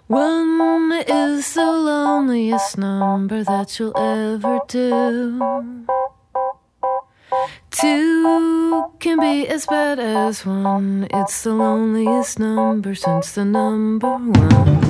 One is the loneliest number that you'll ever do. Two can be as bad as one. It's the loneliest number since the number one.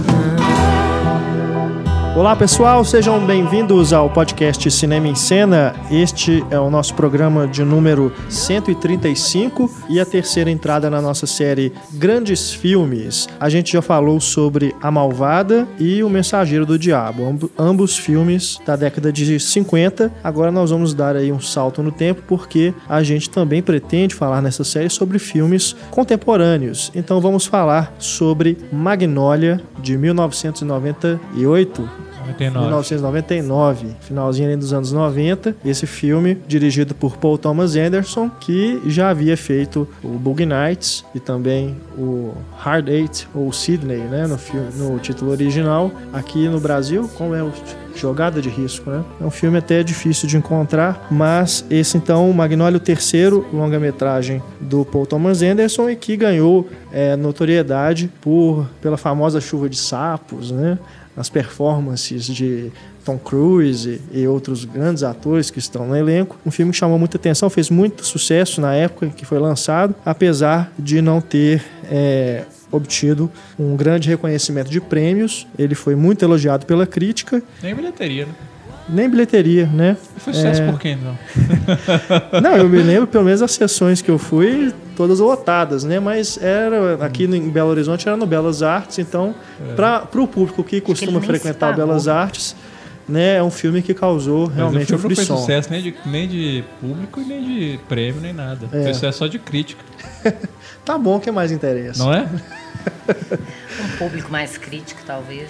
Olá pessoal, sejam bem-vindos ao podcast Cinema em Cena. Este é o nosso programa de número 135 e a terceira entrada na nossa série Grandes Filmes. A gente já falou sobre A Malvada e O Mensageiro do Diabo, ambos filmes da década de 50. Agora nós vamos dar aí um salto no tempo porque a gente também pretende falar nessa série sobre filmes contemporâneos. Então vamos falar sobre Magnolia de 1999, finalzinho dos anos 90. Esse filme, dirigido por Paul Thomas Anderson, que já havia feito o Boogie Nights e também o Hard Eight, ou Sydney, né, no título original. Aqui no Brasil, como é o Jogada de Risco, né? É um filme até difícil de encontrar, mas esse então, o Magnolia, o terceiro longa-metragem do Paul Thomas Anderson e que ganhou notoriedade pela famosa chuva de sapos, né? As performances de Tom Cruise e outros grandes atores que estão no elenco. Um filme que chamou muita atenção, fez muito sucesso na época em que foi lançado, apesar de não ter obtido um grande reconhecimento de prêmios. Ele foi muito elogiado pela crítica. Nem bilheteria, né? Nem bilheteria, né? E foi sucesso por quem, não? Não, eu me lembro, pelo menos as sessões que eu fui, todas lotadas, né? Mas era aqui em Belo Horizonte, era no Belas Artes, então, para o público que costuma frequentar o Belas Artes, né, é um filme que causou realmente o frisson. Não foi sucesso nem de público e nem de prêmio, nem nada. Foi sucesso só de crítica. Tá bom, o que mais interessa? Não é? Um público mais crítico, talvez.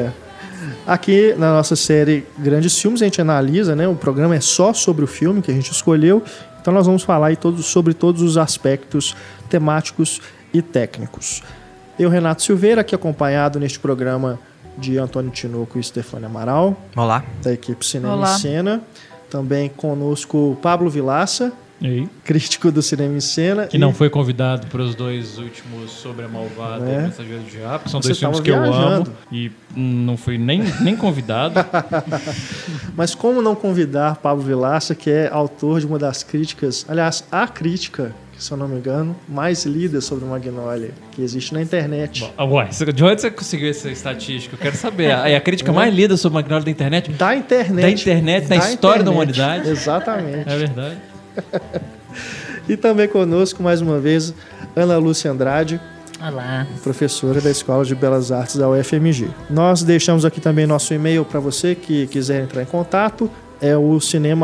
Aqui na nossa série Grandes Filmes a gente analisa, né? O programa é só sobre o filme que a gente escolheu. Então nós vamos falar aí sobre todos os aspectos temáticos e técnicos. Eu, Renato Silveira, aqui acompanhado neste programa de Antônio Tinoco e Stefânia Amaral. Olá. Da equipe Cinema em Cena. Também conosco Pablo Vilaça. E aí? Crítico do Cinema em Cena. Que não foi convidado para os dois últimos sobre A Malvada e O Mensageiro do Diabo, que são dois filmes que eu amo. E não fui nem convidado. Mas como não convidar Pablo Vilaça, que é autor de uma das críticas, aliás, a crítica, se eu não me engano, mais lida sobre o Magnolia, que existe na internet. Ué, de onde você conseguiu essa estatística? Eu quero saber. A crítica mais lida sobre o Magnolia da internet? Da internet, na história da humanidade? Exatamente. É verdade. E também conosco, mais uma vez, Ana Lúcia Andrade. Olá. Professora da Escola de Belas Artes da UFMG. Nós deixamos aqui também nosso e-mail para você que quiser entrar em contato. É o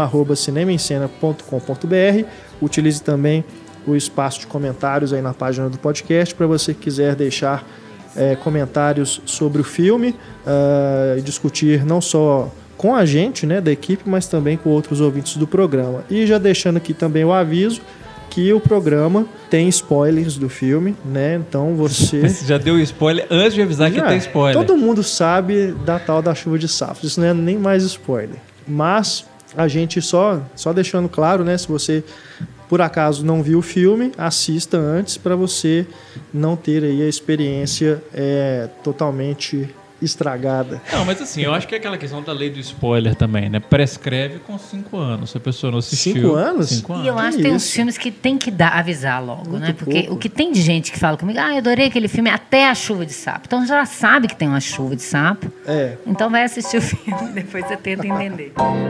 cinema@cinemaencena.com.br. Utilize também o espaço de comentários aí na página do podcast para você que quiser deixar comentários sobre o filme e discutir não só com a gente, né, da equipe, mas também com outros ouvintes do programa. E já deixando aqui também o aviso que o programa tem spoilers do filme, né? Então você já deu spoiler antes de avisar que tem spoiler. Todo mundo sabe da tal da chuva de sapos. Isso não é nem mais spoiler. Mas a gente só deixando claro, né? Se você por acaso não viu o filme, assista antes para você não ter aí a experiência totalmente estragada. Não, mas assim, eu acho que é aquela questão da lei do spoiler também, né? Prescreve com 5 anos, se a pessoa não assistiu. 5 anos? 5 anos. E eu acho que tem uns filmes que tem que avisar logo, muito, né? Porque pouco. O que tem de gente que fala comigo, eu adorei aquele filme até a chuva de sapo. Então já sabe que tem uma chuva de sapo. Então vai assistir o filme, depois você tenta entender.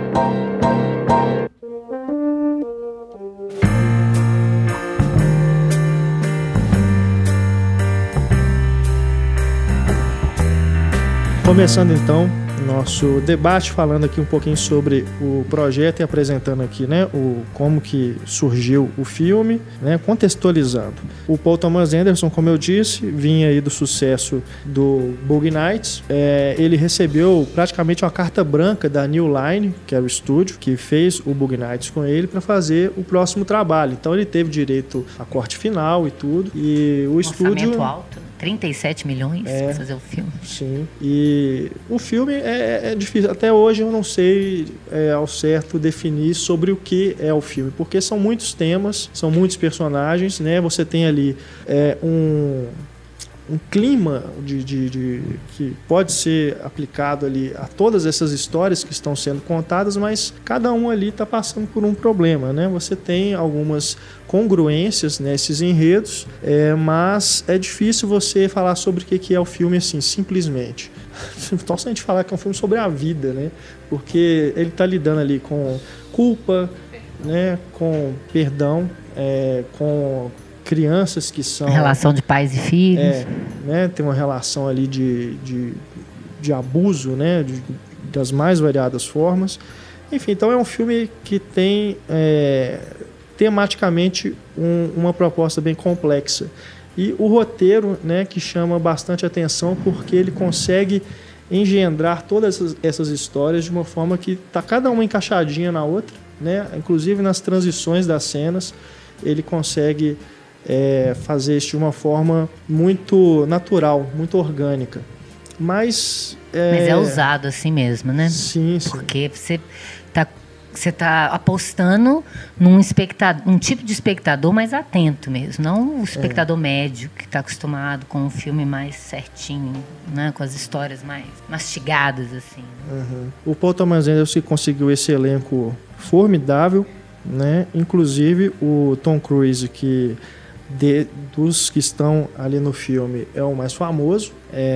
Começando então nosso debate, falando aqui um pouquinho sobre o projeto e apresentando aqui, né, como que surgiu o filme, né, contextualizando. O Paul Thomas Anderson, como eu disse, vinha aí do sucesso do Boogie Nights. Ele recebeu praticamente uma carta branca da New Line, que era o estúdio que fez o Boogie Nights com ele, para fazer o próximo trabalho. Então ele teve direito a corte final e tudo. E o estúdio... Orçamento alto. 37 milhões para fazer o filme. Sim. E o filme é difícil. Até hoje eu não sei ao certo definir sobre o que é o filme, porque são muitos temas, são muitos personagens, né? Você tem ali clima que pode ser aplicado ali a todas essas histórias que estão sendo contadas, mas cada um ali está passando por um problema, né? Você tem algumas congruências nesses enredos, mas é difícil você falar sobre o que é o filme assim, simplesmente. Então, se a gente falar que é um filme sobre a vida, né? Porque ele está lidando ali com culpa, né? Com perdão, com crianças que são... Relação de pais e filhos. Né? Tem uma relação ali de abuso, né? Das mais variadas formas. Enfim, então é um filme que tem tematicamente uma proposta bem complexa. E o roteiro, né, que chama bastante atenção porque ele consegue engendrar todas essas histórias de uma forma que está cada uma encaixadinha na outra, né? Inclusive nas transições das cenas, ele consegue fazer isso de uma forma muito natural, muito orgânica. Mas é usado assim mesmo, né? Sim. Porque você tá apostando num tipo de espectador mais atento mesmo, não o espectador médio que está acostumado com um filme mais certinho, né, com as histórias mais mastigadas assim. Uhum. O Paul Thomas Anderson conseguiu esse elenco formidável, né? Inclusive o Tom Cruise, que dos que estão ali no filme é o mais famoso.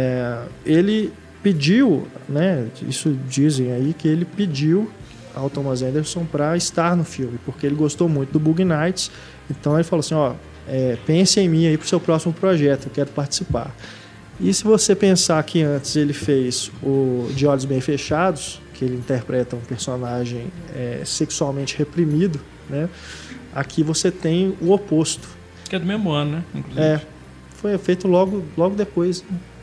Ele pediu, né? Isso dizem aí que ele pediu ao Thomas Anderson para estar no filme, porque ele gostou muito do Boogie Nights. Então ele falou assim, pense em mim aí para o seu próximo projeto, eu quero participar. E se você pensar que antes ele fez o De Olhos Bem Fechados, que ele interpreta um personagem sexualmente reprimido, né? Aqui você tem o oposto. Que é do mesmo ano, né? Inclusive. Foi feito logo depois.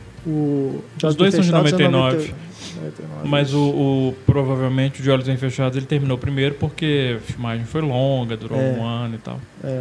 Os dois são de 99. Mas provavelmente o De Olhos Bem Fechados ele terminou primeiro porque a filmagem foi longa, durou um ano e tal.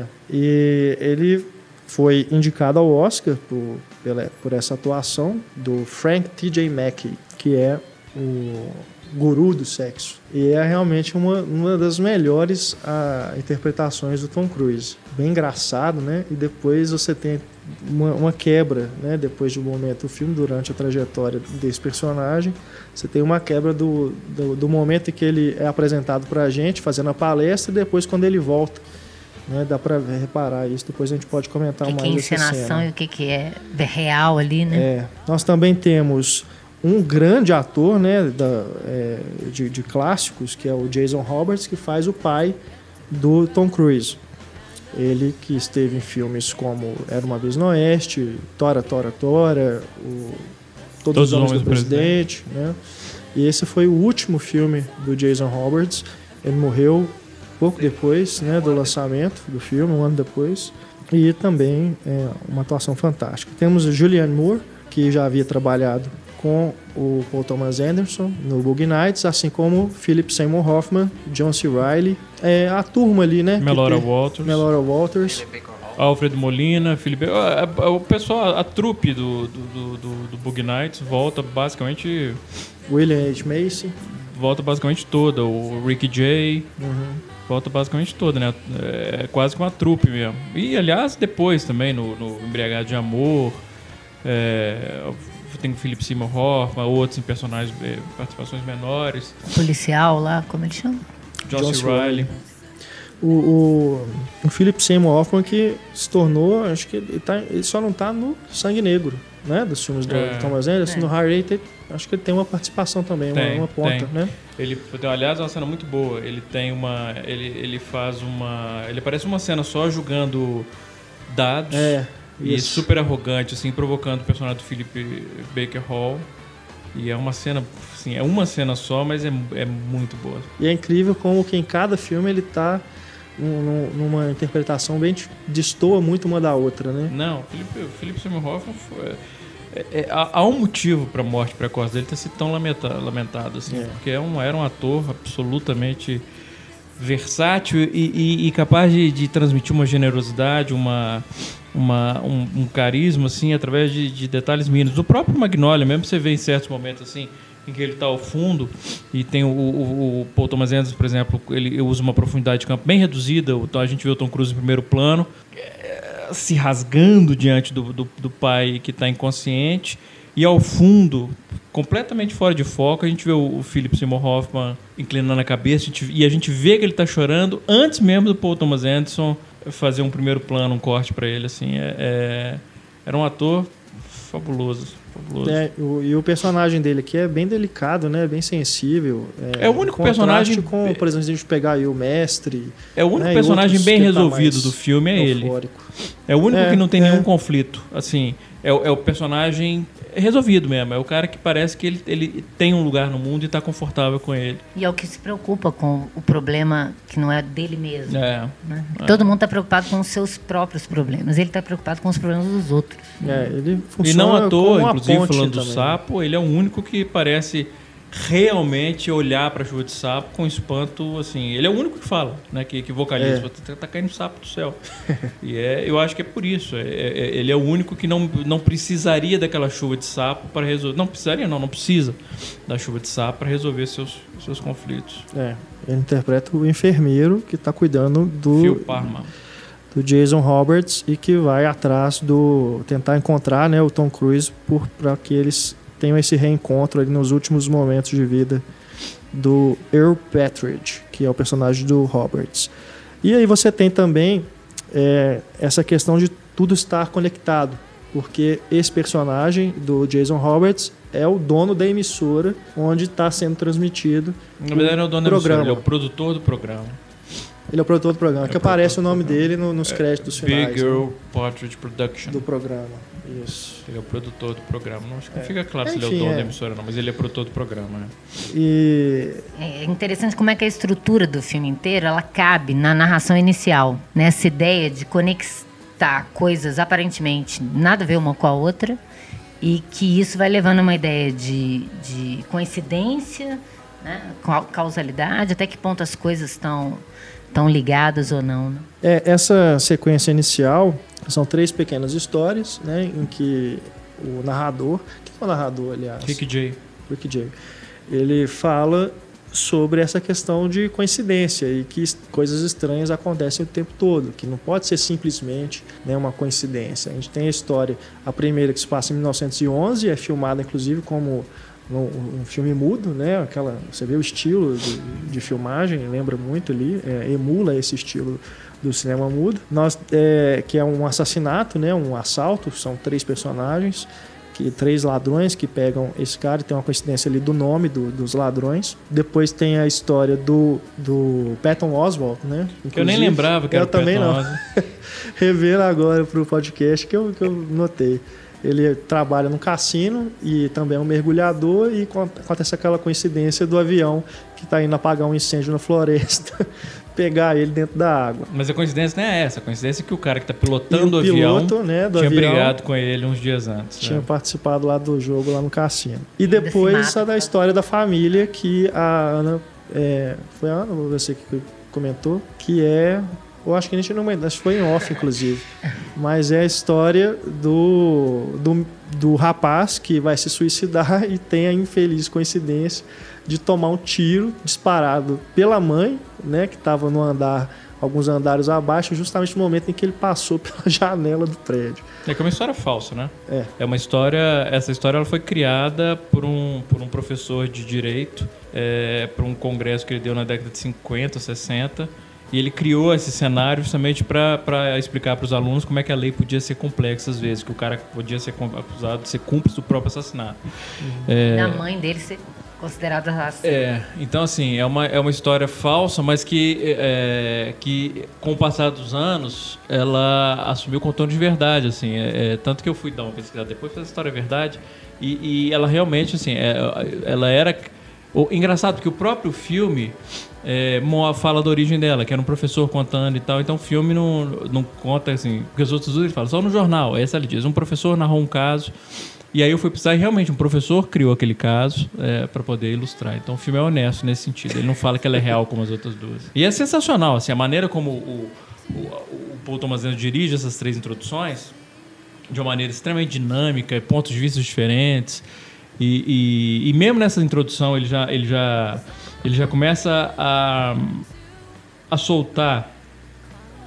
E ele foi indicado ao Oscar por essa atuação do Frank T.J. Mackey, que é o guru do sexo. E é realmente uma das melhores interpretações do Tom Cruise. Bem engraçado, né? E depois você tem uma quebra, né? Depois de um momento do filme, durante a trajetória desse personagem, você tem uma quebra do momento em que ele é apresentado pra gente, fazendo a palestra, e depois quando ele volta. Né? Dá pra reparar isso, depois a gente pode comentar mais essa cena. O que é encenação e o que é real ali, né? Nós também temos um grande ator, né, de clássicos, que é o Jason Robards, que faz o pai do Tom Cruise. Ele que esteve em filmes como Era Uma Vez no Oeste, Tora, Todos os Homens do Presidente, né? E esse foi o último filme do Jason Robards. Ele morreu pouco depois, né, do lançamento do filme, um ano depois. E também uma atuação fantástica. Temos Julianne Moore, que já havia trabalhado com o Paul Thomas Anderson no Boogie Nights, assim como Philip Seymour Hoffman, John C. Reilly, a turma ali, né? Melora Walters, Alfred Molina, Felipe... O pessoal, a trupe do Boogie Nights volta basicamente... William H. Macy. Volta basicamente toda. O Ricky Jay... Volta basicamente toda, né? É quase que uma trupe mesmo. E, aliás, depois também, no Embriagado de Amor... Tem o Philip Seymour Hoffman, outros em personagens, participações menores. O policial lá, como ele chama? John C. Reilly. O Philip Seymour Hoffman, que se tornou, acho que ele só não está no Sangue Negro, né? Dos filmes do Thomas Anderson. No Hard Eight, acho que ele tem uma participação também, uma ponta, né? Ele, aliás, é uma cena muito boa. Ele tem ele faz ele aparece uma cena só jogando dados. E super arrogante, assim, provocando o personagem do Philip Baker Hall. E é uma cena, assim, só, mas é muito boa. E é incrível como que em cada filme ele tá numa interpretação bem destoa muito uma da outra, né? Não, Philip Seymour Hoffman há um motivo para a morte precoce dele ter sido tão lamentado, assim, porque era um ator absolutamente versátil e capaz de transmitir uma generosidade, um carisma, assim, através de detalhes mínimos. O próprio Magnolia, mesmo você vê em certos momentos, assim, em que ele está ao fundo, e tem o Paul Thomas Anderson, por exemplo, ele usa uma profundidade de campo bem reduzida, então a gente vê o Tom Cruise em primeiro plano. se rasgando diante do pai que está inconsciente, e ao fundo, completamente fora de foco, a gente vê o Philip Seymour Hoffman inclinando a cabeça, e a gente vê que ele está chorando antes mesmo do Paul Thomas Anderson fazer um primeiro plano, um corte para ele. Assim, era um ator fabuloso. E o personagem dele aqui é bem delicado, né? Bem sensível. É o único personagem... com, por exemplo, se a gente pegar aí o Mestre... É o único personagem bem resolvido do filme, é ele. É o único que não tem nenhum conflito. Assim, é o personagem resolvido mesmo. É o cara que parece que ele tem um lugar no mundo e está confortável com ele. E é o que se preocupa com o problema que não é dele mesmo. Né? Todo mundo está preocupado com os seus próprios problemas. Ele está preocupado com os problemas dos outros. Ele funciona e não à toa, inclusive falando do também. sapo, ele é o único que parece realmente olhar para a chuva de sapo com espanto, assim. Ele é o único que fala, né, que vocaliza, tá caindo sapo do céu. E eu acho que é por isso. Ele é o único que não precisaria daquela chuva de sapo para resolver. Não precisaria, não precisa da chuva de sapo para resolver seus conflitos. Ele interpreta o enfermeiro que está cuidando do Phil Parma, do Jason Roberts, e que vai atrás tentar encontrar, né, o Tom Cruise para que eles tenham esse reencontro ali nos últimos momentos de vida do Earl Partridge, que é o personagem do Roberts. E aí você tem também essa questão de tudo estar conectado, porque esse personagem do Jason Roberts é o dono da emissora onde está sendo transmitido. Na verdade, não é o dono da emissora, ele é o produtor do programa. Ele é o produtor do programa, que aparece o nome dele nos créditos finais. Big Earl Partridge Production. Do programa, isso. Ele é o produtor do programa. Não, acho que não fica claro se ele é o dono da emissora, não, mas ele é produtor do programa. É interessante como é que a estrutura do filme inteiro ela cabe na narração inicial. Nessa ideia de conectar coisas aparentemente nada a ver uma com a outra, e que isso vai levando a uma ideia de coincidência, né, causalidade, até que ponto as coisas estão ligadas ou não. Né? Essa sequência inicial são 3 pequenas histórias, né, em que o narrador... Quem é o narrador, aliás? Rick Jay. Ele fala sobre essa questão de coincidência e que coisas estranhas acontecem o tempo todo, que não pode ser simplesmente, né, uma coincidência. A gente tem a história, a primeira que se passa em 1911, é filmada inclusive como um filme mudo, né? Você vê o estilo de filmagem, lembra muito ali, emula esse estilo do cinema mudo. Que é um assassinato, né? Um assalto, são 3 personagens, 3 ladrões que pegam esse cara, tem uma coincidência ali do nome dos ladrões. Depois tem a história do Patton Oswalt, né? Inclusive, eu nem lembrava que era o Patton Oswalt. Revendo agora pro podcast que eu notei. Ele trabalha no cassino e também é um mergulhador, e acontece aquela coincidência do avião que está indo apagar um incêndio na floresta, pegar ele dentro da água. Mas a coincidência não é essa. A coincidência é que o cara que está pilotando o avião, né, tinha brigado com ele uns dias antes. Tinha participado lá do jogo, lá no cassino. E depois da história da família, que a Ana... foi a Ana, você que comentou, que eu acho que a gente não... Acho que foi em off, inclusive. Mas é a história do rapaz que vai se suicidar e tem a infeliz coincidência de tomar um tiro disparado pela mãe, né, que estava no andar, alguns andares abaixo, justamente no momento em que ele passou pela janela do prédio. É que é uma história falsa, né? É uma história... Essa história ela foi criada por um professor de direito, para um congresso que ele deu na década de 50, 60... E ele criou esse cenário justamente para explicar para os alunos como é que a lei podia ser complexa às vezes, que o cara podia ser acusado de ser cúmplice do próprio assassinato. Da mãe dele ser considerada racista. Então, assim, é uma história falsa, mas que com o passar dos anos, ela assumiu o contorno de verdade, assim. Tanto que eu fui dar uma pesquisada depois, essa história é verdade, e ela realmente, assim, ela era... Engraçado, porque o próprio filme fala da origem dela, que era um professor contando e tal. Então o filme não conta assim, porque os outros ele fala só no jornal. Essa ele diz, um professor narrou um caso, e aí eu fui precisar, e realmente um professor criou aquele caso para poder ilustrar. Então o filme é honesto nesse sentido, ele não fala que ela é real como as outras duas. E é sensacional, assim, a maneira como o Paul Thomas Anderson dirige essas 3 introduções, de uma maneira extremamente dinâmica, pontos de vista diferentes. E mesmo nessa introdução ele já começa a soltar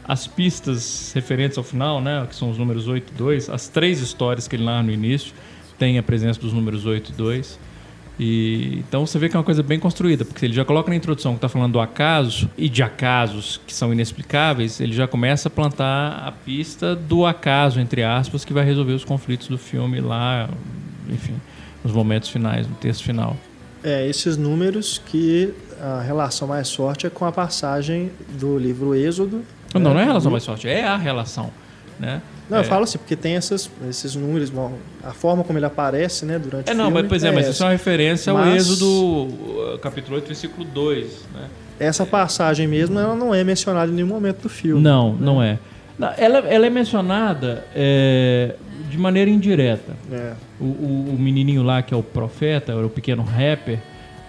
as pistas referentes ao final, né, que são os números 8 e 2, as 3 histórias que ele narra no início, tem a presença dos números 8 e 2. Então você vê que é uma coisa bem construída, porque ele já coloca na introdução que está falando do acaso e de acasos que são inexplicáveis, ele já começa a plantar a pista do acaso, entre aspas, que vai resolver os conflitos do filme lá, enfim, nos momentos finais, no texto final. Esses números que a relação mais forte é com a passagem do livro Êxodo. Não é a relação mais forte, é a relação, né? Não, eu falo assim, porque tem esses números, a forma como ele aparece, né, durante o filme. Mas isso é uma referência ao Êxodo, capítulo 8, versículo 2, né? Essa passagem mesmo, ela não é mencionada em nenhum momento do filme. Não é. Ela é mencionada de maneira indireta. O menininho lá, que é o profeta, o pequeno rapper,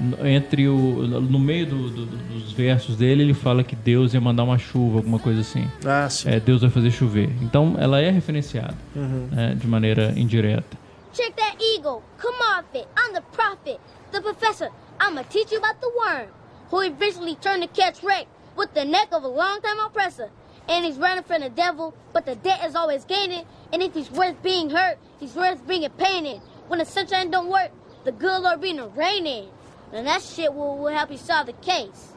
no meio dos versos dele, ele fala que Deus ia mandar uma chuva, alguma coisa assim. Sim. Deus vai fazer chover. Então ela é referenciada de maneira indireta. Check that eagle. Come off it. I'm the prophet, the professor. I'm gonna teach you about the worm, who eventually turned to catch wreck with the neck of a long-time oppressor. And he's running from the devil, but the debt is always gaining. And if he's worth being hurt, he's worth bringing pain in. When the sunshine don't work, the good Lord bring the rain in. And that shit will help you solve the case.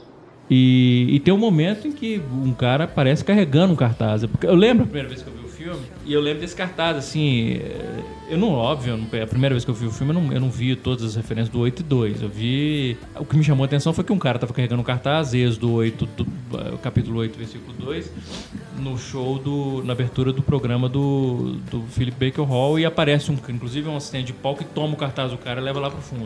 E tem um momento em que um cara aparece carregando um cartaz. Eu lembro a primeira vez que eu vi o filme, e eu lembro desse cartaz, assim... a primeira vez que eu vi o filme, eu não vi todas as referências do 8 e 2. Eu vi... O que me chamou a atenção foi que um cara estava carregando um cartaz, Êxodo 8, capítulo 8, versículo 2, no show, na abertura do programa do Philip Baker Hall, e aparece inclusive um assistente de palco que toma o cartaz do cara e leva lá pro fundo.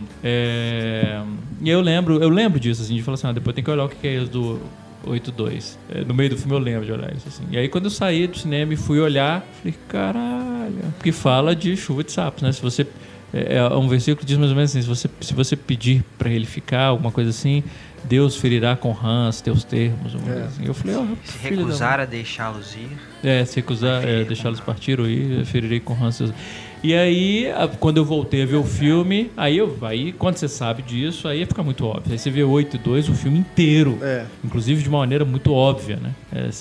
E eu lembro disso, assim, de falar assim, depois tem que olhar o que é Êxodo 8.2. No meio do filme eu lembro de olhar isso, assim. E aí quando eu saí do cinema e fui olhar, falei, caralho, porque fala de chuva de sapos, né? Se você... um versículo que diz mais ou menos assim, se você pedir para ele ficar, alguma coisa assim, Deus ferirá com rãs teus termos. Assim. Eu falei, se recusar a deixá-los ir. Se recusar a deixá-los partir ou ir, ferirei com rãs teus... E aí, quando eu voltei a ver o filme, aí quando você sabe disso, aí fica muito óbvio. Aí você vê 8 e 2, o filme inteiro. Inclusive de uma maneira muito óbvia, né?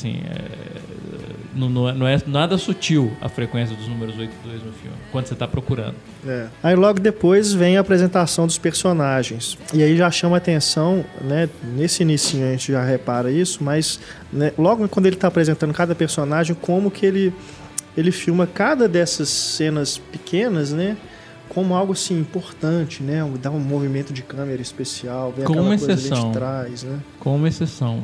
Não é nada sutil a frequência dos números 8 e 2 no filme, quando você está procurando. Aí logo depois vem a apresentação dos personagens. E aí já chama a atenção, né? Nesse inicinho a gente já repara isso, mas né, logo quando ele está apresentando cada personagem, como que ele filma cada dessas cenas pequenas, né? Como algo assim importante, né? Dá um movimento de câmera especial, vem aquela coisa ali de trás, né? Com uma exceção.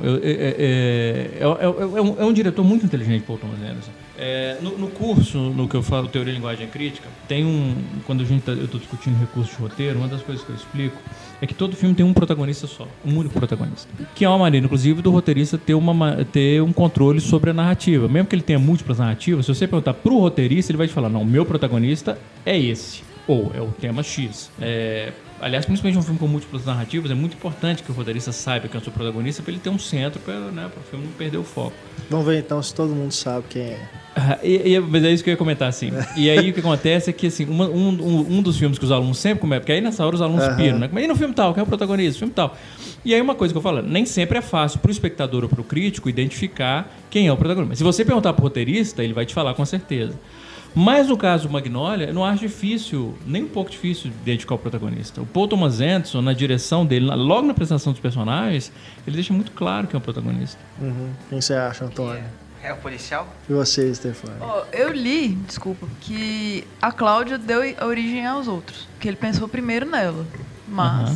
É um diretor muito inteligente, Paul Thomas Anderson. No curso, no que eu falo, Teoria e Linguagem Crítica, tem quando eu estou discutindo recurso de roteiro, uma das coisas que eu explico é que todo filme tem um protagonista só, um único protagonista. Que é uma maneira, inclusive, do roteirista ter um controle sobre a narrativa. Mesmo que ele tenha múltiplas narrativas, se você perguntar pro roteirista, ele vai te falar, não, meu protagonista é esse. Ou é o tema X. Aliás, principalmente um filme com múltiplas narrativas, é muito importante que o roteirista saiba quem é o seu protagonista para ele ter um centro para o filme não perder o foco. Vamos ver então se todo mundo sabe quem é. Mas é isso que eu ia comentar, assim. E aí o que acontece é que assim, um dos filmes que os alunos sempre comentam, porque aí nessa hora os alunos piram, né? Mas e no filme tal, quem é o protagonista? Filme tal. E aí uma coisa que eu falo, nem sempre é fácil pro espectador ou pro crítico identificar quem é o protagonista. Mas se você perguntar pro roteirista, ele vai te falar com certeza. Mas no caso do Magnolia, eu não acho difícil, nem um pouco difícil identificar o protagonista. O Paul Thomas Anderson, na direção dele, logo na apresentação dos personagens, ele deixa muito claro quem é o protagonista. Quem você acha, Antônio? É o policial? E você, Stefano? Eu li, desculpa, que a Cláudia deu origem aos outros. Que ele pensou primeiro nela. Mas...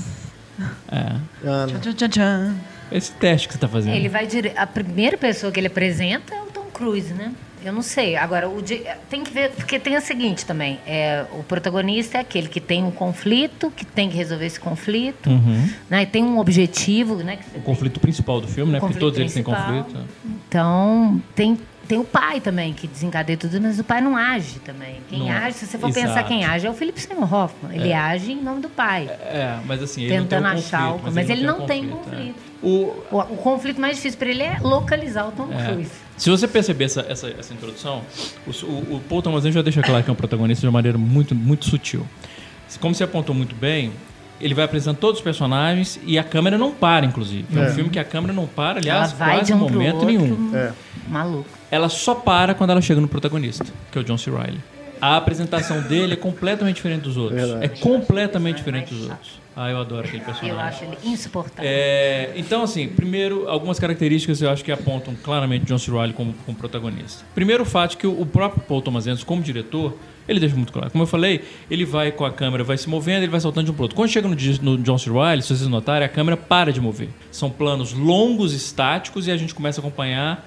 Ana. Tchan. Esse teste que você está fazendo. Ele vai a primeira pessoa que ele apresenta é o Tom Cruise, né? Eu não sei. Agora, tem que ver, porque tem o seguinte também. O protagonista é aquele que tem um conflito, que tem que resolver esse conflito, né? E tem um objetivo, né? O conflito principal do filme, né? Porque todos eles têm conflito. Então, tem o pai também, que desencadeia tudo, mas o pai não age também. Quem age, se você for pensar quem age, é o Philip Seymour Hoffman. Ele age em nome do pai. Mas assim, ele tentando não tem achar conflito, mas ele não tem conflito. O conflito mais difícil para ele é localizar o Tom Cruise. Se você perceber essa introdução, o Paul Thomas Anderson já deixa claro que é um protagonista de uma maneira muito, muito sutil. Como você apontou muito bem, ele vai apresentando todos os personagens e a câmera não para, inclusive. É um filme que a câmera não para, aliás, quase em momento nenhum. Maluco. Ela só para quando ela chega no protagonista, que é o John C. Reilly. A apresentação dele é completamente diferente dos outros. Verdade. É completamente diferente dos outros. Eu adoro aquele personagem. Eu acho ele insuportável. Então, assim, primeiro, algumas características eu acho que apontam claramente John C. Reilly como protagonista. Primeiro, o fato de que o próprio Paul Thomas Anderson, como diretor, ele deixa muito claro. Como eu falei, ele vai com a câmera, vai se movendo, ele vai saltando de um pro outro. Quando chega no John C. Reilly, se vocês notarem, a câmera para de mover. São planos longos, estáticos, e a gente começa a acompanhar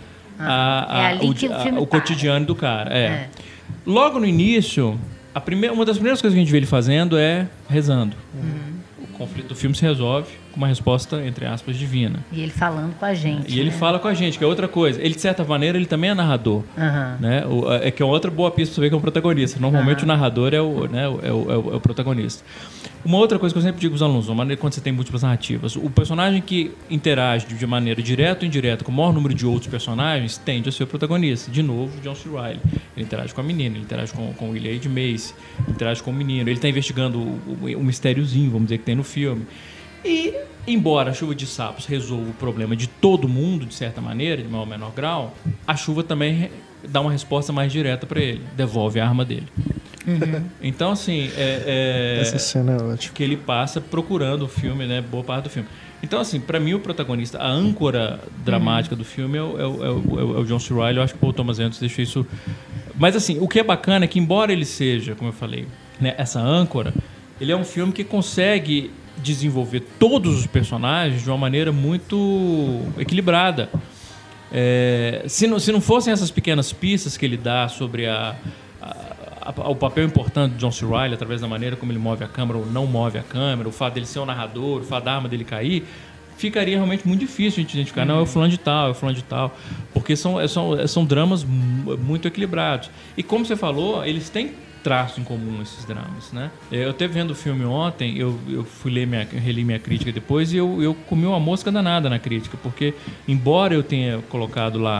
o cotidiano do cara. Logo no início, uma das primeiras coisas que a gente vê ele fazendo é rezando. O conflito do filme se resolve com uma resposta, entre aspas, divina. E ele falando com a gente. E ele fala com a gente, que é outra coisa. Ele, de certa maneira, ele também é narrador. Né? Que é outra boa pista para você ver que é um protagonista. Normalmente o narrador é o protagonista. Uma outra coisa que eu sempre digo aos alunos, quando você tem múltiplas narrativas, o personagem que interage de maneira direta ou indireta com o maior número de outros personagens tende a ser o protagonista. De novo, John C. Reilly. Ele interage com a menina, ele interage com o William H. Macy, ele interage com o menino. Ele está investigando o mistériozinho, vamos dizer, que tem no filme. E, embora a chuva de sapos resolva o problema de todo mundo, de certa maneira, de maior ou menor grau, a chuva também dá uma resposta mais direta para ele, devolve a arma dele. Então, assim, essa cena é ótima. Que ele passa procurando o filme, né, boa parte do filme. Então, assim, para mim o protagonista, a âncora dramática do filme é o John C. Reilly. Eu acho que o Paul Thomas Anderson deixou isso... Mas, assim, o que é bacana é que, embora ele seja, como eu falei, né, essa âncora, ele é um filme que consegue desenvolver todos os personagens de uma maneira muito equilibrada. Se não fossem essas pequenas pistas que ele dá sobre o papel importante de John C. Reilly, através da maneira como ele move a câmera ou não move a câmera, o fato dele ser o narrador, o fato da arma dele cair, ficaria realmente muito difícil a gente identificar. Não, é o fulano de tal, é o fulano de tal. Porque são dramas muito equilibrados. E como você falou, eles têm traço em comum, esses dramas, né? Eu até vendo o filme ontem, eu fui reli minha crítica depois e eu comi uma mosca danada na crítica, porque embora eu tenha colocado lá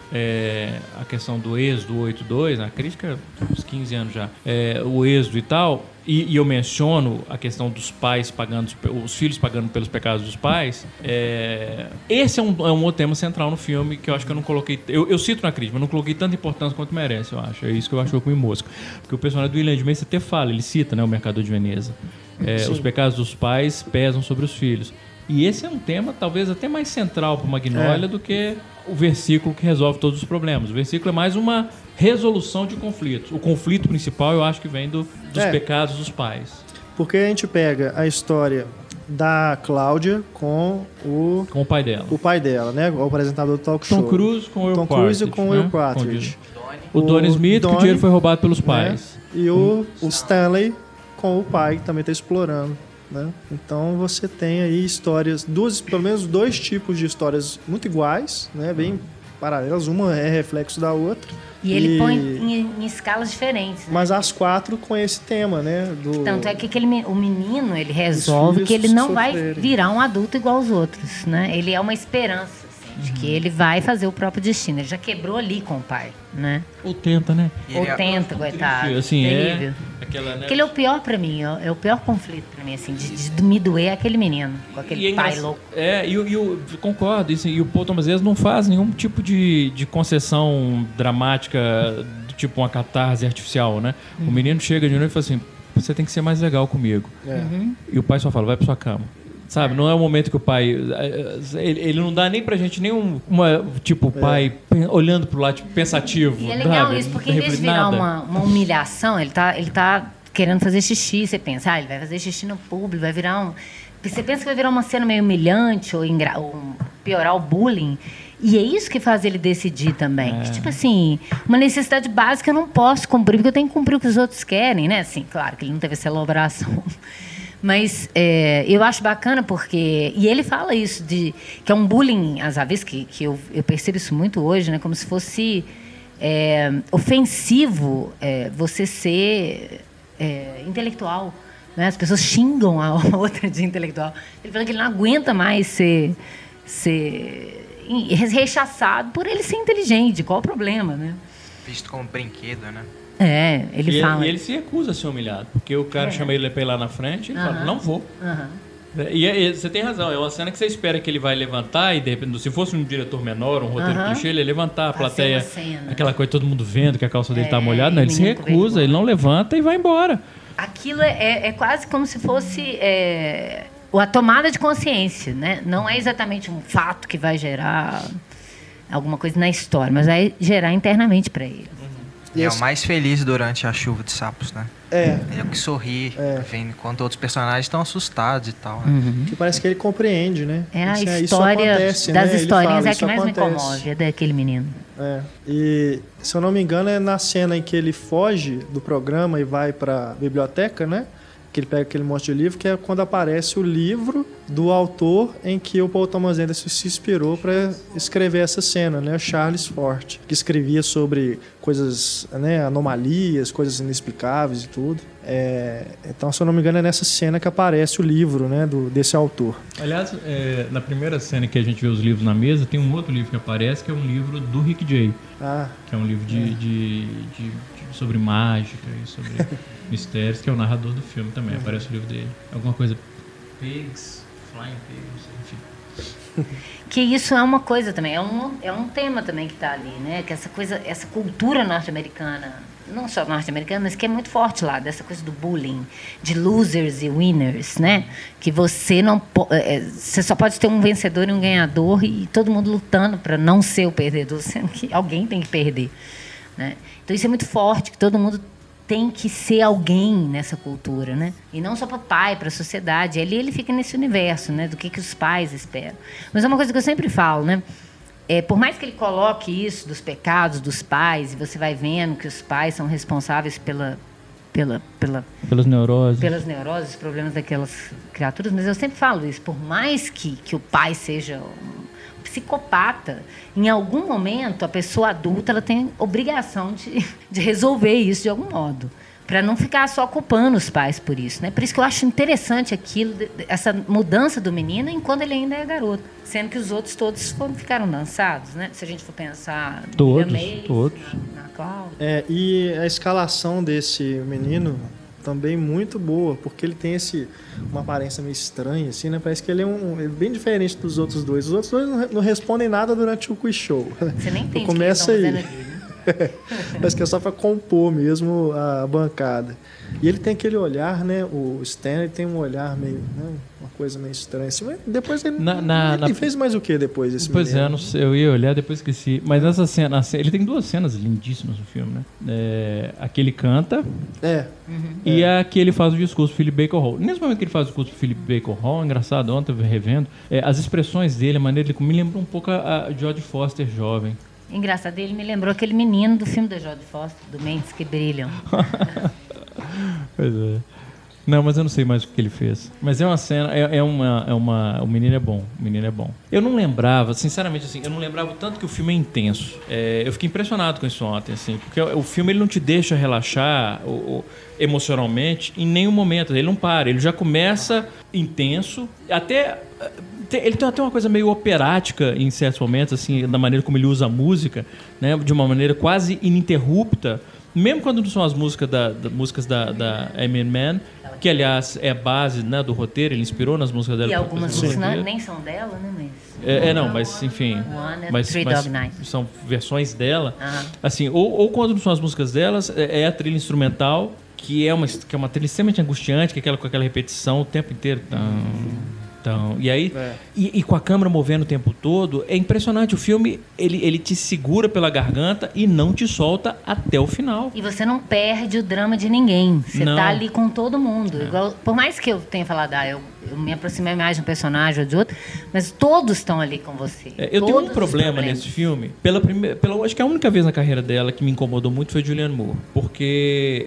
a questão do êxodo 8.2, na crítica uns 15 anos já, o êxodo e tal, e eu menciono a questão dos pais pagando, os filhos pagando pelos pecados dos pais, esse é um outro tema central no filme que eu acho que eu não coloquei, eu cito na crítica, mas não coloquei tanta importância quanto merece, eu acho. É isso que eu acho que eu comi mosca. Porque o personagem do William H. Macy até fala, ele cita, né, o Mercador de Veneza. Os pecados dos pais pesam sobre os filhos. E esse é um tema talvez até mais central para o Magnolia do que o versículo que resolve todos os problemas. O versículo é mais uma resolução de conflitos. O conflito principal eu acho que vem dos pecados dos pais. Porque a gente pega a história da Cláudia com o pai dela. O pai dela, né? O apresentador do talk show. Tom Cruise com Tom Cruise e com o Will Partridge. O Donnie Smith, que o dinheiro foi roubado pelos pais. Né? E o Stanley com o pai, que também está explorando. Né? Então você tem aí histórias, pelo menos dois tipos de histórias muito iguais, né? Bem paralelas, uma é reflexo da outra. E ele põe em escalas diferentes. Né? Mas as quatro com esse tema, né? Tanto é que o menino, ele resolve que ele não vai virar um adulto igual aos outros, né? Ele é uma esperança, assim, de que ele vai fazer o próprio destino. Ele já quebrou ali com o pai, né? Ou tenta, né? Ou tenta, coitado. Assim, terrível. Porque ele é o pior pra mim, é o pior conflito pra mim, assim, de me doer aquele menino, com aquele pai louco. Eu concordo, e o Paul Thomas Anderson não faz nenhum tipo de concessão dramática, tipo uma catarse artificial, né? O menino chega de novo e fala assim, você tem que ser mais legal comigo. E o pai só fala, vai pra sua cama. Sabe, não é o momento que o pai... Ele não dá nem pra gente nenhum... o pai olhando pro lado, tipo, pensativo. E é legal isso, porque em vez de virar uma humilhação, ele tá querendo fazer xixi. Você pensa, ele vai fazer xixi no público, vai virar um... Você pensa que vai virar uma cena meio humilhante ou piorar o bullying. E é isso que faz ele decidir também. Que, tipo assim, uma necessidade básica eu não posso cumprir, porque eu tenho que cumprir o que os outros querem, né? Assim, claro que ele não teve essa elaboração... Mas eu acho bacana porque... E ele fala isso, que é um bullying às vezes, que eu percebo isso muito hoje, né? Como se fosse ofensivo você ser intelectual. Né? As pessoas xingam a outra de intelectual. Ele fala que ele não aguenta mais ser rechaçado por ele ser inteligente. Qual o problema, né? Visto como brinquedo, né? Ele fala. E ele se recusa a ser humilhado, porque o cara chama ele pra ir lá na frente e ele fala, não vou. E você tem razão, é uma cena que você espera que ele vai levantar e de repente, se fosse um diretor menor, um roteiro clichê, ele ia levantar a plateia, aquela coisa, todo mundo vendo que a calça dele tá molhada, não, ele se recusa, ele não levanta e vai embora. Aquilo é quase como se fosse a tomada de consciência, né? Não é exatamente um fato que vai gerar alguma coisa na história, mas vai gerar internamente para ele. E é o mais feliz durante a chuva de sapos, né? Ele é o que sorri, vendo enquanto outros personagens estão assustados e tal. Né? Que parece que ele compreende, né? A história acontece, das historinhas é a que mais me comove, é daquele menino. E, se eu não me engano, é na cena em que ele foge do programa e vai para a biblioteca, né? Que ele pega aquele monte de livro, que é quando aparece o livro do autor em que o Paul Thomas Anderson se inspirou para escrever essa cena, né? O Charles Fort, que escrevia sobre coisas, né? Anomalias, coisas inexplicáveis e tudo. Então, se eu não me engano, é nessa cena que aparece o livro, né? Desse autor. Aliás, na primeira cena que a gente vê os livros na mesa, tem um outro livro que aparece, que é um livro do Rick Jay, que é um livro sobre mágica e sobre mistérios, que é o narrador do filme também. Aparece o livro dele. Alguma coisa... Pigs, Flying Pigs, enfim. Que isso é uma coisa também, é um tema também que está ali, né? Que essa cultura norte-americana, não só norte-americana, mas que é muito forte lá, dessa coisa do bullying, de losers e winners, né? Que você você só pode ter um vencedor e um ganhador e todo mundo lutando para não ser o perdedor, sendo que alguém tem que perder, né? Então isso é muito forte, que todo mundo tem que ser alguém nessa cultura, né? E não só para o pai, para a sociedade. Ali ele fica nesse universo, né? Do que os pais esperam. Mas é uma coisa que eu sempre falo, né? Por mais que ele coloque isso dos pecados dos pais, e você vai vendo que os pais são responsáveis pelas neuroses, os problemas daquelas criaturas, mas eu sempre falo isso. Por mais que o pai seja psicopata, em algum momento a pessoa adulta ela tem obrigação de resolver isso de algum modo, para não ficar só culpando os pais por isso, né? Por isso que eu acho interessante essa mudança do menino enquanto ele ainda é garoto, sendo que os outros todos ficaram dançados, né? Se a gente for pensar todos na Cláudia. E a escalação desse menino também muito boa, porque ele tem uma aparência meio estranha, assim, né? Parece que ele é bem diferente dos outros dois. Os outros dois não respondem nada durante o quiz show. Você nem entende começa o que eles estão fazendo aqui, né? Parece que é só para compor mesmo a bancada. E ele tem aquele olhar, né? O Stanley tem um olhar meio... Né? Uma coisa meio estranha. Assim, mas depois ele fez mais o que depois desse Pois menino? Não sei, eu ia olhar, depois esqueci. Mas nessa cena, ele tem duas cenas lindíssimas no filme, né? A que ele canta e a que ele faz o discurso pro Philip Baker Hall. Nesse momento que ele faz o discurso pro Philip Baker Hall, engraçado, ontem eu revendo, as expressões dele, a maneira dele me lembra um pouco a Jodie Foster jovem. Engraçado, ele me lembrou aquele menino do filme da Jodie Foster, do Mentes que Brilham. Pois é. Não, mas eu não sei mais o que ele fez. Mas é uma cena, o menino é bom, o menino é bom. Eu não lembrava, sinceramente, assim, eu não lembrava o tanto que o filme é intenso. Eu fiquei impressionado com isso ontem, assim, porque o filme ele não te deixa relaxar emocionalmente em nenhum momento. Ele não para, ele já começa intenso, ele tem até uma coisa meio operática em certos momentos, assim, da maneira como ele usa a música, né, de uma maneira quase ininterrupta, mesmo quando não são as músicas da Amen Man, que aliás é a base, né, do roteiro, ele inspirou nas músicas dela. E algumas músicas nem são dela, né? Mas enfim, mas são versões dela. Assim, ou quando não são as músicas delas, é a trilha instrumental, que é uma trilha extremamente angustiante, que é com aquela repetição o tempo inteiro. E aí, e com a câmera movendo o tempo todo, é impressionante. O filme, ele te segura pela garganta e não te solta até o final. E você não perde o drama de ninguém. Você tá ali com todo mundo. Igual, por mais que eu tenha falado, eu me aproximei mais de um personagem ou de outro, mas todos estão ali com você. Eu tenho um problema nesse filme. Acho que a única vez na carreira dela que me incomodou muito foi Julianne Moore. Porque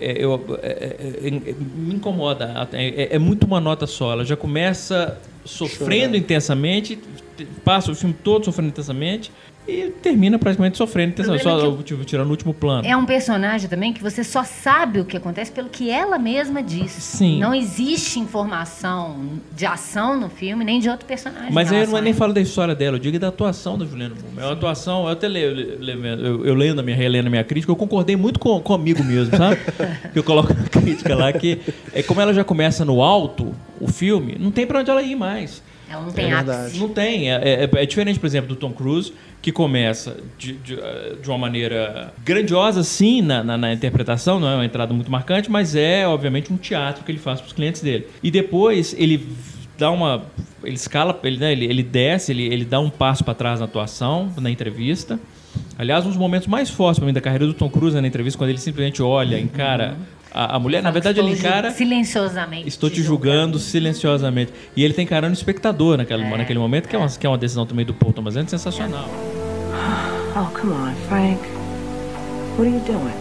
me incomoda. É muito uma nota só. Ela já começa sofrendo intensamente, passa o filme todo sofrendo intensamente, e termina praticamente sofrendo, só tirando o último plano. É um personagem também que você só sabe o que acontece pelo que ela mesma diz. Sim. Não existe informação de ação no filme, nem de outro personagem. Mas eu nem falo da história dela, eu digo da atuação da Julianne Moore. É uma atuação, eu até relendo a minha crítica, eu concordei muito comigo mesmo, sabe? Que eu coloco na crítica lá, que como ela já começa no alto, o filme, não tem pra onde ela ir mais. Ela não tem ápice. Não tem. É diferente, por exemplo, do Tom Cruise, que começa de uma maneira grandiosa, sim, na interpretação, não é uma entrada muito marcante, mas é, obviamente, um teatro que ele faz para os clientes dele. E depois ele dá ele escala, ele desce, ele dá um passo para trás na atuação, na entrevista. Aliás, um dos momentos mais fortes para mim da carreira do Tom Cruise é na entrevista, quando ele simplesmente olha, encara a mulher, na verdade, ele encara... Silenciosamente. Estou te julgando silenciosamente. E ele está encarando o espectador naquele momento, que é uma decisão também do Paul Thomas Anderson sensacional. Oh, come on, Frank. What are you doing?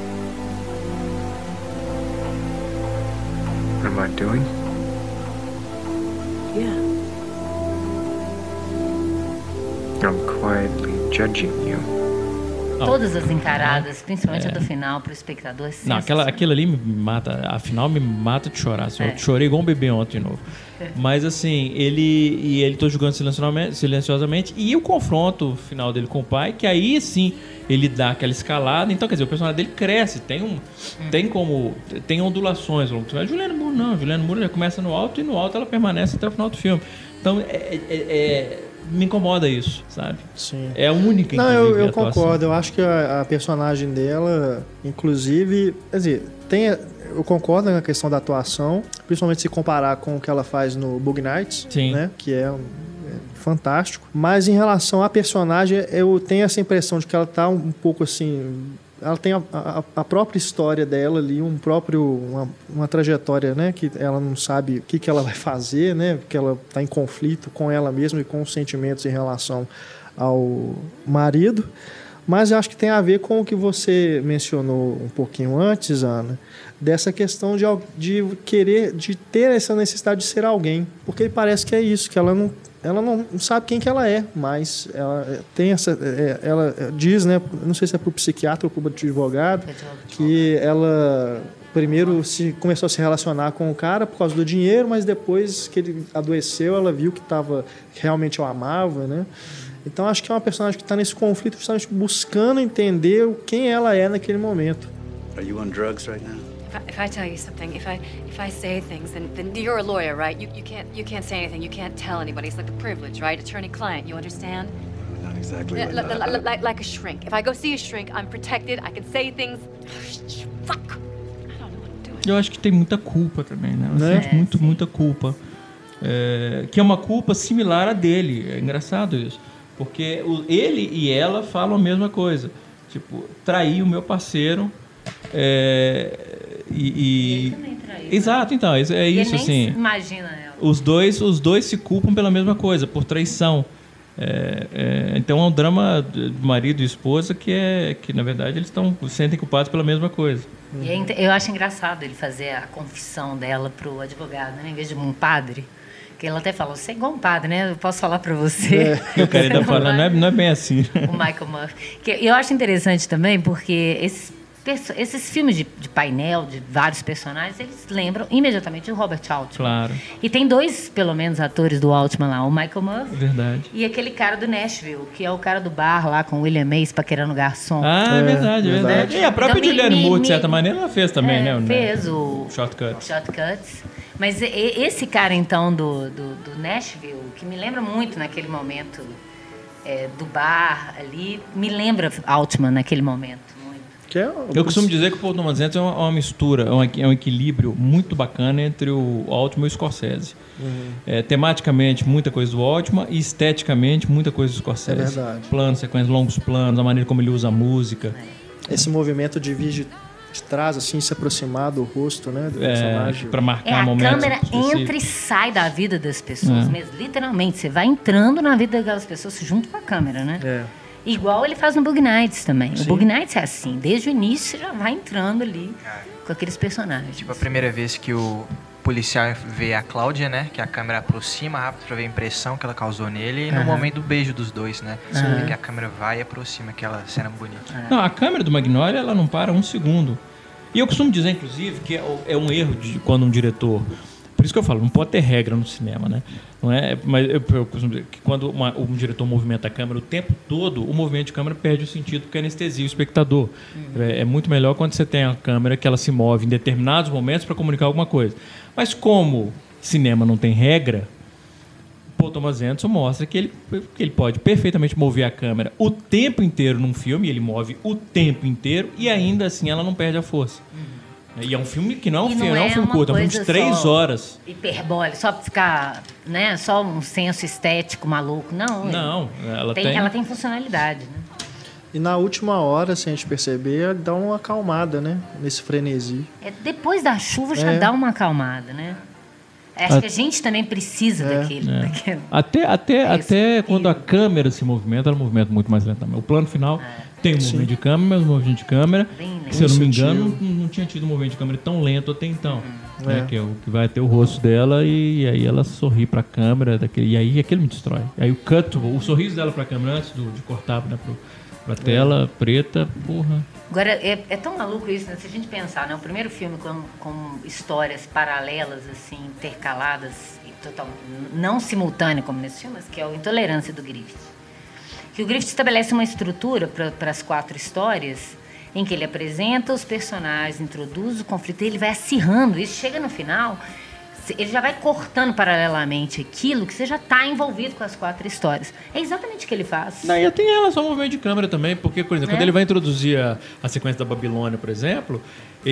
What am I doing? Yeah. I'm quietly judging you. Todas as encaradas, principalmente a do final, para o espectador. Não, aquilo ali me mata. Afinal, me mata de chorar. Assim, eu chorei igual um bebê ontem de novo. Mas assim, ele tô jogando silenciosamente. E o confronto final dele com o pai, que aí sim ele dá aquela escalada. Então, quer dizer, o personagem dele cresce. Tem ondulações. A Julianne Moore não. A Julianne Moore já começa no alto e no alto ela permanece até o final do filme. Então, me incomoda isso, sabe? Sim. É a única, inclusive, eu concordo. Eu acho que a personagem dela, inclusive... Quer dizer, eu concordo na questão da atuação, principalmente se comparar com o que ela faz no Boogie Nights, né? Que é fantástico. Mas em relação à personagem, eu tenho essa impressão de que ela tá um pouco assim... Ela tem a própria história dela ali, uma trajetória, né? Que ela não sabe o que ela vai fazer, né? Porque ela está em conflito com ela mesma e com os sentimentos em relação ao marido. Mas eu acho que tem a ver com o que você mencionou um pouquinho antes, Ana, dessa questão de ter essa necessidade de ser alguém. Porque parece que é isso, que ela não sabe quem que ela é, mas ela tem ela diz, né, não sei se é para o psiquiatra ou para o advogado, que ela primeiro começou a se relacionar com o cara por causa do dinheiro, mas depois que ele adoeceu, ela viu que realmente o amava, né? Então acho que é uma personagem que está nesse conflito justamente buscando entender quem ela é naquele momento. Are you on drugs right now? If I tell you something, if I say things, then you're a lawyer, right? You can't say anything. You can't tell anybody. It's like the privilege, right? Attorney-client. You understand? Not exactly. Like a shrink. If I go see a shrink, I'm protected. I can say things. Fuck. I don't know what I'm doing. Eu acho que tem muita culpa também, né? Ela sente muita culpa. Que é uma culpa similar à dele. É engraçado isso. Porque ele e ela falam a mesma coisa. Tipo, traí o meu parceiro. E ele também traiu. Exato, então, é isso, ele assim. Nem imagina ela. Os dois se culpam pela mesma coisa, por traição. Então é um drama do marido e esposa que na verdade eles sentem culpados pela mesma coisa. E eu acho engraçado ele fazer a confissão dela pro advogado, né? Em vez de um padre. Que ela até fala, você é igual um padre, né? Eu posso falar para você. O cara ainda fala, não é bem assim. O Michael Murphy. Eu acho interessante também, porque esses filmes de painel, de vários personagens, eles lembram imediatamente o Robert Altman. Claro. E tem dois, pelo menos, atores do Altman lá, o Michael Murphy. Verdade. E aquele cara do Nashville, que é o cara do bar lá com o William Mays paquerando o garçom. Ah, é verdade. E a própria Julianne Moore, de certa maneira, ela fez também, né? Fez o Shortcuts. Mas esse cara, então, do Nashville, que me lembra muito naquele momento do bar ali, me lembra Altman naquele momento. Eu costumo dizer que o Paul Thomas Anderson é uma mistura, é um equilíbrio muito bacana entre o Altman e o Scorsese. Tematicamente, muita coisa do Altman e esteticamente, muita coisa do Scorsese. É verdade. Planos, sequências, longos planos, a maneira como ele usa a música. Esse movimento de vir de trás, assim, se aproximar do rosto, né, do personagem. Para marcar momentos. A câmera entra e sai da vida das pessoas mesmo, literalmente. Você vai entrando na vida daquelas pessoas junto com a câmera, né? Igual ele faz no Boogie Nights também. Sim. O Boogie Nights é assim, desde o início você já vai entrando ali com aqueles personagens. Tipo, a primeira vez que o policial vê a Cláudia, né? Que a câmera aproxima rápido pra ver a impressão que ela causou nele. E no momento do beijo dos dois, né? Você vê que a câmera vai e aproxima aquela cena bonita. Não, a câmera do Magnolia, ela não para um segundo. E eu costumo dizer, inclusive, que é um erro de quando um diretor... Por isso que eu falo, não pode ter regra no cinema, né? Não é, mas eu costumo dizer que quando um diretor movimenta a câmera o tempo todo, o movimento de câmera perde o sentido porque anestesia o espectador. É muito melhor quando você tem a câmera que ela se move em determinados momentos para comunicar alguma coisa. Mas como cinema não tem regra, Paul Thomas Anderson mostra que ele pode perfeitamente mover a câmera o tempo inteiro num filme, ele move o tempo inteiro e ainda assim ela não perde a força. E é um filme que não é um filme curto, é um filme de 3 horas. Hiperbole, só pra ficar, né, só um senso estético maluco. Não, ela tem funcionalidade, né? E na última hora, se a gente perceber, dá uma acalmada, né? Nesse frenesi. Depois da chuva já dá uma acalmada, né? Acho que a gente também precisa daquele. Até quando a câmera se movimenta, ela movimenta muito mais lentamente. O plano final tem um movimento de câmera, mas um movimento de câmera, se eu não me engano, não tinha tido um movimento de câmera tão lento até então. Né? Que é o que vai ter o rosto dela e aí ela sorri pra câmera, e aí aquilo me destrói. Aí o sorriso dela pra câmera antes de cortar pra tela preta, porra. Agora, é tão maluco isso, né? Se a gente pensar, né? O primeiro filme com histórias paralelas, assim, intercaladas, e não simultâneas como nesse filme, mas que é o Intolerância do Griffith. Que o Griffith estabelece uma estrutura para as 4 histórias em que ele apresenta os personagens, introduz o conflito, e ele vai acirrando isso, chega no final... Ele já vai cortando paralelamente aquilo que você já está envolvido com as 4 histórias. É exatamente o que ele faz. E tem relação ao movimento de câmera também, porque, por exemplo, quando ele vai introduzir a sequência da Babilônia, por exemplo,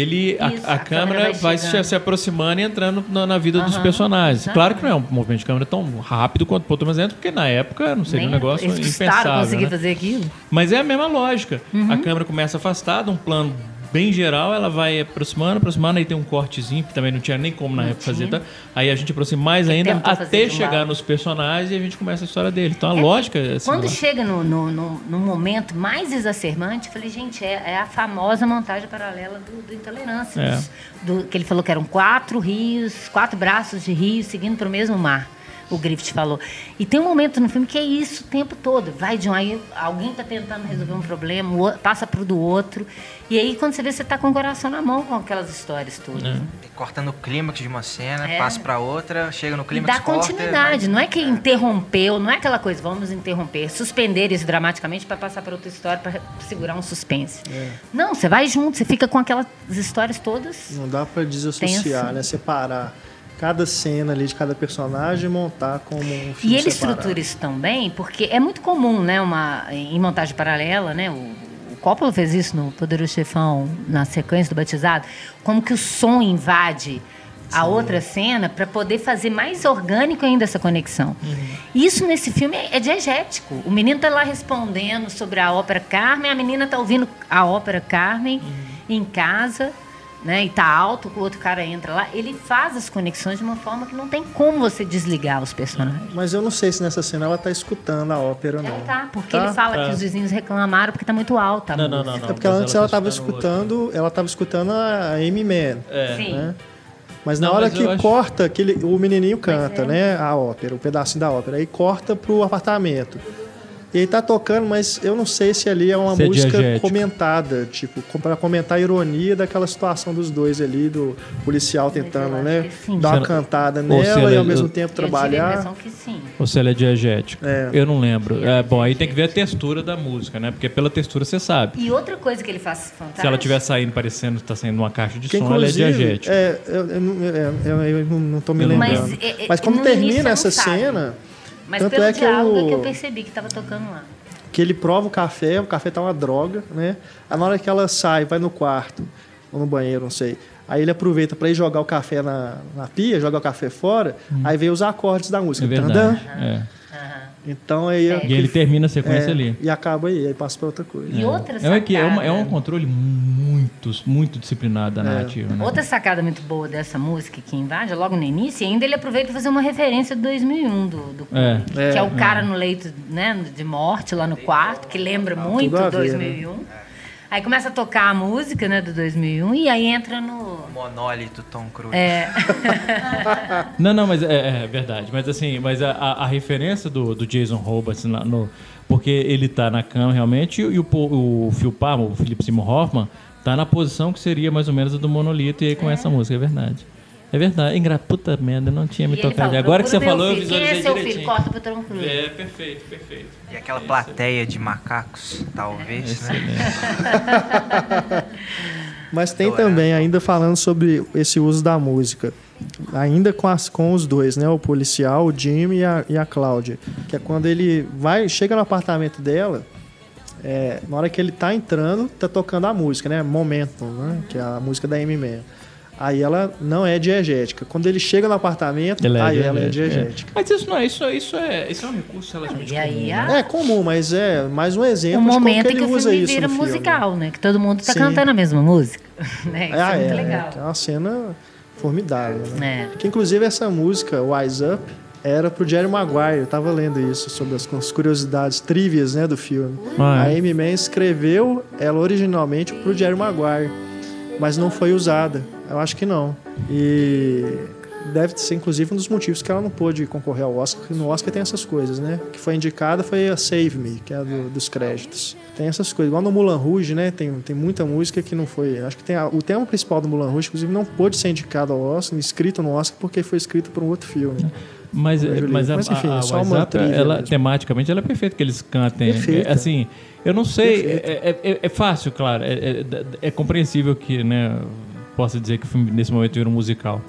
a câmera vai se aproximando e entrando na vida dos personagens. Exatamente. Claro que não é um movimento de câmera tão rápido quanto o Paul Thomas Anderson, porque na época não seria um negócio impensável. Conseguir fazer aquilo. Mas é a mesma lógica. A câmera começa afastada, um plano bem geral, ela vai aproximando, aí tem um cortezinho, que também não tinha nem como na época fazer, tá? Aí a gente aproxima mais ainda até chegar nos personagens e a gente começa a história dele. Então a lógica é assim. Quando chega no momento mais exacerbante, eu falei, gente, é a famosa montagem paralela do Intolerância. Que ele falou que eram 4 rios, 4 braços de rios seguindo para o mesmo mar. O Griffith falou. E tem um momento no filme que é isso o tempo todo. Vai de um, aí alguém está tentando resolver um problema, passa para o do outro. E aí, quando você vê, você está com o coração na mão com aquelas histórias todas. Cortando o clímax de uma cena, passa para outra, chega no clímax, e dá continuidade. Não é que interrompeu, não é aquela coisa, vamos interromper, suspender isso dramaticamente para passar para outra história, para segurar um suspense. Não, você vai junto, você fica com aquelas histórias todas. Não dá para desassociar, né? Separar cada cena ali de cada personagem e montar como um filme E ele separado. estrutura isso também, porque é muito comum, né, em montagem paralela, né, o Coppola fez isso no Poderoso Chefão, na sequência do Batizado, como que o som invade a outra cena para poder fazer mais orgânico ainda essa conexão. Isso nesse filme é diegético. O menino está lá respondendo sobre a ópera Carmen, a menina está ouvindo a ópera Carmen em casa, né, e tá alto, o outro cara entra lá, ele faz as conexões de uma forma que não tem como você desligar os personagens. Mas eu não sei se nessa cena ela tá escutando a ópera, não. Tá, porque ele fala que os vizinhos reclamaram porque tá muito alta a música. Não. É porque antes ela tava escutando a Amy Mann. Sim. Né? Mas na hora que corta, o menininho canta, né, a ópera, o pedacinho da ópera, aí corta pro apartamento. E aí tá tocando, mas eu não sei se ali é uma música comentada, tipo, para comentar a ironia daquela situação dos dois ali, do policial tentando, né, dar uma cantada nela e ao mesmo tempo trabalhar. Eu tive a impressão que sim. Ou se ela é diegética. Eu não lembro. Bom, aí tem que ver a textura da música, né? Porque pela textura você sabe. E outra coisa que ele faz fantástica... Se ela estiver saindo, parecendo que tá saindo uma caixa de som, ela é diegética. Eu não tô me lembrando. Mas como termina essa cena... Mas tanto pelo diálogo que eu percebi que estava tocando lá. Que ele prova o café tá uma droga, né? Aí na hora que ela sai, vai no quarto, ou no banheiro, não sei. Aí ele aproveita para ir jogar o café na pia, jogar o café fora, aí vem os acordes da música. É verdade, Então aí... E ele termina a sequência ali. E acaba aí passa para outra coisa. E outra sacada... É um controle muito disciplinado da narrativa. Né? Outra sacada muito boa dessa música que invade, logo no início, e ainda ele aproveita para fazer uma referência de 2001, que é o cara no leito, né, de morte lá no quarto, que lembra muito 2001. Aí começa a tocar a música, né, do 2001, e aí entra no... Monólito Tom Cruise. Não, mas é verdade. Mas assim, a referência do Jason Robards, porque ele tá na cama realmente, e o Phil Palmer, o Philip Seymour Hoffman, tá na posição que seria mais ou menos a do Monolito, e aí com essa música, é verdade. É verdade. Puta merda, não tinha me tocado. Agora que você falou, eu visualizei direitinho. Quem é seu filho? Corta pro Tom Cruise. Perfeito. E aquela plateia de macacos, talvez, né? Mas tem também, ainda falando sobre esse uso da música, ainda com os dois, né? O policial, o Jimmy e a Cláudia. Que é quando ele chega no apartamento dela, na hora que ele tá entrando, tá tocando a música, né? Momentum, né? Que é a música da Amy Mann. Aí ela não é diegética. Quando ele chega no apartamento, ela é diegética. Mas isso é um recurso relativamente comum. É comum, mas é mais um exemplo de como que ele que o usa filme isso vira no musical, filme. né? Que todo mundo tá cantando a mesma música. Né? Isso é muito legal. É uma cena formidável. Né? Que inclusive essa música, Wise Up, era pro Jerry Maguire. Eu tava lendo isso sobre as curiosidades trivias, né, do filme. A Amy Mann escreveu ela originalmente pro Jerry Maguire, mas não foi usada. Eu acho que não. E deve ser, inclusive, um dos motivos que ela não pôde concorrer ao Oscar, porque no Oscar tem essas coisas, né? O que foi indicada foi a Save Me, que é a dos créditos. Tem essas coisas. Igual no Moulin Rouge, né? Tem muita música que não foi... Acho que tem o tema principal do Moulin Rouge, inclusive, não pôde ser indicado ao Oscar, escrito no Oscar, porque foi escrito por um outro filme. Mas enfim, a só uma trilha tematicamente, ela é perfeita que eles cantem. Assim, eu não sei... É fácil, claro. É compreensível que, né... Posso dizer que o filme, nesse momento, vira um musical.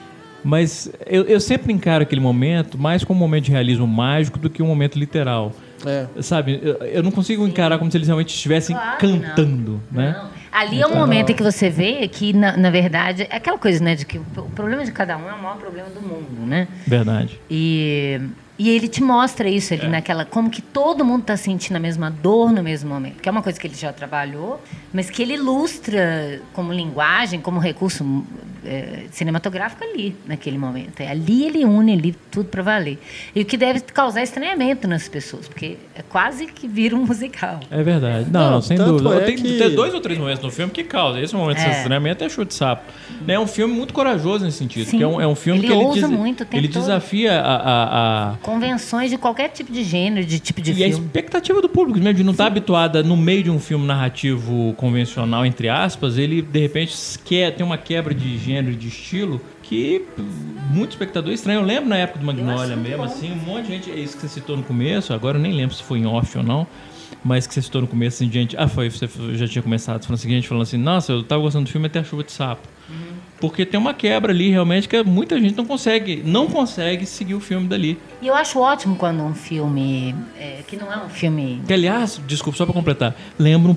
Mas eu sempre encaro aquele momento mais como um momento de realismo mágico do que um momento literal. Sabe? Eu não consigo encarar como se eles realmente estivessem cantando, né? Não. Ali é um momento em que você vê que, na verdade, é aquela coisa, né? De que o problema de cada um é o maior problema do mundo, né? Verdade. E ele te mostra isso ali naquela... Como que todo mundo está sentindo a mesma dor no mesmo momento. Que é uma coisa que ele já trabalhou, mas que ele ilustra como linguagem, como recurso cinematográfico ali, naquele momento. Ali ele une ali tudo para valer. E o que deve causar estranhamento nas pessoas, porque é quase que vira um musical. É verdade. Não, sem dúvida. Tem que ter 2 ou 3 momentos no filme que causa. Esse momento de estranhamento é chute de sapo. É um filme muito corajoso nesse sentido. Sim. Que é um filme ele ousa muito o tempo ele todo. Desafia a convenções de qualquer tipo de gênero, de tipo de filme. E a expectativa do público, mesmo de não estar habituada no meio de um filme narrativo convencional, entre aspas, ele de repente tem uma quebra de gênero, de estilo, que muitos espectadores estranham. Eu lembro na época do Magnolia mesmo, assim, um monte de gente, é isso que você citou no começo, agora eu nem lembro se foi em off ou não, mas que você citou no começo, assim, gente, você já tinha começado falando o seguinte, falando assim, nossa, eu tava gostando do filme até a Chuva de Sapo. Porque tem uma quebra ali, realmente, que muita gente não consegue seguir o filme dali. E eu acho ótimo quando um filme, que não é um filme... Que, aliás, desculpa, só pra completar, lembra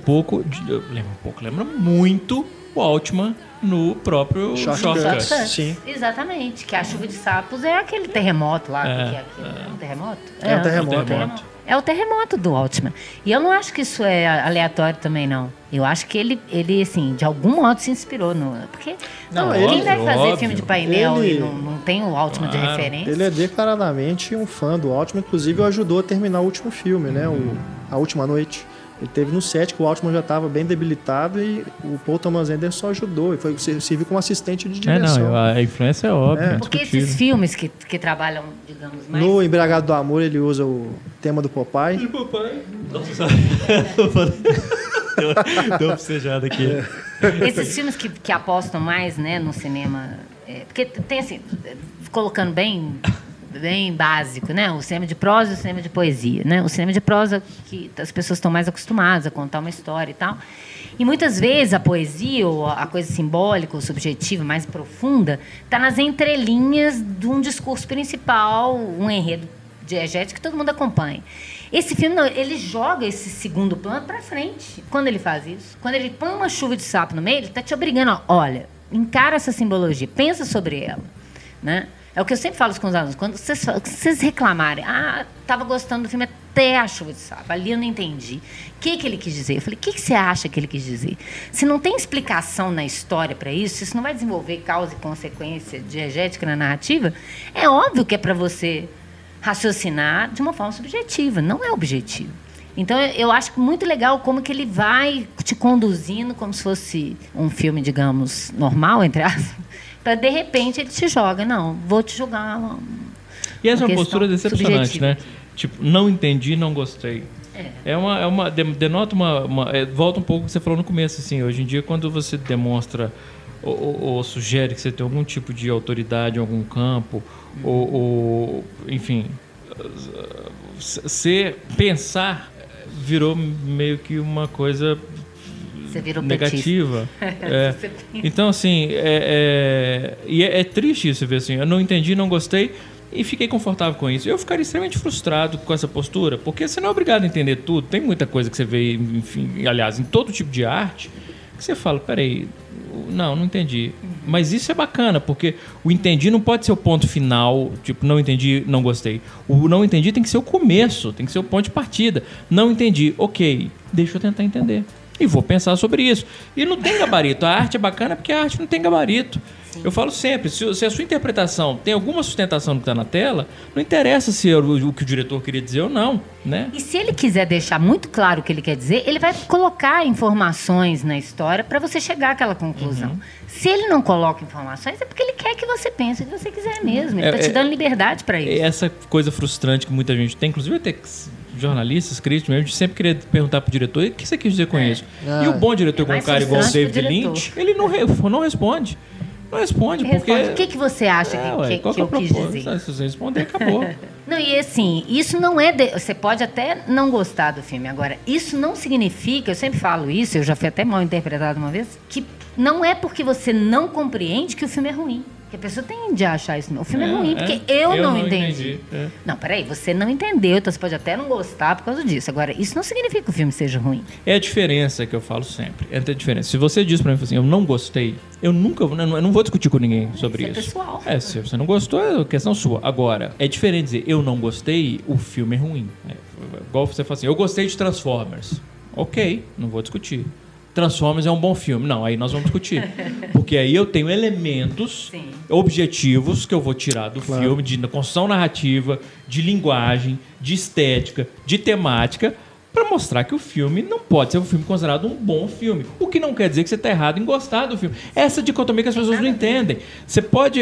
muito o Altman no próprio Shotgun. Sim. Exatamente, que a Chuva de Sapos é aquele terremoto lá. É um terremoto? É um terremoto. É o terremoto do Altman. E eu não acho que isso é aleatório também, não. Eu acho que ele assim, de algum modo se inspirou no... Porque quem vai fazer filme de painel e não tem o Altman de referência? Ele é declaradamente um fã do Altman. Inclusive, ajudou a terminar o último filme, né? A Última Noite. Ele teve no set que o Altman já estava bem debilitado e o Paul Thomas Anderson ajudou e serviu como assistente de direção. A influência é óbvia. Porque esses filmes que trabalham, digamos, mais... No Embriagado do Amor, ele usa o tema do Popeye. De Popeye. Nossa, deu uma bocejada aqui. Esses filmes que apostam mais, né, no cinema... porque tem assim, colocando bem básico, né? O cinema de prosa e o cinema de poesia, né? O cinema de prosa, que as pessoas estão mais acostumadas a contar uma história e tal. E muitas vezes a poesia, ou a coisa simbólica, ou subjetiva, mais profunda, está nas entrelinhas de um discurso principal, um enredo diegético que todo mundo acompanha. Esse filme, não, ele joga esse segundo plano para frente. Quando ele faz isso, quando ele põe uma chuva de sapo no meio, ele está te obrigando, olha, encara essa simbologia, pensa sobre ela, né? É o que eu sempre falo com os alunos. Quando vocês reclamarem, estava gostando do filme até a Chuva de Sapo, ali eu não entendi. O que ele quis dizer? Eu falei, o que você acha que ele quis dizer? Se não tem explicação na história para isso, se isso não vai desenvolver causa e consequência diegética na narrativa, é óbvio que é para você raciocinar de uma forma subjetiva, não é objetivo. Então, eu acho muito legal como que ele vai te conduzindo como se fosse um filme, digamos, normal, entre aspas, para, de repente, ele te joga. Não, vou te jogar E essa é uma postura decepcionante, né? Tipo, não entendi, não gostei. Denota volta um pouco o que você falou no começo, assim. Hoje em dia, quando você demonstra ou sugere que você tem algum tipo de autoridade em algum campo, enfim, pensar virou meio que uma coisa negativa. Então, assim, é triste isso, ver assim, eu não entendi, não gostei e fiquei confortável com isso. Eu ficaria extremamente frustrado com essa postura, porque você não é obrigado a entender tudo. Tem muita coisa que você vê, enfim, aliás, em todo tipo de arte, que você fala, peraí, não entendi. Mas isso é bacana, porque o entendi não pode ser o ponto final, tipo, não entendi, não gostei. O não entendi tem que ser o começo, tem que ser o ponto de partida. Não entendi, ok, deixa eu tentar entender. E vou pensar sobre isso. E não tem gabarito. A arte é bacana porque a arte não tem gabarito. Sim. Eu falo sempre, se a sua interpretação tem alguma sustentação no que está na tela, não interessa se o que o diretor queria dizer ou não, né? E se ele quiser deixar muito claro o que ele quer dizer, ele vai colocar informações na história para você chegar àquela conclusão. Se ele não coloca informações, é porque ele quer que você pense o que você quiser mesmo. Ele está te dando liberdade para isso. Essa coisa frustrante que muita gente tem, inclusive até jornalistas, críticos mesmo, de sempre querer perguntar pro diretor o que você quis dizer com isso. E o bom diretor com um cara igual o David Lynch, ele não responde. Não responde, porque... O que você acha que eu quis dizer? Se você responder, acabou. Não, e assim, isso não é... Você pode até não gostar do filme. Agora, isso não significa, eu sempre falo isso, eu já fui até mal interpretado uma vez, que não é porque você não compreende que o filme é ruim. Porque a pessoa tende a achar isso. O filme é ruim, porque eu não entendi. Não, peraí, você não entendeu, então você pode até não gostar por causa disso. Agora, isso não significa que o filme seja ruim. É a diferença que eu falo sempre. É a diferença. Se você diz pra mim assim, eu não gostei, eu não vou discutir com ninguém sobre isso. É pessoal. Se você não gostou, é questão sua. Agora, é diferente dizer, eu não gostei, o filme é ruim. Igual você fala assim, eu gostei de Transformers. Ok, não vou discutir. Transformers é um bom filme. Não, aí nós vamos discutir. Porque aí eu tenho elementos objetivos que eu vou tirar do filme, de construção narrativa, de linguagem, de estética, de temática, para mostrar que o filme não pode ser um filme considerado um bom filme. O que não quer dizer que você está errado em gostar do filme. Essa dicotomia que as pessoas não entendem. Você pode...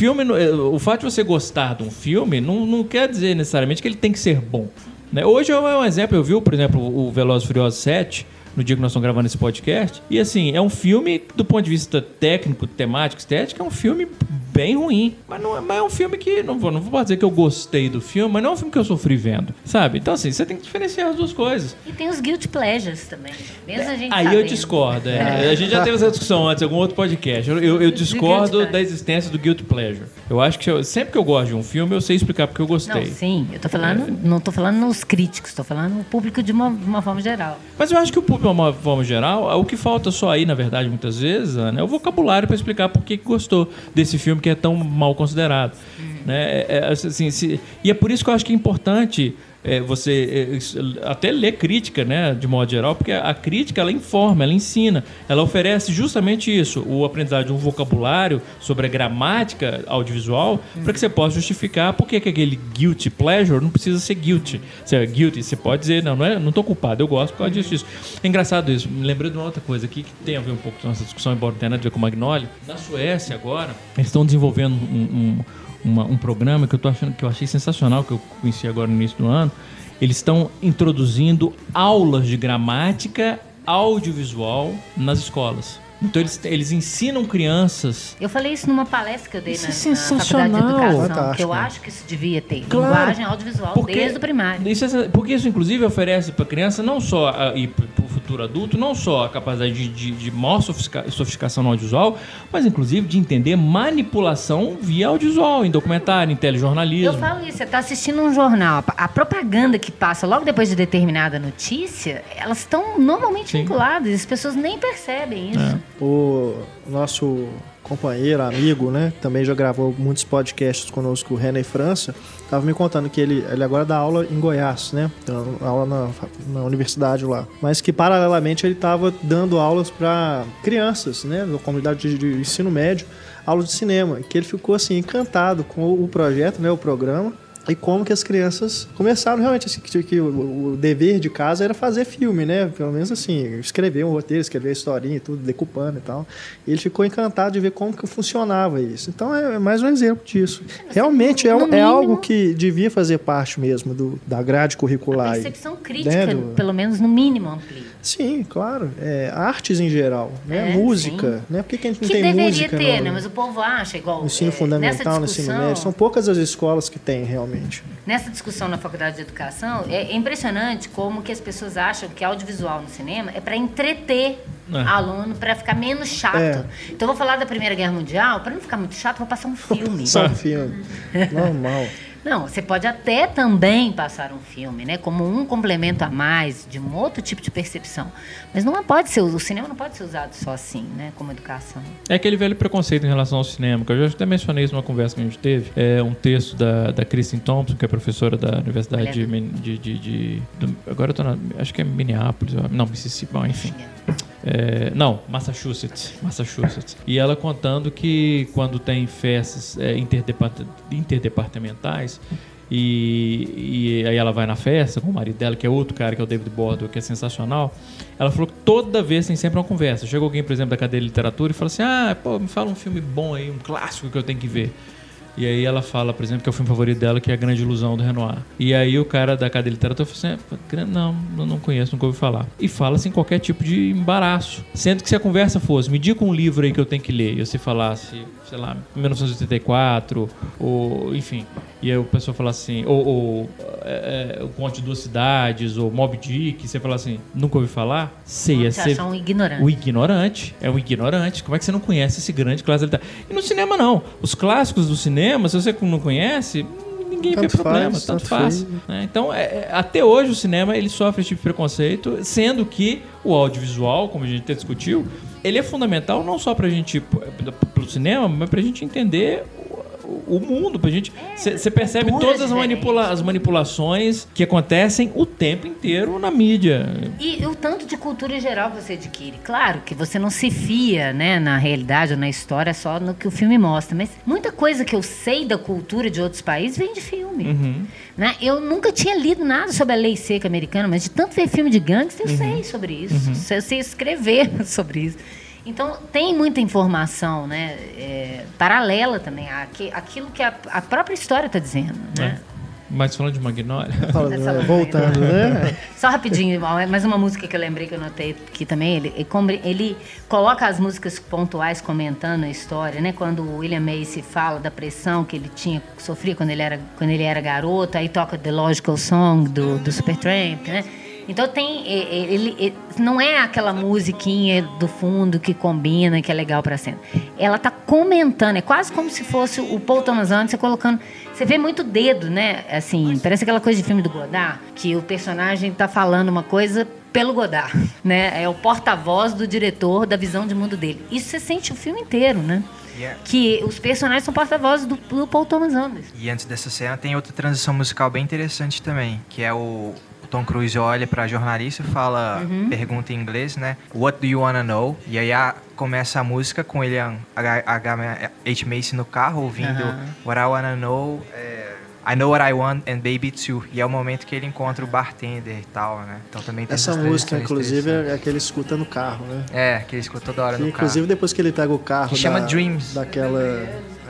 o fato de você gostar de um filme não quer dizer necessariamente que ele tem que ser bom. Né? Hoje é um exemplo. Eu vi, por exemplo, o Velozes e Furiosos 7... no dia que nós estamos gravando esse podcast. E assim, é um filme, do ponto de vista técnico, temático, estético, é um filme bem ruim. Mas é um filme que, não vou dizer que eu gostei do filme, mas não é um filme que eu sofri vendo, sabe? Então assim, você tem que diferenciar as duas coisas. E tem os guilty pleasures também. Mesmo a gente aí sabendo. Eu discordo. A gente já teve essa discussão antes, em algum outro podcast. Eu discordo da existência do guilty pleasure. Eu acho que sempre que eu gosto de um filme, eu sei explicar porque eu gostei. Não, sim. Eu tô falando, não tô falando nos críticos, tô falando no público de uma forma geral. Mas eu acho que o público, de uma forma geral, o que falta só aí, na verdade, muitas vezes, é o vocabulário para explicar por que gostou desse filme que é tão mal considerado. Né? E é por isso que eu acho que é importante você até ler crítica, né, de modo geral, porque a crítica ela informa, ela ensina, ela oferece justamente isso, o aprendizado de um vocabulário sobre a gramática audiovisual, para que você possa justificar por que aquele guilty pleasure não precisa ser guilty. Se é guilty, você pode dizer, não estou culpado, eu gosto por causa disso. É engraçado isso, me lembrei de uma outra coisa aqui que tem a ver um pouco com essa discussão, embora não tenha nada a ver com o Magnolia. Na Suécia agora, eles estão desenvolvendo um programa que eu achei sensacional, que eu conheci agora no início do ano. Eles estão introduzindo aulas de gramática audiovisual nas escolas. Então eles ensinam crianças... Eu falei isso numa palestra que eu dei na Faculdade de Educação, que eu acho que isso devia ter. Claro, linguagem audiovisual desde o primário. Porque isso, inclusive, oferece para a criança não só, e para o futuro adulto, não só a capacidade de maior sofisticação no audiovisual, mas, inclusive, de entender manipulação via audiovisual, em documentário, em telejornalismo. Eu falo isso, você está assistindo um jornal, a propaganda que passa logo depois de determinada notícia, elas estão normalmente vinculadas, as pessoas nem percebem isso. O nosso companheiro, amigo, né, também já gravou muitos podcasts conosco, o René França, estava me contando que ele agora dá aula em Goiás, né, aula na universidade lá, mas que paralelamente ele estava dando aulas para crianças, né, na comunidade de ensino médio, aula de cinema, que ele ficou assim encantado com o projeto, né, o programa, E como que as crianças começaram realmente, assim, que o dever de casa era fazer filme, né? Pelo menos assim, escrever um roteiro, escrever a historinha e tudo, decupando e tal. E ele ficou encantado de ver como que funcionava isso. Então é mais um exemplo disso. Realmente é algo que devia fazer parte mesmo da grade curricular. A percepção crítica, né, pelo menos no mínimo, amplia. Sim, claro. Artes em geral, né? Música, né? Por que a gente não tem música? Que deveria ter, né? Mas o povo acha igual... No ensino fundamental, no ensino médio. São poucas as escolas que têm, realmente. Nessa discussão na Faculdade de Educação, é impressionante como que as pessoas acham que audiovisual no cinema é para entreter aluno, para ficar menos chato. Então, eu vou falar da Primeira Guerra Mundial, para não ficar muito chato, vou passar um filme. Só um filme. Normal. Não, você pode até também passar um filme, né, como um complemento a mais de um outro tipo de percepção. Mas não pode ser, o cinema não pode ser usado só assim, né, como educação. É aquele velho preconceito em relação ao cinema, que eu já até mencionei isso numa conversa que a gente teve. É um texto da Kristen Thompson, que é professora da Universidade agora eu tô acho que é Minneapolis, não, Mississippi, bom, enfim. Massachusetts. E ela contando que quando tem festas interdepartamentais e aí ela vai na festa com o marido dela, que é outro cara, que é o David Bordwell, que é sensacional. Ela falou que toda vez tem sempre uma conversa. Chega alguém, por exemplo, da cadeira de literatura e fala assim: me fala um filme bom aí, um clássico que eu tenho que ver. E aí ela fala, por exemplo, que é o filme favorito dela, que é A Grande Ilusão, do Renoir. E aí o cara da cadeira de literatura fala assim: não conheço, nunca ouvi falar. E fala assim qualquer tipo de embaraço. Sendo que se a conversa fosse: me diga um livro aí que eu tenho que ler, e você falasse, sei lá, 1984, ou enfim. E aí o pessoal fala assim, O Conte de Duas Cidades, ou Moby Dick, você fala assim, nunca ouvi falar? Você ia ser um ignorante. O ignorante. É um ignorante. Como é que você não conhece esse grande clássico? E no cinema não. Os clássicos do cinema, se você não conhece, ninguém vê problema, tanto faz. Né? Então, até hoje o cinema ele sofre esse tipo de preconceito, sendo que o audiovisual, como a gente até discutiu, ele é fundamental não só pra gente, pro cinema, mas pra gente entender o mundo, pra gente. Você percebe todas as manipulações que acontecem o tempo inteiro na mídia. E o tanto de cultura em geral que você adquire. Claro que você não se fia, né, na realidade ou na história só no que o filme mostra, mas muita coisa que eu sei da cultura de outros países vem de filme. Né? Eu nunca tinha lido nada sobre a lei seca americana, mas de tanto ver filme de gangster, eu sei sobre isso. Eu sei escrever sobre isso. Então, tem muita informação, né, paralela também àquilo que a própria história está dizendo. Né? Mas falando de Magnolia... Voltando, né? Só rapidinho, mais uma música que eu lembrei que eu notei aqui também. Ele coloca as músicas pontuais comentando a história, né? Quando o William Macy fala da pressão que ele sofria quando ele era garoto, aí toca The Logical Song do Supertramp, né? Então ele não é aquela musiquinha do fundo que combina, que é legal pra cena. Ela tá comentando, é quase como se fosse o Paul Thomas Anderson colocando... Você vê muito dedo, né? Assim, parece aquela coisa de filme do Godard, que o personagem tá falando uma coisa pelo Godard, né? É o porta-voz do diretor, da visão de mundo dele. Isso você sente o filme inteiro, né? Que os personagens são porta-vozes do Paul Thomas Anderson. E antes dessa cena tem outra transição musical bem interessante também, que é o Tom Cruise olha pra jornalista e fala, pergunta em inglês, né? What do you wanna know? E aí começa a música com ele, H. Macy no carro, ouvindo What I wanna know, I know what I want and baby too. E é o momento que ele encontra o bartender e tal, né? Então também tem essa música, inclusive, é que ele escuta no carro, né? Que ele escuta toda hora no carro. Inclusive, depois que ele pega o carro chama Dreams. Daquela...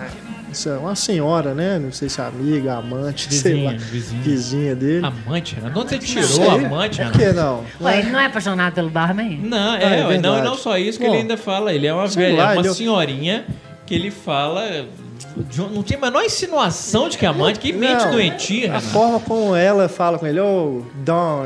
Uma senhora, né? Não sei se é amiga, amante, vizinha dele. Amante, Renato? Onde você tirou amante, Renato? Por que não? Ué, ele não é apaixonado pelo barman? Não, não só isso que ele ainda fala. Ele é uma velha, senhorinha que ele fala... Não tem a menor insinuação de que é amante, que mente doentia. A forma como ela fala com ele, Don,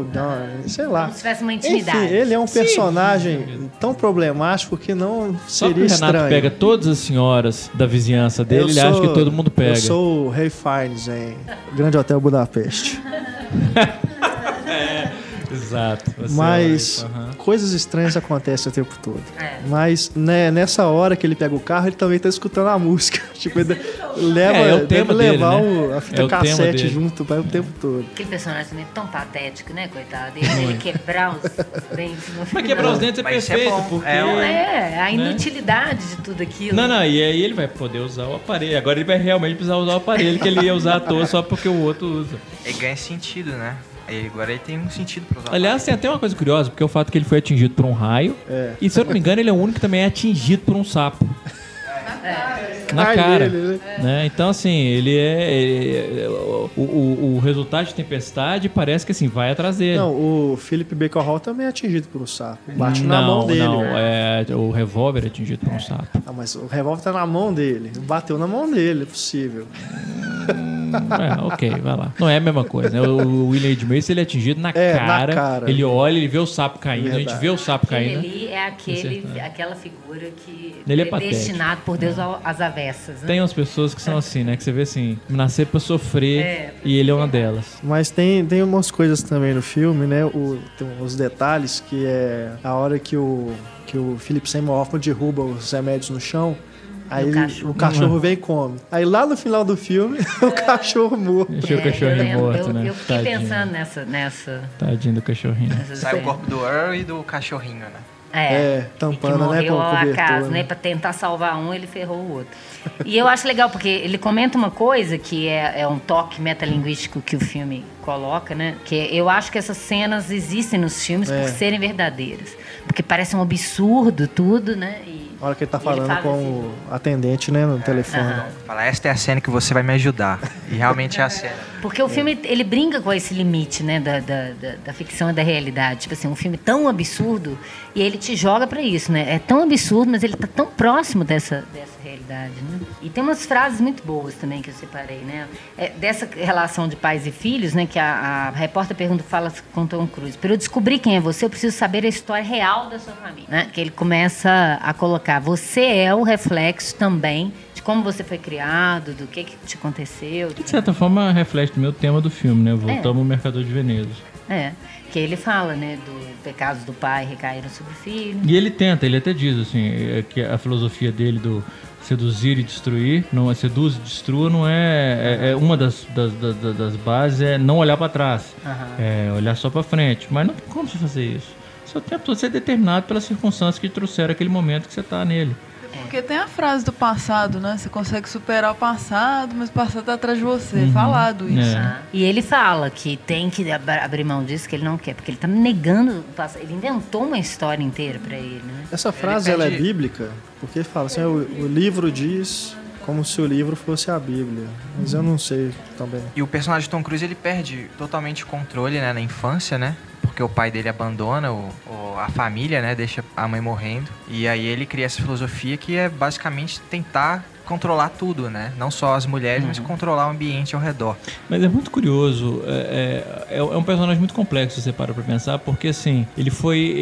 sei lá. Como se tivesse uma intimidade. Enfim, ele é um personagem tão problemático que não seria estranho. Só que o Renato pega todas as senhoras da vizinhança dele, ele acha que todo mundo pega. Eu sou o Ray Fiennes em Grande Hotel Budapeste. Exato. Mas coisas estranhas acontecem o tempo todo. Mas né, nessa hora que ele pega o carro, ele também tá escutando a música. Tipo, ele deve levar a fita cassete junto o tempo todo. Aquele personagem também tão patético, né, coitado? Ele quebrar os dentes no final. Mas quebrar os dentes é perfeito, porque... a inutilidade de tudo aquilo. Não, e aí ele vai poder usar o aparelho. Agora ele vai realmente precisar usar o aparelho que ele ia usar à toa só porque o outro usa. Ele ganha sentido, né? Agora ele tem um sentido pra usar. Aliás, tem até uma coisa curiosa, porque é o fato que ele foi atingido por um raio. E se eu não me engano, ele é o único que também é atingido por um sapo. Na cara. Né? Então, assim, o resultado de tempestade parece que assim, vai atrás dele. Não, o Philip Baker Hall também é atingido por um sapo. Bate na mão dele. O revólver é atingido por um sapo. Mas o revólver tá na mão dele. Bateu na mão dele, é possível. Ok, vai lá. Não é a mesma coisa, né? O William H. Macy, ele é atingido na cara. Ele olha, ele vê o sapo caindo. Verdade. A gente vê o sapo caindo. Ele é aquela figura que ele é destinado por Deus às avessas. Né? Tem umas pessoas que são assim, né? Que você vê assim, nascer pra sofrer e ele é uma delas. Mas tem umas coisas também no filme, né? Tem uns detalhes que é a hora que o Philip Seymour Hoffman derruba os remédios no chão. Aí o cachorro vem e come. Aí lá no final do filme, o cachorro morto. Deixa o cachorrinho morto, né? Eu fiquei pensando nessa... Tadinho do cachorrinho. Sai o corpo do Earl e do cachorrinho, né? Tampando, que morreu né? ao acaso, né? Pra tentar salvar um, ele ferrou o outro. E eu acho legal, porque ele comenta uma coisa que é um toque metalinguístico que o filme coloca, né? Que eu acho que essas cenas existem nos filmes por serem verdadeiras. Porque parece um absurdo tudo, né? A hora que ele tá falando com o atendente, né, no telefone. Fala, esta é a cena que você vai me ajudar. E realmente é a cena. Porque o filme, ele brinca com esse limite, né, da ficção e da realidade. Tipo assim, um filme tão absurdo, e ele te joga pra isso, né? É tão absurdo, mas ele tá tão próximo dessa realidade, né? E tem umas frases muito boas também que eu separei, né? Dessa relação de pais e filhos, né, que a repórter fala com Tom Cruise. Para eu descobrir quem é você, eu preciso saber a história real da sua família, né? Que ele começa a colocar, você é o reflexo também de como você foi criado, do que te aconteceu. De certa forma, reflete o meu tema do filme, né? Voltamos ao Mercador de Veneza. Que ele fala, né, dos pecados do pai recaíram sobre o filho. E ele até diz, assim, que a filosofia dele do seduzir e destruir, não é seduz e destrua, não é uma das bases é não olhar para trás, é olhar só para frente. Mas não tem como você fazer isso. Seu tempo todo você é determinado pelas circunstâncias que trouxeram aquele momento que você está nele. Porque tem a frase do passado, né? Você consegue superar o passado, mas o passado tá atrás de você. Falado isso. E ele fala que tem que abrir mão disso, que ele não quer, porque ele tá negando o passado. Ele inventou uma história inteira pra ele, né? Essa frase, ela é bíblica? Porque fala assim, o livro diz... como se o livro fosse a Bíblia. Mas eu não sei também. E o personagem Tom Cruise, ele perde totalmente o controle, né, na infância, né? Porque o pai dele abandona a família, né? Deixa a mãe morrendo. E aí ele cria essa filosofia que é basicamente tentar controlar tudo, né? Não só as mulheres, mas controlar o ambiente ao redor. Mas é muito curioso, é um personagem muito complexo, se você para pra pensar, porque assim, ele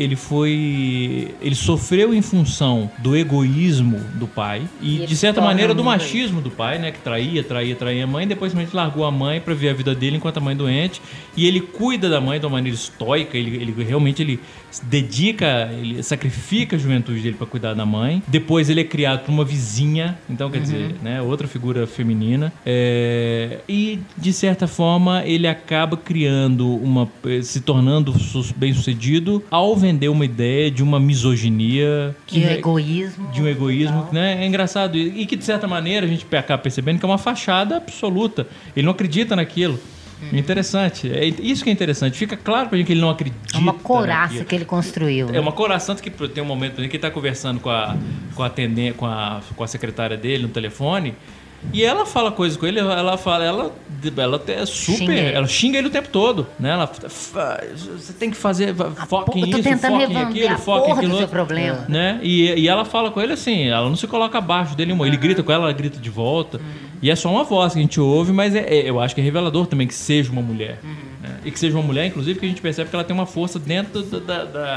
sofreu em função do egoísmo do pai e de certa maneira do machismo do pai, né? Que traía a mãe, depois simplesmente largou a mãe pra ver a vida dele enquanto a mãe doente, e ele cuida da mãe de uma maneira estoica, ele realmente se dedica, ele sacrifica a juventude dele pra cuidar da mãe. Depois ele é criado por uma vizinha, então quer dizer, né, outra figura feminina, e de certa forma ele acaba se tornando bem sucedido ao vender uma ideia de uma misoginia de um egoísmo, né? É engraçado, e que de certa maneira a gente acaba percebendo que é uma fachada absoluta, ele não acredita naquilo. Interessante, é isso que é interessante. Fica claro pra gente que ele não acredita. É uma couraça que ele construiu. É uma couraça, tanto que tem um momento que ele tá conversando com a secretária dele no telefone, e ela fala coisas com ele, ela é super, ela xinga ele o tempo todo, né? Você tem que fazer, foca em isso, foca em aquilo, foca em aquilo outro, problema, né? E ela fala com ele assim, ela não se coloca abaixo dele, ele grita com ela grita de volta. E é só uma voz que a gente ouve, mas eu acho que é revelador também que seja uma mulher. Né? E que seja uma mulher, inclusive, que a gente percebe que ela tem uma força dentro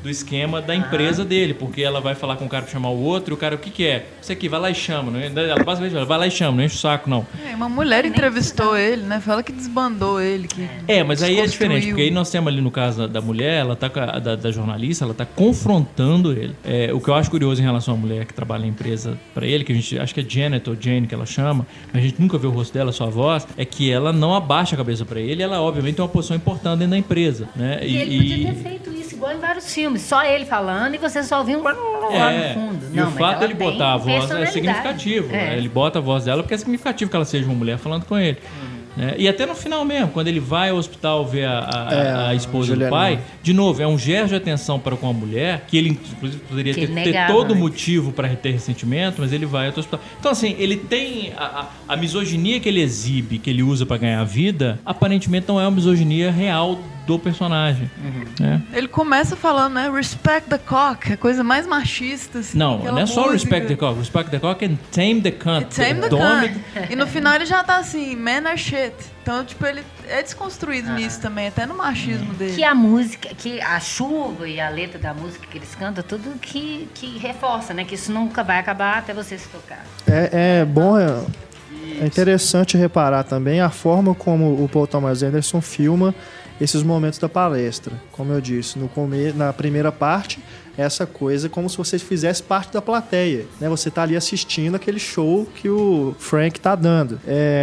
do esquema da empresa dele, porque ela vai falar com o cara pra chamar o outro, e o cara, o que é? Isso aqui, vai lá e chama. Não é? Ela basicamente fala, vai lá e chama, não enche o saco, não. Uma mulher entrevistou ele, né? Fala que desbandou ele. Que mas aí é diferente, porque aí nós temos ali no caso da mulher, ela tá da jornalista, ela tá confrontando ele. O que eu acho curioso em relação à mulher que trabalha na empresa pra ele, que a gente acho que é Janet ou Jane que ela chama, mas a gente nunca vê o rosto dela, só a voz, é que ela não abaixa a cabeça pra ele, ela obviamente tem uma posição importante dentro da empresa, né? E ele podia ter feito isso igual em vários filmes, só ele falando e você só ouvindo lá no fundo. E o fato dele botar a voz é significativo. Ele bota a voz dela porque é significativo que ela seja uma mulher falando com ele. E até no final mesmo, quando ele vai ao hospital ver a esposa do pai, de novo, é um gesto de atenção para com a mulher, que ele inclusive poderia ter todo motivo para ter ressentimento, mas ele vai ao hospital. Então assim, ele tem a misoginia que ele exibe, que ele usa para ganhar vida, aparentemente não é uma misoginia real do personagem. Ele começa falando, né? Respect the cock, a coisa mais machista. Assim, não é só respect the cock. Respect the cock and tame the cunt. Tame the cunt. E no final ele já tá assim, man are shit. Então, tipo, ele é desconstruído nisso também, até no machismo dele. Que a música, que a chuva e a letra da música que eles cantam, tudo que reforça, né? Que isso nunca vai acabar até você se tocar. É bom... É interessante reparar também a forma como o Paul Thomas Anderson filma esses momentos da palestra. Como eu disse, na primeira parte, essa coisa como se você fizesse parte da plateia, né? Você tá ali assistindo aquele show que o Frank tá dando.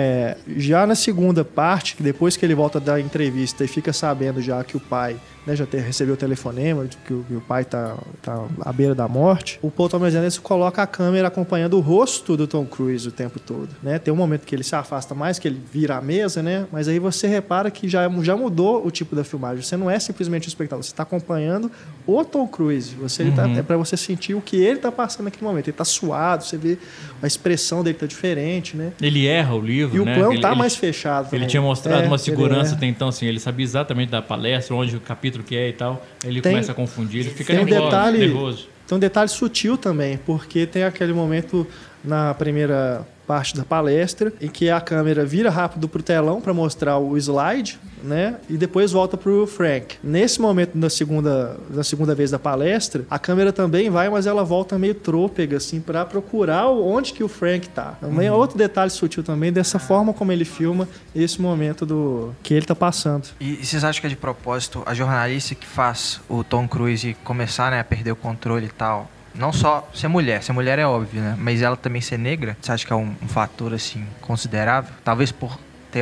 Já na segunda parte, depois que ele volta da entrevista e fica sabendo já que o pai, né, já recebeu o telefonema de que o pai tá à beira da morte, o Paul Thomas Anderson coloca a câmera acompanhando o rosto do Tom Cruise o tempo todo, né? Tem um momento que ele se afasta mais, que ele vira a mesa, né? Mas aí você repara que já mudou o tipo da filmagem. Você não é simplesmente o espectador, você está acompanhando o Tom Cruise. É para você sentir o que ele tá passando naquele momento. Ele tá suado, você vê a expressão dele tá diferente, né? Ele erra o livro, e né? O plano tá mais fechado também. Ele tinha mostrado uma segurança até então, assim, ele sabia exatamente da palestra, onde o capítulo que é e tal. Ele começa a confundir, ele fica nervoso. Tem um detalhe sutil também, porque tem aquele momento na primeira parte da palestra em que a câmera vira rápido pro telão para mostrar o slide, né? E depois volta pro Frank. Nesse momento da segunda vez da palestra, a câmera também vai, mas ela volta meio trôpega assim para procurar onde que o Frank tá. Também é outro detalhe sutil também dessa forma como ele filma esse momento que ele tá passando. E vocês acham que é de propósito a jornalista que faz o Tom Cruise começar, né, a perder o controle e tal? Não só ser mulher é óbvio, né? Mas ela também ser negra, você acha que é um fator, assim, considerável? Talvez por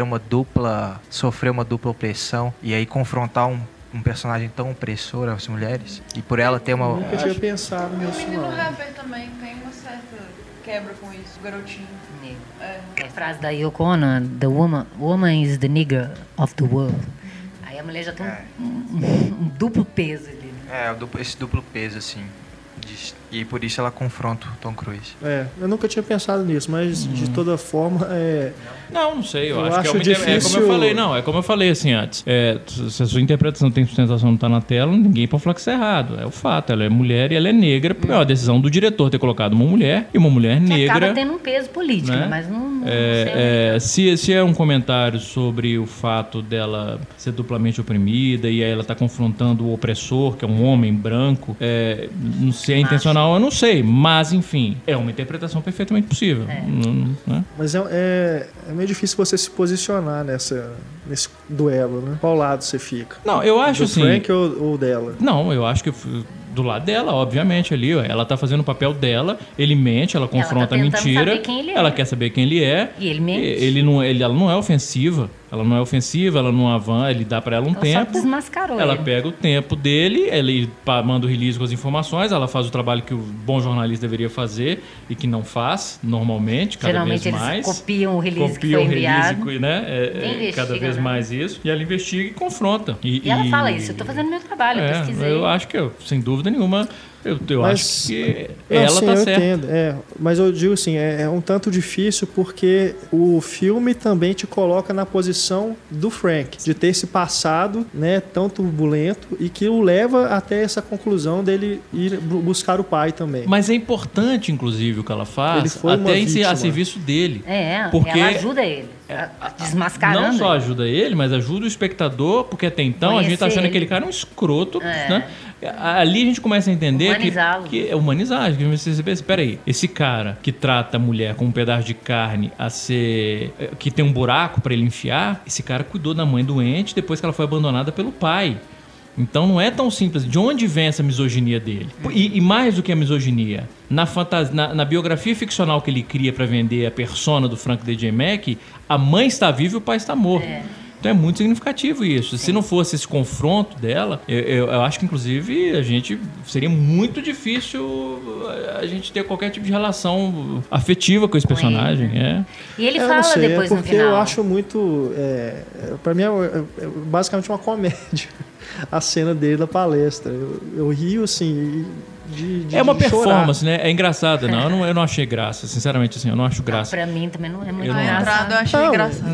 sofrer uma dupla opressão e aí confrontar um personagem tão opressor às mulheres? E por ela ter uma... Eu nunca tinha pensado nisso, não. O menino rapper também tem uma certa quebra com isso, o garotinho. É a frase da Yoko Ono, the woman is the nigger of the world. Aí a mulher já tem um duplo peso ali, né? Esse duplo peso, assim. E por isso ela confronta o Tom Cruise. Eu nunca tinha pensado nisso, mas de toda forma Não sei, eu acho que difícil... é como eu falei assim antes. Se a sua interpretação tem sustentação, não tá na tela, ninguém pode falar que isso é errado. É o fato, ela é mulher e ela é negra, porque é uma decisão do diretor ter colocado uma mulher e uma mulher negra. Acaba tendo um peso político, né? Mas não sei. Se é um comentário sobre o fato dela ser duplamente oprimida e aí ela tá confrontando o opressor, que é um homem branco, não sei, é intencional, eu não sei, mas enfim, é uma interpretação perfeitamente possível. Né? Mas é meio difícil você se posicionar nesse duelo, né? Qual lado você fica? Não, eu acho assim... Do Frank ou dela? Não, eu acho que do lado dela, obviamente, ali, ó, ela tá fazendo o papel dela, ele mente, ela confronta a mentira, ela quer saber quem ele é, e ele mente. Ela não é ofensiva. Ela não é ofensiva, ela não avança, ele dá pra ela tempo. Só desmascarou ela ele. pega o tempo dele, ele manda o release com as informações, ela faz o trabalho que o bom jornalista deveria fazer e que não faz, normalmente, cada vez mais. Geralmente eles copiam o release que foi enviado. Né? Cada vez mais isso. E ela investiga e confronta. E ela fala isso, eu tô fazendo meu trabalho, eu pesquisei. Eu acho que, sem dúvida nenhuma... Eu acho que ela tá certa. Entendo, mas eu digo assim, é um tanto difícil porque o filme também te coloca na posição do Frank, de ter esse passado, né, tão turbulento e que o leva até essa conclusão dele ir buscar o pai também. Mas é importante, inclusive, o que ela faz, até a serviço dele. Porque ela ajuda ele. desmascarando. Não só ajuda ele, mas ajuda o espectador, porque até então a gente tá achando aquele cara um escroto, né? Ali a gente começa a entender que é humanizar. Que você pensa, peraí, esse cara que trata a mulher com um pedaço de carne que tem um buraco pra ele enfiar, esse cara cuidou da mãe doente depois que ela foi abandonada pelo pai. Então não é tão simples. De onde vem essa misoginia dele? E mais do que a misoginia, na biografia ficcional que ele cria para vender a persona do Frank D.J. Mack, a mãe está viva e o pai está morto. Então é muito significativo isso. Sim. Se não fosse esse confronto dela, eu acho que inclusive seria muito difícil a gente ter qualquer tipo de relação afetiva com esse personagem. E ele fala depois no final. Porque eu acho muito... para mim é basicamente uma comédia a cena dele da palestra. Eu rio assim... é uma performance, né? É engraçada. Não, eu não achei graça. Sinceramente, assim, eu não acho graça. Pra mim também não é muito engraçado. Eu achei engraçado.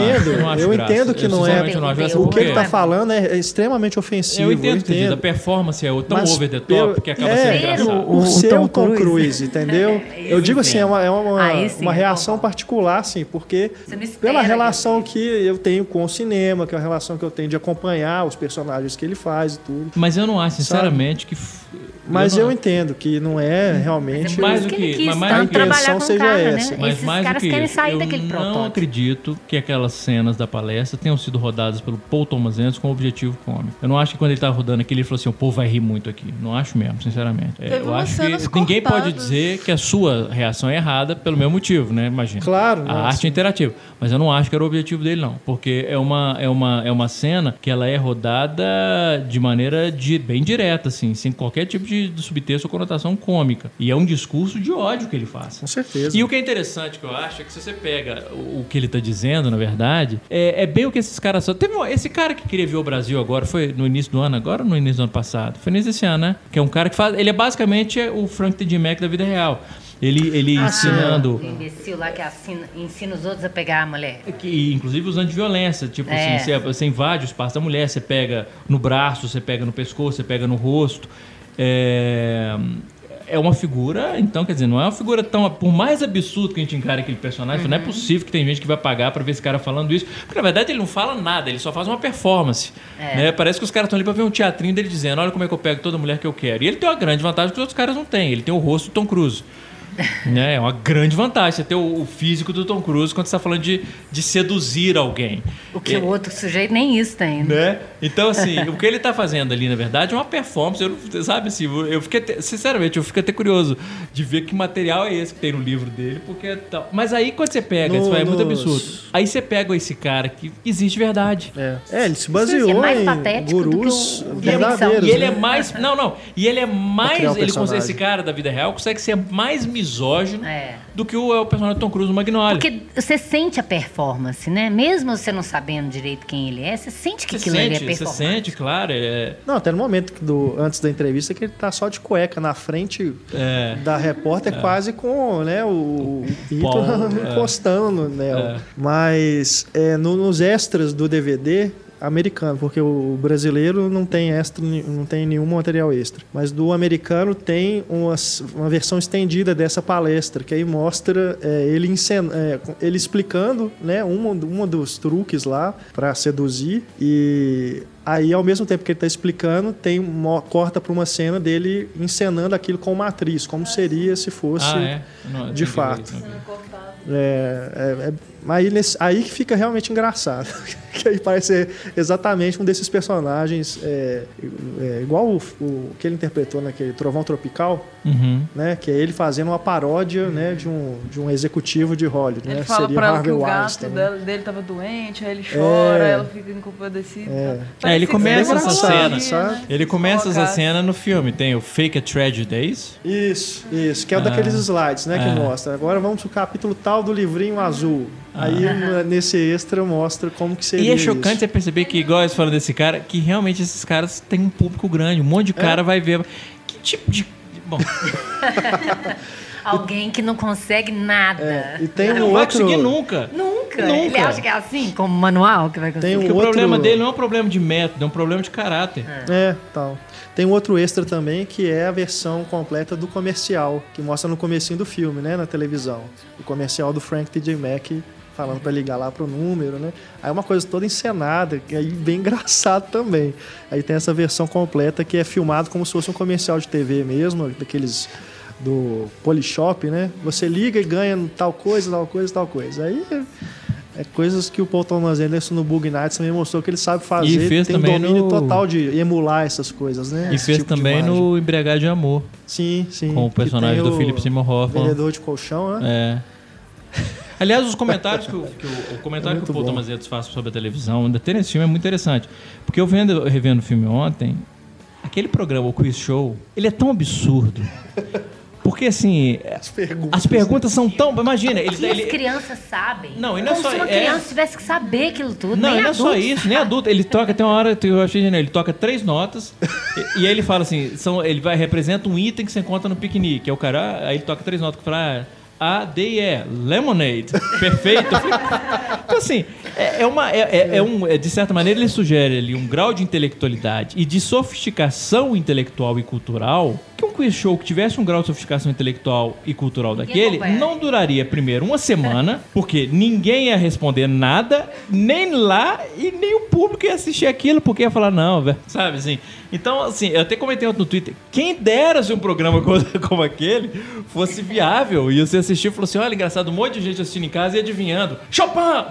Eu entendo que não é. O que ele tá falando é extremamente ofensivo. Eu entendo. A performance é tão over the top que acaba sendo engraçado. O seu Tom Cruise, entendeu? Eu digo assim, é uma reação particular, assim, porque pela relação que eu tenho com o cinema, que é a relação que eu tenho de acompanhar os personagens que ele faz e tudo. Mas eu não acho, sinceramente, que... Mas eu entendo que não é realmente mais do que a intenção seja essa. Mas mais do que isso, eu não acredito que aquelas cenas da palestra tenham sido rodadas pelo Paul Thomas Anderson com objetivo cômico. Eu não acho que quando ele estava rodando aquilo, ele falou assim, o povo vai rir muito aqui. Não acho mesmo, sinceramente. Eu acho que ninguém pode dizer que a sua reação é errada pelo meu motivo, né? Imagina. Claro. A arte é interativa. Mas eu não acho que era o objetivo dele, não. Porque é uma cena que ela é rodada de maneira bem direta, assim, sem qualquer tipo de subtexto ou conotação cômica. E é um discurso de ódio que ele faz. Com certeza. E o que é interessante que eu acho é que se você pega o que ele está dizendo, na verdade, é bem o que esses caras são. Esse cara que queria ver o Brasil agora, foi no início do ano agora ou no início do ano passado? Foi no início desse ano, né? Que é um cara que faz... Ele é basicamente o Frank D.J. Mack da vida real. Ele ensinando... O imbecil lá que ensina os outros a pegar a mulher. Inclusive usando de violência. Tipo assim, você invade o espaço da mulher, você pega no braço, você pega no pescoço, você pega no rosto. É uma figura, então, quer dizer, não é uma figura tão... Por mais absurdo que a gente encare aquele personagem, não é possível que tem gente que vai pagar pra ver esse cara falando isso. Porque, na verdade, ele não fala nada, ele só faz uma performance. Né? Parece que os caras estão ali pra ver um teatrinho dele dizendo, olha como é que eu pego toda mulher que eu quero. E ele tem uma grande vantagem que os outros caras não têm. Ele tem o rosto do Tom Cruise. É uma grande vantagem você ter o físico do Tom Cruise quando você está falando de seduzir alguém. O que o outro sujeito nem isso tem. Né? Então, assim, o que ele está fazendo ali, na verdade, é uma performance. Sabe assim, sinceramente, eu fico até curioso de ver que material é esse que tem no livro dele. Porque mas aí, quando você pega, isso é muito absurdo. Aí você pega esse cara que existe verdade. Ele se baseou em gurus verdadeiros. E ele é mais... Não. E ele é mais... Esse cara da vida real consegue ser mais misógino do que o personagem do Tom Cruise no Magnolia. Porque você sente a performance, né? Mesmo você não sabendo direito quem ele é, você sente que aquilo ali é performance. Você sente, claro. Não, até no momento antes da entrevista que ele tá só de cueca na frente da repórter, quase com, né, o Ito encostando nela. Mas nos extras do DVD americano, porque o brasileiro não tem extra, não tem nenhum material extra, mas do americano tem uma versão estendida dessa palestra, que aí mostra ele explicando, né, uma dos truques lá para seduzir. E aí, ao mesmo tempo que ele está explicando, corta para uma cena dele encenando aquilo com uma atriz, como seria se fosse de fato. Aí que fica realmente engraçado. Que aí parece ser exatamente um desses personagens, igual o que ele interpretou naquele Trovão Tropical, né? Que é ele fazendo uma paródia, né, de um executivo de Hollywood. Ele né? fala Seria pra ela Harvey que o Weinstein, gato dele estava doente, aí ele chora, ela fica incompadecida. Ele começa essa cena. Ele começa essa cena no filme. Tem o Fake a Tragedy Days. Isso. Que é o daqueles slides, né, que mostra. Agora vamos pro capítulo tal do livrinho azul. Aí nesse extra mostra como que seria. E é chocante você perceber que, igual eles falam desse cara, que realmente esses caras têm um público grande. Um monte de cara vai ver. Que tipo de... Bom... Alguém que não consegue nada. E tem não vai conseguir nunca. Ele acha que é assim, como manual, que vai conseguir. Porque o problema dele não é um problema de método, é um problema de caráter. Tal. Tem um outro extra também, que é a versão completa do comercial, que mostra no comecinho do filme, né, na televisão. O comercial do Frank D.J. Mack falando pra ligar lá pro número, né? Aí é uma coisa toda encenada, que aí bem engraçado também. Aí tem essa versão completa que é filmado como se fosse um comercial de TV mesmo, daqueles do Polishop, né? Você liga e ganha tal coisa, tal coisa, tal coisa. Aí é coisas que o Paul Thomas Anderson no Bug Nights também mostrou que ele sabe fazer. E fez tem também domínio total de emular essas coisas, né? E fez tipo também no Embriagado de Amor. Sim, sim. Com o personagem do Philip Seymour Hoffman. Vendedor de colchão, né? Aliás, os comentários que o comentário que o Paul Thomas Anderson faz sobre a televisão, ainda tem nesse filme, é muito interessante. Porque eu revendo o filme ontem, aquele programa, o Quiz Show, ele é tão absurdo. Porque, assim, as perguntas são tão... Imagina... As crianças sabem. Não, e não é só... Se uma criança tivesse que saber aquilo tudo, não, nem não é adulto. só isso, nem adulto. Ele toca, tem uma hora, eu achei genial, ele toca 3 notas e aí ele fala assim, ele representa um item que você encontra no piquenique. É o cara, aí ele toca 3 notas que fala... A-D-E, lemonade. Perfeito. Então, assim, de certa maneira, ele sugere ali um grau de intelectualidade e de sofisticação intelectual e cultural que um quiz show que tivesse um grau de sofisticação intelectual e cultural daquele não duraria, primeiro, uma semana, porque ninguém ia responder nada, nem lá e nem o público ia assistir aquilo, porque ia falar, não, velho, sabe, assim. Então, assim, eu até comentei no Twitter, quem dera se um programa como aquele fosse viável e você assistiu e falou assim, olha, engraçado, um monte de gente assistindo em casa e adivinhando. Chopin!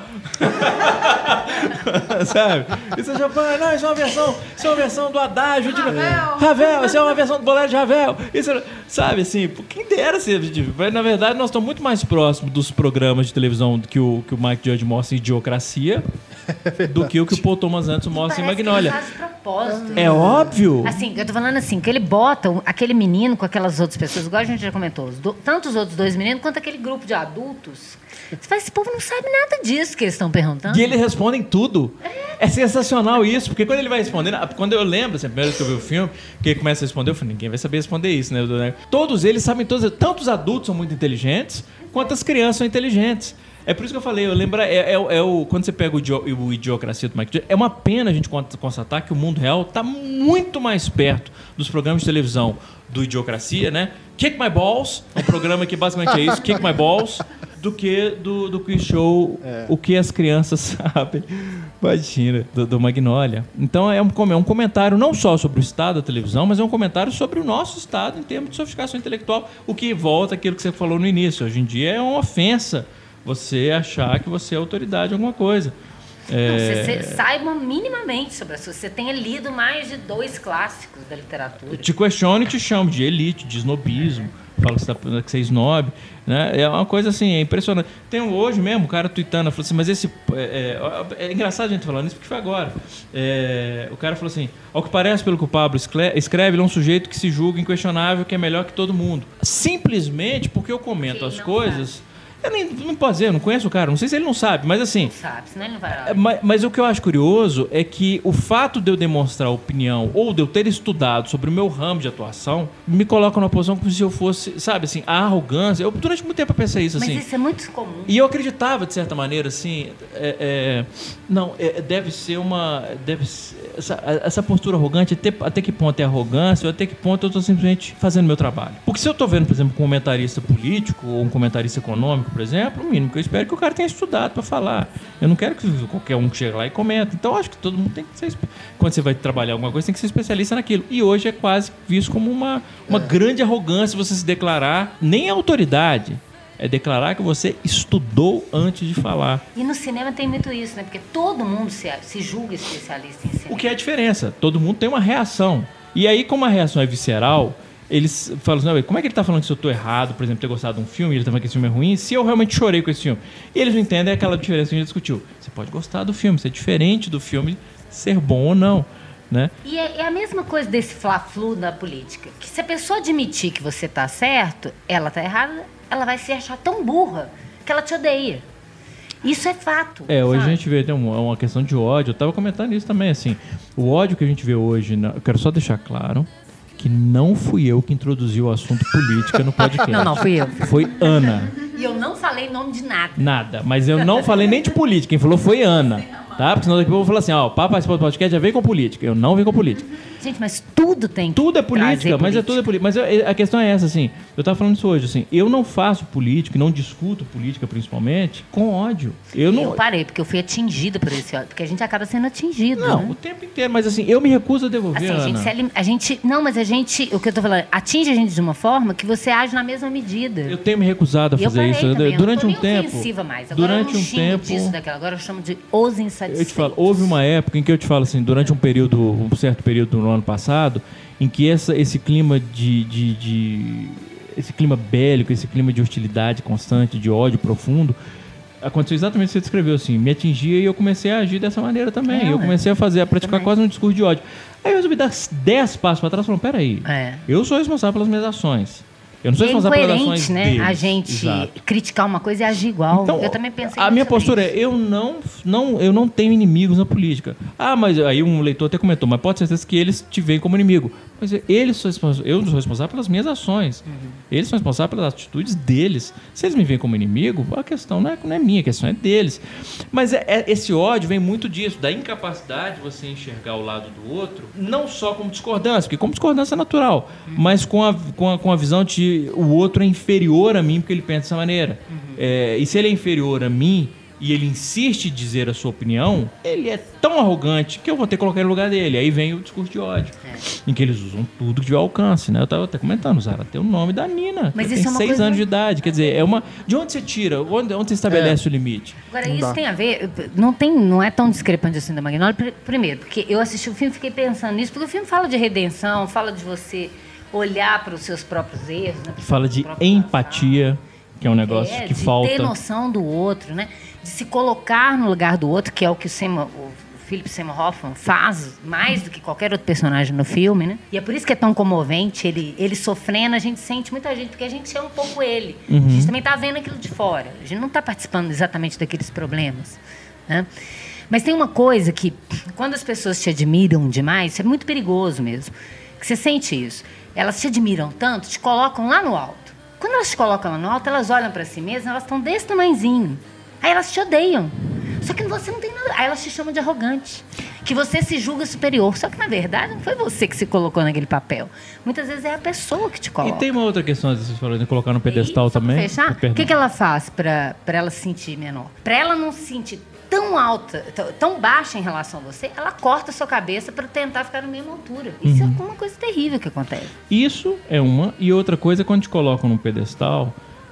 Sabe? Isso é Chopin, não, isso é uma versão do adágio de Ravel, isso é uma versão do bolero de Ravel. Isso é, sabe, assim, quem dera ser... Na verdade, nós estamos muito mais próximos dos programas de televisão que o Mike Judge mostra em Idiocracia do que o Paul Thomas Anderson mostra em Magnolia. Que ele faz de propósito. É óbvio. Assim, eu tô falando assim, que ele bota aquele menino com aquelas outras pessoas, igual a gente já comentou, tanto os outros 2 meninos quanto aquele grupo de adultos. Você fala, esse povo não sabe nada disso que eles estão perguntando. E eles respondem tudo. É sensacional isso, porque quando ele vai respondendo, quando eu lembro, assim, a primeira vez que eu vi o filme, que ele começa a responder, eu falei, ninguém vai saber responder isso, né? Todos eles sabem, tanto os adultos são muito inteligentes, quanto as crianças são inteligentes. É por isso que eu falei, eu lembro, quando você pega o Idiocracia do Mike Judge, é uma pena a gente constatar que o mundo real está muito mais perto dos programas de televisão do Idiocracia, né? Kick My Balls, um programa que basicamente é isso, Kick My Balls, do que do Quiz Show, o que as crianças sabem, imagina, do Magnolia. Então é um comentário não só sobre o estado da televisão, mas é um comentário sobre o nosso estado em termos de sofisticação intelectual, o que volta àquilo que você falou no início. Hoje em dia é uma ofensa você achar que você é autoridade em alguma coisa. Você saiba minimamente sobre a sua... Você tenha lido mais de 2 clássicos da literatura. Te questiono e te chamo de elite, de snobismo. Falo que você é snob. Né? É uma coisa assim, é impressionante. Tem hoje mesmo, o cara tweetando, falou assim, mas esse... É engraçado a gente falando isso, porque foi agora. O cara falou assim, ao que parece, pelo que o Pablo escreve, ele é um sujeito que se julga inquestionável, que é melhor que todo mundo. Simplesmente porque eu comento as coisas... Sabe. Eu não posso dizer, eu não conheço o cara, não sei se ele não sabe, mas assim... Não sabe, senão ele não vai... Mas o que eu acho curioso é que o fato de eu demonstrar opinião ou de eu ter estudado sobre o meu ramo de atuação me coloca numa posição como se eu fosse, sabe, assim, a arrogância... Eu durante muito tempo pensei isso, assim... Mas isso é muito comum. E eu acreditava, de certa maneira, assim... deve ser uma... Essa postura arrogante, até que ponto é arrogância ou até que ponto eu estou simplesmente fazendo meu trabalho. Porque se eu estou vendo, por exemplo, um comentarista político ou um comentarista econômico, por exemplo, o mínimo que eu espero é que o cara tenha estudado para falar. Eu não quero que qualquer um chegue lá e comenta. Então, acho que todo mundo tem que ser... Quando você vai trabalhar alguma coisa, tem que ser especialista naquilo. E hoje é quase visto como uma grande arrogância você se declarar, nem autoridade, é declarar que você estudou antes de falar. E no cinema tem muito isso, né? Porque todo mundo se julga especialista em cinema. O que é a diferença? Todo mundo tem uma reação. E aí, como a reação é visceral... Eles falam assim, como é que ele está falando que se eu estou errado, por exemplo, ter gostado de um filme, ele está falando que esse filme é ruim, se eu realmente chorei com esse filme? E eles não entendem aquela diferença que a gente discutiu. Você pode gostar do filme, ser diferente do filme, ser bom ou não, né? E é a mesma coisa desse fla-flu da política, que se a pessoa admitir que você está certo, ela está errada, ela vai se achar tão burra que ela te odeia. Isso é fato. Hoje a gente vê uma questão de ódio, eu estava comentando isso também, assim, o ódio que a gente vê hoje, eu quero só deixar claro... que não fui eu que introduzi o assunto política no podcast. Não, fui eu. Foi Ana. E eu não falei nome de nada. Nada, mas eu não falei nem de política. Quem falou foi Ana, tá? Porque senão daqui a pouco eu vou falar assim, o Papo Participa do Podcast já veio com política. Eu não venho com política. Gente, mas tudo tem que Tudo é política, mas política. tudo é política. Mas a questão é essa, assim, eu tava falando isso hoje, assim, eu não faço política, não discuto política, principalmente, com ódio. Eu parei, porque eu fui atingida por esse ódio, porque a gente acaba sendo atingido, Não, né? o tempo inteiro, mas assim, eu me recuso a devolver, Assim, o que eu tô falando, atinge a gente de uma forma que você age na mesma medida. Eu tenho me recusado a fazer isso. Também, durante eu um não tô nem tempo. ofensiva mais. Agora Durante eu não um xingo tempo. disso, daquela. Agora eu chamo de os insatisfeitos. Eu te falo, houve uma época em que eu te falo assim, durante um certo período no ano passado, em que esse clima esse clima bélico, esse clima de hostilidade constante, de ódio profundo, aconteceu exatamente o que você descreveu, assim, me atingia e eu comecei a agir dessa maneira também. Eu comecei a praticar quase um discurso de ódio. Aí eu resolvi dar 10 passos para trás e falando, peraí, eu sou responsável pelas minhas ações. Eu não sou responsável pelas ações deles. A gente criticar uma coisa e agir igual. Então, eu também pensei a minha postura é, eu não tenho inimigos na política. Mas aí um leitor até comentou, mas pode ser certeza que eles te veem como inimigo. Mas eu sou responsável pelas minhas ações. Eles são responsáveis pelas atitudes deles. Se eles me veem como inimigo, a questão não é minha, a questão é deles. Mas esse ódio vem muito disso, da incapacidade de você enxergar o lado do outro, não só como discordância, porque como discordância é natural, mas com a visão de o outro é inferior a mim porque ele pensa dessa maneira. E se ele é inferior a mim e ele insiste em dizer a sua opinião, ele é tão arrogante que eu vou ter que colocar ele no lugar dele. Aí vem o discurso de ódio, em que eles usam tudo que tiver alcance, né? Eu estava até comentando, usaram até o nome da Nina, mas que isso tem 6 anos de idade. Quer dizer, de onde você tira? Onde você estabelece o limite? Agora, isso tem a ver... Não é tão discrepante assim da Magnolia. Primeiro, porque eu assisti o filme e fiquei pensando nisso, porque o filme fala de redenção, fala de você olhar para os seus próprios erros. Né, fala de empatia, que é um negócio que falta. De ter noção do outro, né? De se colocar no lugar do outro, que é o que o Philip Seymour Hoffman faz mais do que qualquer outro personagem no filme, né? E é por isso que é tão comovente, ele sofrendo, a gente sente muita gente, porque a gente é um pouco ele. A gente também está vendo aquilo de fora. A gente não está participando exatamente daqueles problemas, né? Mas tem uma coisa que, quando as pessoas te admiram demais, isso é muito perigoso mesmo. Que você sente isso. Elas te admiram tanto, te colocam lá no alto. Quando elas te colocam lá no alto, elas olham para si mesmas, elas estão desse tamanhozinho. Aí elas te odeiam. Só que você não tem nada. Aí elas te chamam de arrogante. Que você se julga superior. Só que, na verdade, não foi você que se colocou naquele papel. Muitas vezes é a pessoa que te coloca. E tem uma outra questão, vocês falaram de colocar no pedestal também. Fechar, o que ela faz para ela se sentir menor? Para ela não se sentir tão alta, tão baixa em relação a você, ela corta a sua cabeça para tentar ficar na mesma altura. Isso é uma coisa terrível que acontece. Isso é uma. E outra coisa é quando te colocam num pedestal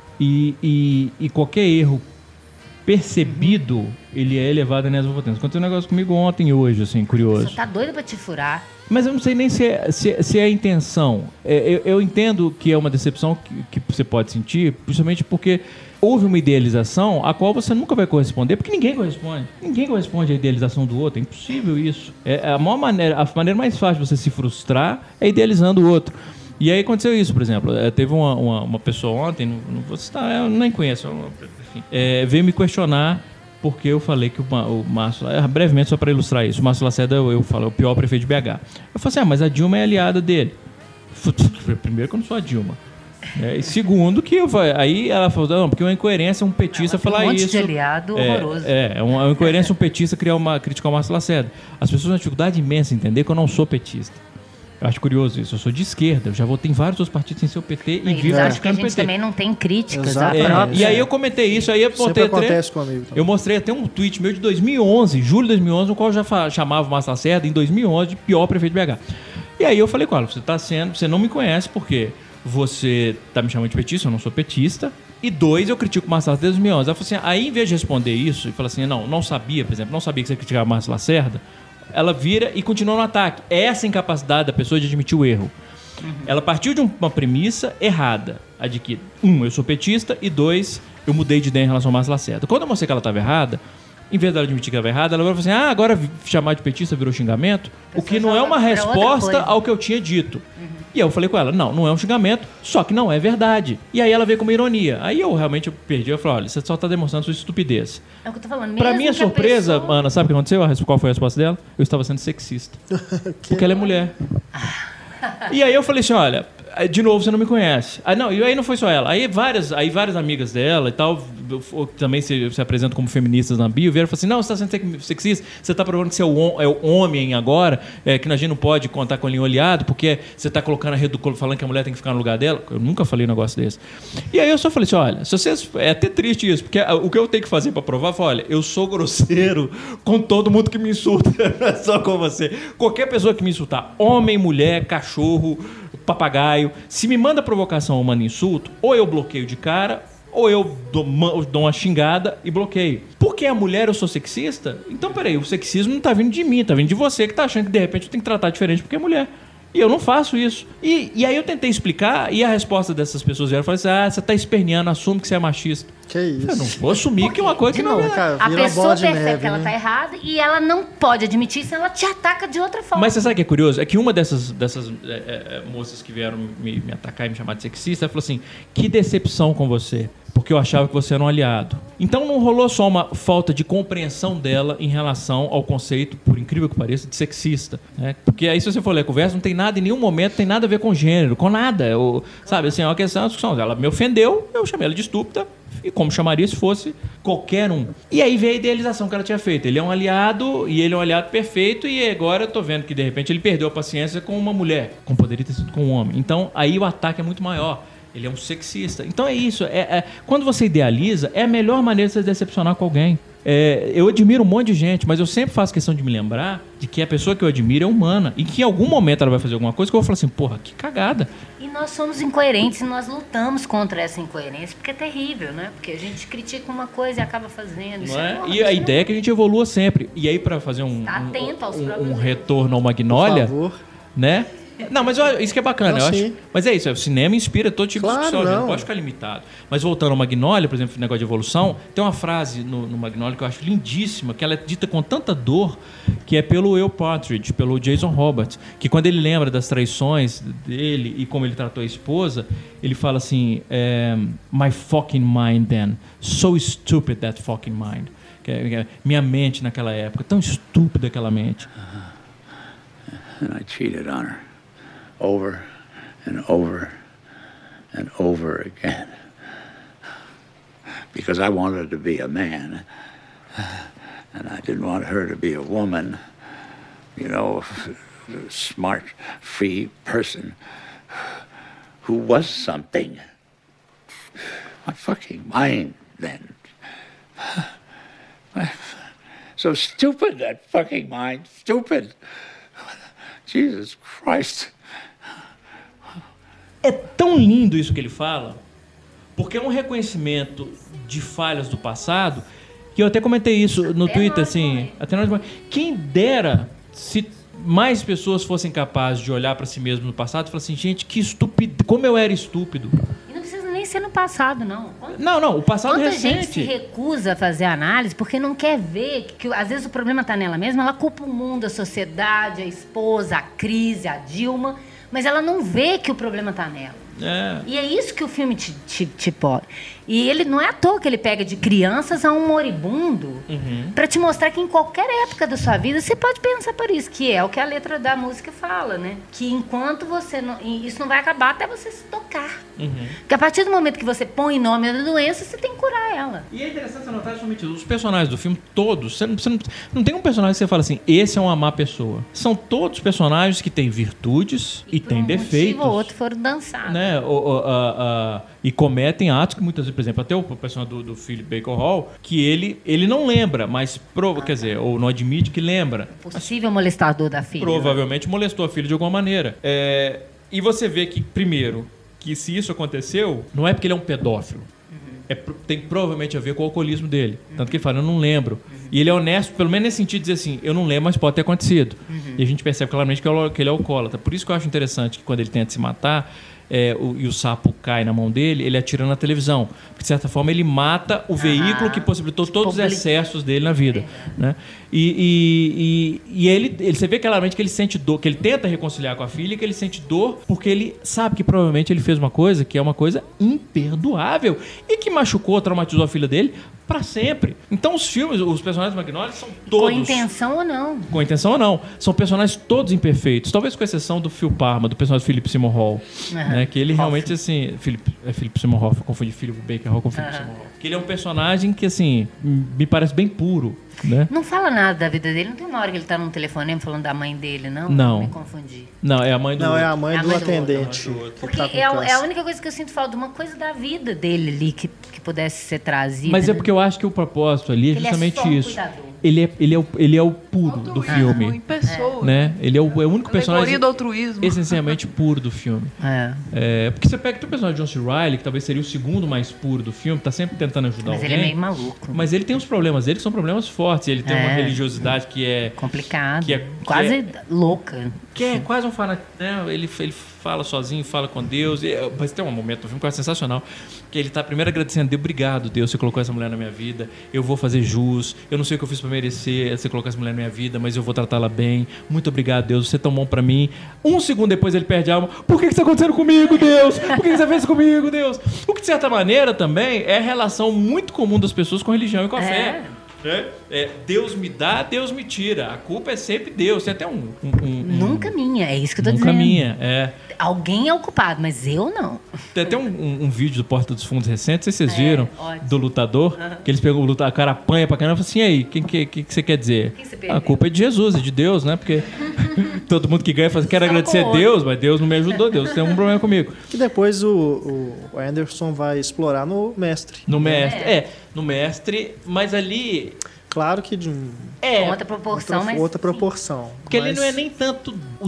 e qualquer erro percebido, ele é elevado à enésima potência. Aconteceu um negócio comigo ontem e hoje, assim, curioso. Você tá doido pra te furar. Mas eu não sei nem se é a intenção. Eu entendo que é uma decepção que você pode sentir, principalmente porque houve uma idealização a qual você nunca vai corresponder, porque ninguém corresponde. Ninguém corresponde à idealização do outro. É impossível isso. A maneira mais fácil de você se frustrar é idealizando o outro. E aí aconteceu isso, por exemplo. Teve uma pessoa ontem, não vou citar, eu nem conheço, enfim, veio me questionar porque eu falei que o Márcio... brevemente, só para ilustrar isso, o Márcio Lacerda, eu falo, é o pior prefeito de BH. Eu falei assim, mas a Dilma é aliada dele. Primeiro que eu não sou a Dilma. E segundo que aí ela falou, não, porque é uma incoerência um petista falar isso. Um monte de aliado horroroso. É uma incoerência um petista criticar o Márcio Lacerda. As pessoas têm uma dificuldade imensa em entender que eu não sou petista. Eu acho curioso isso. Eu sou de esquerda. Eu já votei em vários outros partidos sem ser o PT e vivo criticando o PT. Também não tem críticas. E aí eu comentei isso. Aí eu sempre acontece comigo também. Eu mostrei até um tweet meu de 2011, julho de 2011, no qual eu já chamava o Márcio Lacerda, em 2011, de pior prefeito de BH. E aí eu falei com ela, você não me conhece porque você tá me chamando de petista, eu não sou petista. E 2, eu critico o Márcio Lacerda desde 2011. Ela falou assim, aí em vez de responder isso e falar assim, não sabia, por exemplo, não sabia que você criticava o Márcio Lacerda, ela vira e continua no ataque. Essa incapacidade da pessoa de admitir o erro. Ela partiu de uma premissa errada. A de que, 1, eu sou petista, e 2, eu mudei de ideia em relação ao Márcio Lacerda. Quando eu mostrei que ela estava errada, em vez dela admitir que ela estava errada, ela falou assim, agora chamar de petista virou xingamento, o que não é uma resposta ao que eu tinha dito. E aí eu falei com ela, não é um xingamento, só que não é verdade. E aí ela veio com uma ironia. Aí eu realmente perdi, eu falei, olha, você só está demonstrando sua estupidez. É o que eu tô falando. Pra minha surpresa, Ana, sabe o que aconteceu? Qual foi a resposta dela? Eu estava sendo sexista. Porque ela é mulher. E aí eu falei assim, olha, De novo, você não me conhece. Não, e aí não foi só ela. Aí várias amigas dela e tal, também se apresentam como feministas na bio, vieram e falaram assim, não, você está sendo sexista, você está provando que você é o homem agora, que a gente não pode contar com a linha oleada, porque você está colocando falando que a mulher tem que ficar no lugar dela. Eu nunca falei um negócio desse. E aí eu só falei assim, olha, se vocês... É até triste isso, porque o que eu tenho que fazer para provar foi, olha, eu sou grosseiro com todo mundo que me insulta, só com você. Qualquer pessoa que me insultar, homem, mulher, cachorro, papagaio, se me manda provocação ou manda insulto, ou eu bloqueio de cara, ou eu dou uma xingada e bloqueio. Porque a mulher eu sou sexista? Então, peraí, o sexismo não tá vindo de mim, tá vindo de você que tá achando que de repente eu tenho que tratar diferente porque é mulher. E eu não faço isso. E aí eu tentei explicar, e a resposta dessas pessoas era, você tá esperneando, assume que você é machista. Que isso? Eu não vou assumir que é uma coisa que não é. A pessoa percebe que ela tá errada e ela não pode admitir, senão ela te ataca de outra forma. Mas você sabe o que é curioso? É que uma dessas moças que vieram me atacar e me chamar de sexista, ela falou assim, que decepção com você, porque eu achava que você era um aliado. Então não rolou só uma falta de compreensão dela em relação ao conceito, por incrível que pareça, de sexista. Né? Porque aí se você for ler a conversa, não tem nada, em nenhum momento tem nada a ver com gênero, com nada. Sabe, assim, é uma questão, ela me ofendeu, eu chamei ela de estúpida, e como chamaria se fosse qualquer um. E aí veio a idealização que ela tinha feito. Ele é um aliado, e ele é um aliado perfeito, e agora eu tô vendo que de repente ele perdeu a paciência com uma mulher, como poderia ter sido com um homem. Então aí o ataque é muito maior. Ele é um sexista. Então é isso. Quando você idealiza, é a melhor maneira de você se decepcionar com alguém. Eu admiro um monte de gente, mas eu sempre faço questão de me lembrar de que a pessoa que eu admiro é humana. E que em algum momento ela vai fazer alguma coisa que eu vou falar assim, porra, que cagada. E nós somos incoerentes e nós lutamos contra essa incoerência, porque é terrível, né? Porque a gente critica uma coisa e acaba fazendo. Isso é e a ideia é que a gente evolua sempre. E aí, para fazer um retorno ao Magnolia, por favor, né? Não, mas isso que é bacana, eu acho. Mas é isso, o cinema inspira todo tipo de discussão, não pode ficar limitado. Mas voltando ao Magnolia, por exemplo, o negócio de evolução, tem uma frase no Magnolia que eu acho lindíssima, que ela é dita com tanta dor, que é pelo Will Partridge, pelo Jason Robards, que quando ele lembra das traições dele e como ele tratou a esposa, ele fala assim, my fucking mind then, so stupid that fucking mind. Minha mente naquela época, tão estúpida aquela mente. And I cheated on her. Over and over and over again. Because I wanted to be a man. And I didn't want her to be a woman. You know, a smart, free person who was something. My fucking mind then. So stupid, that fucking mind. Stupid. Jesus Christ. É tão lindo isso que ele fala, porque é um reconhecimento de falhas do passado, que eu até comentei isso no Twitter, assim, até nós, quem dera se mais pessoas fossem capazes de olhar para si mesmo no passado e falar assim, gente, que estúpido, como eu era estúpido. E não precisa nem ser no passado, não. Não, o passado Quanta recente. Gente se recusa a fazer análise porque não quer ver que às vezes o problema está nela mesma, ela culpa o mundo, a sociedade, a esposa, a crise, a Dilma, mas ela não vê que o problema está nela. E é isso que o filme te pode. E ele não é à toa que ele pega de crianças a um moribundo para te mostrar que em qualquer época da sua vida você pode pensar por isso, que é o que a letra da música fala, né? Que enquanto você não... Isso não vai acabar até você se tocar. Porque a partir do momento que você põe nome na doença, você tem que curar ela. E é interessante você notar justamente os personagens do filme, todos. Você não tem um personagem que você fala assim, esse é uma má pessoa. São todos personagens que têm virtudes e têm defeitos. Um motivo ou outro foram dançados. Né? E cometem atos que muitas vezes, por exemplo, até o personagem do Philip Baker Hall, que ele não lembra, mas quer dizer, ou não admite que lembra. Possível molestador da filha. Provavelmente molestou a filha de alguma maneira. E você vê que, primeiro, que se isso aconteceu, não é porque ele é um pedófilo. Tem provavelmente a ver com o alcoolismo dele. Tanto que ele fala, eu não lembro. E ele é honesto, pelo menos nesse sentido, de dizer assim, eu não lembro, mas pode ter acontecido. E a gente percebe claramente que ele é alcoólatra. Por isso que eu acho interessante que quando ele tenta se matar, e o sapo cai na mão dele, ele atira na televisão. Porque, de certa forma, ele mata o veículo que possibilitou todos os excessos dele na vida. Né? E ele, você vê claramente que ele sente dor, que ele tenta reconciliar com a filha, que ele sente dor porque ele sabe que provavelmente ele fez uma coisa que é uma coisa imperdoável e que machucou, traumatizou a filha dele para sempre. Então os personagens do Magnolia são todos... Com intenção ou não. Com intenção ou não. São personagens todos imperfeitos. Talvez com exceção do Phil Parma, do personagem Philip Seymour Hall. Né? né? Que ele realmente, assim... Philip Seymour Hoffman, confundi Philip Baker Hall com Philip Seymour Hoffman. Que ele é um personagem que, assim, me parece bem puro, né? Não fala nada da vida dele. Não tem uma hora que ele tá num telefonema falando da mãe dele, não? Não. Me confundi. Não, é a mãe do Não, é a mãe do atendente. Porque é a única coisa que eu sinto falta, uma coisa da vida dele ali que pudesse ser trazida. Mas é porque eu acho que o propósito ali é justamente isso. Ele é o puro do filme. Em pessoa. Né? Ele é o único personagem do altruísmo. essencialmente puro do filme. Porque você pega o personagem de John C. Reilly, que talvez seria o segundo mais puro do filme, tá sempre tentando ajudar alguém. Mas ele é meio maluco. Mas ele tem os problemas dele, que são problemas fortes. Ele tem uma religiosidade que é... complicada. Quase louca. Que é quase um fanatismo, né? Ele fala sozinho, fala com Deus. Mas tem um momento no filme que é sensacional, que ele tá primeiro agradecendo a Deus. Obrigado, Deus, você colocou essa mulher na minha vida. Eu vou fazer jus. Eu não sei o que eu fiz pra merecer você colocar essa mulher na minha vida, mas eu vou tratá-la bem. Muito obrigado, Deus, você é tão bom pra mim. Um segundo depois ele perde a alma. Por que isso tá acontecendo comigo, Deus? Por que você fez isso comigo, Deus? O que, de certa maneira, também é a relação muito comum das pessoas com a religião e com a fé. Deus me dá, Deus me tira. A culpa é sempre Deus. Tem até nunca minha, é isso que eu tô dizendo. Nunca minha, Alguém é o culpado, mas eu não. Tem até um vídeo do Porta dos Fundos recente, não sei se vocês viram, do lutador, que eles pegam o lutador, a cara apanha pra caramba e fala assim, e aí, que você quer dizer? A culpa é de Jesus, é de Deus, né? Porque todo mundo que ganha fala, quero agradecer a Deus, mas Deus não me ajudou, Deus tem algum problema comigo. Que depois o Anderson vai explorar no Mestre. No Mestre, mas ali... Claro que de outra proporção, mas... outra proporção. Porque ele não é nem tanto o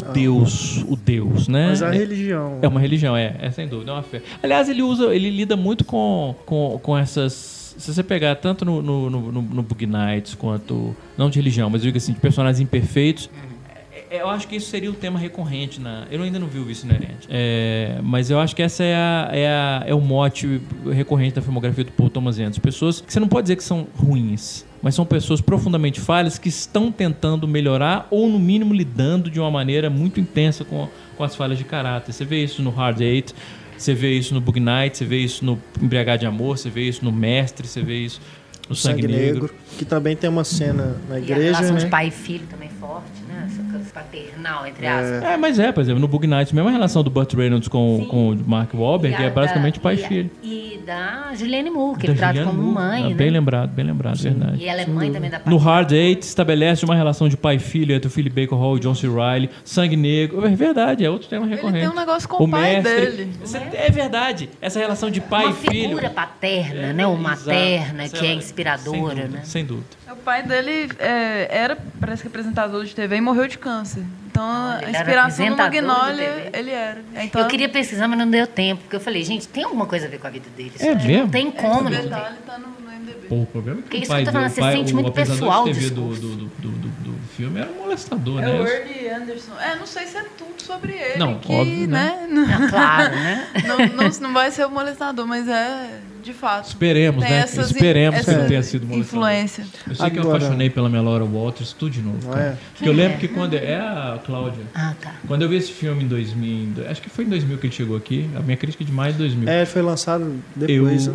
Deus, né? Mas a religião. É uma religião, sem dúvida, é uma fé. Aliás, ele lida muito com essas... Se você pegar tanto no Bug Nights quanto... Não de religião, mas eu digo assim, de personagens imperfeitos... Eu acho que isso seria um tema recorrente eu ainda não vi o Vício Inerente. Mas eu acho que essa é o mote recorrente da filmografia do Paul Thomas Anderson. Pessoas que você não pode dizer que são ruins, mas são pessoas profundamente falhas que estão tentando melhorar ou, no mínimo, lidando de uma maneira muito intensa com as falhas de caráter. Você vê isso no Hard Eight, você vê isso no Bug Night, você vê isso no Embriagado de Amor, você vê isso no Mestre, você vê isso no Sangue Negro. Que também tem uma cena na igreja, e a relação de né? pai e filho também forte, né? Essa coisa paternal, entre aspas. Mas por exemplo, no Bug Nights, mesmo a relação do Burt Reynolds com o Mark Wahlberg, é basicamente pai e filho. E da Julianne Moore, que ele trata como mãe, né? Bem lembrado, verdade. E ela é mãe também da pai. No Hard Eight, estabelece uma relação de pai e filho entre o Philip Baker Hall e John C. Reilly. Sangue Negro, é verdade, é outro tema recorrente. Ele tem um negócio com o pai dele. É verdade, essa relação de pai e filho. Uma figura paterna, né? Ou materna, que é inspiradora, né? Sem dúvida. O pai dele parece que apresentador de TV e morreu de câncer. Então, a inspiração do Magnolia, ele era. Então, eu queria pesquisar, mas não deu tempo. Porque eu falei, gente, tem alguma coisa a ver com a vida dele. Mesmo? Não tem como, não. Tá no MDB. O problema é que isso que eu tô falando, você sente muito pessoal de TV do filme era um molestador, né? O Ernie Anderson. Não sei se é tudo sobre ele. Não, óbvio, né? Claro, né? Não vai ser o molestador, mas de fato. Esperemos, né? Esperemos que não tenha sido molestador. Influência. Eu sei que eu apaixonei pela Melora Walters, tudo de novo. Porque eu lembro que quando... É a Cláudia. Tá. Quando eu vi esse filme em 2000... Acho que foi em 2000 que ele chegou aqui. A minha crítica é de maio de 2000. Foi lançado depois.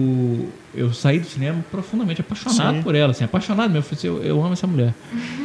Eu saí do cinema profundamente apaixonado por ela, assim, apaixonado mesmo. Eu falei assim, eu amo essa mulher.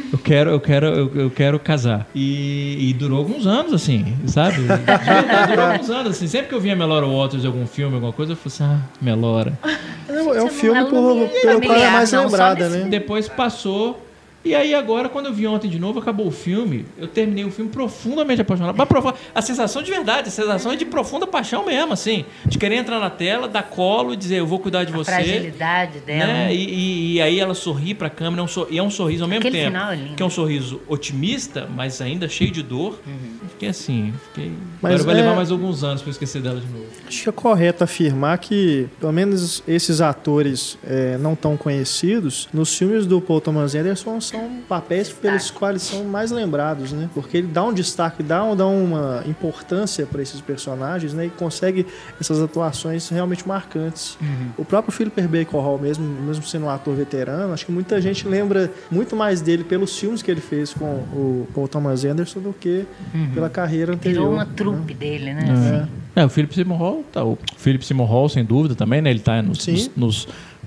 Eu quero casar. E durou alguns anos, assim, sabe? Durou alguns anos, assim. Sempre que eu via Melora Walters em algum filme, alguma coisa, eu falei assim, Melora. É um filme pelo qual é mais lembrada, né? Depois passou. E aí agora, quando eu vi ontem de novo, acabou o filme, eu terminei o filme profundamente apaixonado. A sensação de verdade, a sensação é de profunda paixão mesmo, assim. De querer entrar na tela, dar colo e dizer, eu vou cuidar de você. A fragilidade dela. Né? E aí ela sorri pra câmera, e é um sorriso ao mesmo Aquele tempo. Final é lindo. Que é um sorriso otimista, mas ainda cheio de dor. Fiquei assim, Mas agora vai levar mais alguns anos pra eu esquecer dela de novo. Acho que é correto afirmar que, pelo menos esses atores não tão conhecidos, nos filmes do Paul Thomas Anderson são papéis pelos quais são mais lembrados, né? Porque ele dá um destaque, dá uma importância para esses personagens, né? E consegue essas atuações realmente marcantes. O próprio Philip Baker Hall, mesmo sendo um ator veterano, acho que muita gente lembra muito mais dele pelos filmes que ele fez com o Paul Thomas Anderson do que pela carreira anterior. Virou uma trupe dele, né? O Philip Seymour Hall, o Philip Seymour Hall, sem dúvida, também, né? Ele tá nos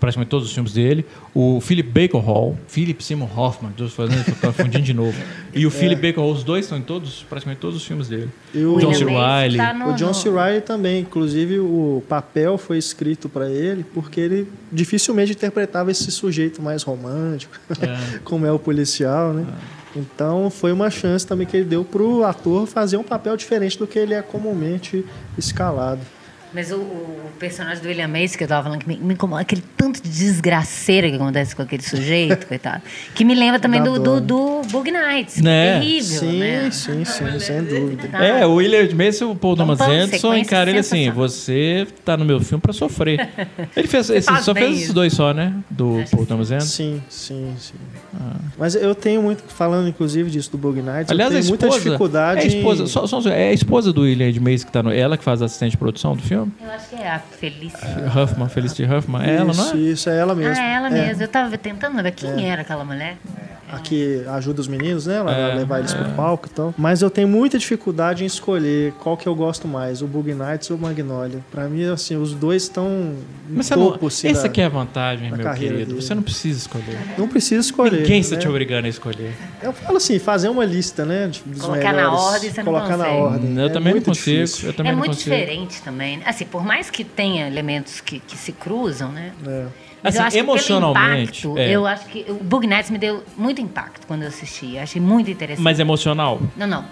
praticamente todos os filmes dele. O Philip Baker Hall, Philip Seymour Hoffman, estou confundindo de novo. E o Philip Baker Hall, os dois estão em praticamente todos os filmes dele. E o John C. Reilly. O John C. Reilly também. Inclusive, o papel foi escrito para ele porque ele dificilmente interpretava esse sujeito mais romântico, como é o policial, né? Então, foi uma chance também que ele deu pro ator fazer um papel diferente do que ele é comumente escalado. Mas o personagem do William Macy, que eu tava falando, que me incomoda, aquele tanto de desgraceira que acontece com aquele sujeito, coitado, que me lembra também do Bug Nights, né? Terrível, sim, né? Sim, sem dúvida. O William Macy, o Paul Thomas Anderson, encara ele assim, você tá no meu filme pra sofrer. Ele fez, só fez esses dois só, né? Do Paul Thomas Anderson. Sim. Mas eu tenho muito, falando inclusive disso do Bug Nights, aliás, eu tenho muita dificuldade é a esposa do William Macy que tá ela que faz assistente de produção do filme? Eu acho que é a Felicity Huffman. É ela, não é? Isso, é ela mesma. É ela mesma. Eu tava tentando lembrar quem era aquela mulher. A que ajuda os meninos, né? Levar eles pro palco e tal. Mas eu tenho muita dificuldade em escolher qual que eu gosto mais, o Bug Nights ou o Magnolia. Pra mim, assim, os dois estão no topo, assim, essa aqui é a vantagem, meu querido. Dele. Você não precisa escolher. Não precisa escolher. Ninguém está te obrigando a escolher. Eu falo assim, fazer uma lista, né? Colocar na ordem, você não consegue. Na ordem. Eu também não consigo. É muito diferente também. Assim, por mais que tenha elementos que se cruzam, né? Mas assim, emocionalmente, impacto, eu acho que o Bug Nights me deu muito impacto quando eu assisti. Achei muito interessante. Mas emocional? Não.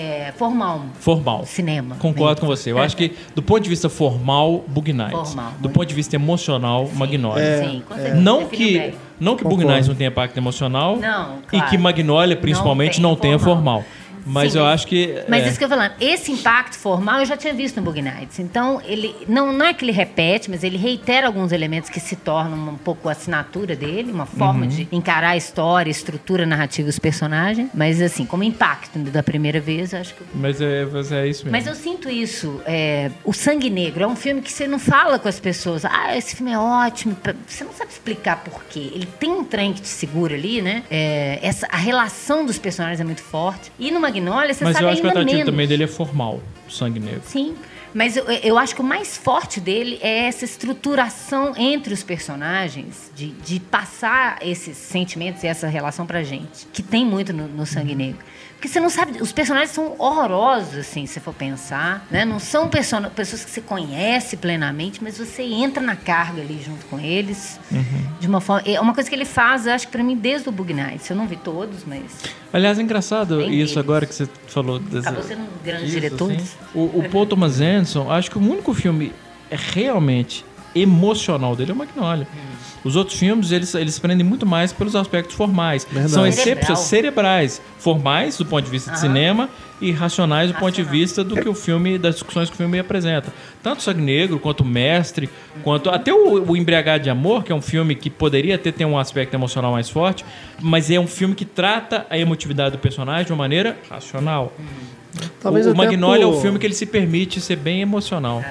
Formal. Cinema. Concordo com você. Eu acho que, do ponto de vista formal, Bug Nights. Do ponto de vista emocional, Magnolia. Sim, com certeza. Não que Bug Nights não tenha impacto emocional. Não, claro. E que Magnolia, principalmente, não tenha formal. Mas eu acho que... Mas isso que eu tô falando, esse impacto formal eu já tinha visto no Bug Nights. Então, ele não é que ele repete, mas ele reitera alguns elementos que se tornam um pouco a assinatura dele, uma forma de encarar a história, estrutura narrativa dos personagens. Mas, assim, como impacto da primeira vez, eu acho que... Mas é isso mesmo. Mas eu sinto isso. O Sangue Negro é um filme que você não fala com as pessoas. Esse filme é ótimo. Você não sabe explicar por quê. Ele tem um trem que te segura ali, né? A relação dos personagens é muito forte. E no Magnolia, você sabe ainda menos. Mas eu acho que o atrativo também dele é formal, o Sangue Negro. Sim, mas eu acho que o mais forte dele é essa estruturação entre os personagens, de passar esses sentimentos e essa relação pra gente, que tem muito no Sangue Negro. Porque você não sabe, os personagens são horrorosos, assim, se for pensar, né? Não são pessoas que você conhece plenamente, mas você entra na carga ali junto com eles, de uma forma... É uma coisa que ele faz, acho que pra mim, desde o Bug Nights. Eu não vi todos, mas... Aliás, é engraçado isso agora que você falou... Acabou sendo um grande diretor. Assim. O Paul Thomas Anderson, acho que o único filme realmente emocional dele é o Magnolia. Os outros filmes, eles prendem muito mais pelos aspectos formais. Verdade. São excepções cerebrais. Formais, do ponto de vista de cinema, e racionais, do ponto de vista do que o filme, das discussões que o filme apresenta. Tanto o Sangue Negro, quanto o Mestre, quanto até o Embriagado de Amor, que é um filme que poderia ter um aspecto emocional mais forte, mas é um filme que trata a emotividade do personagem de uma maneira racional. O Magnolia é o filme que ele se permite ser bem emocional.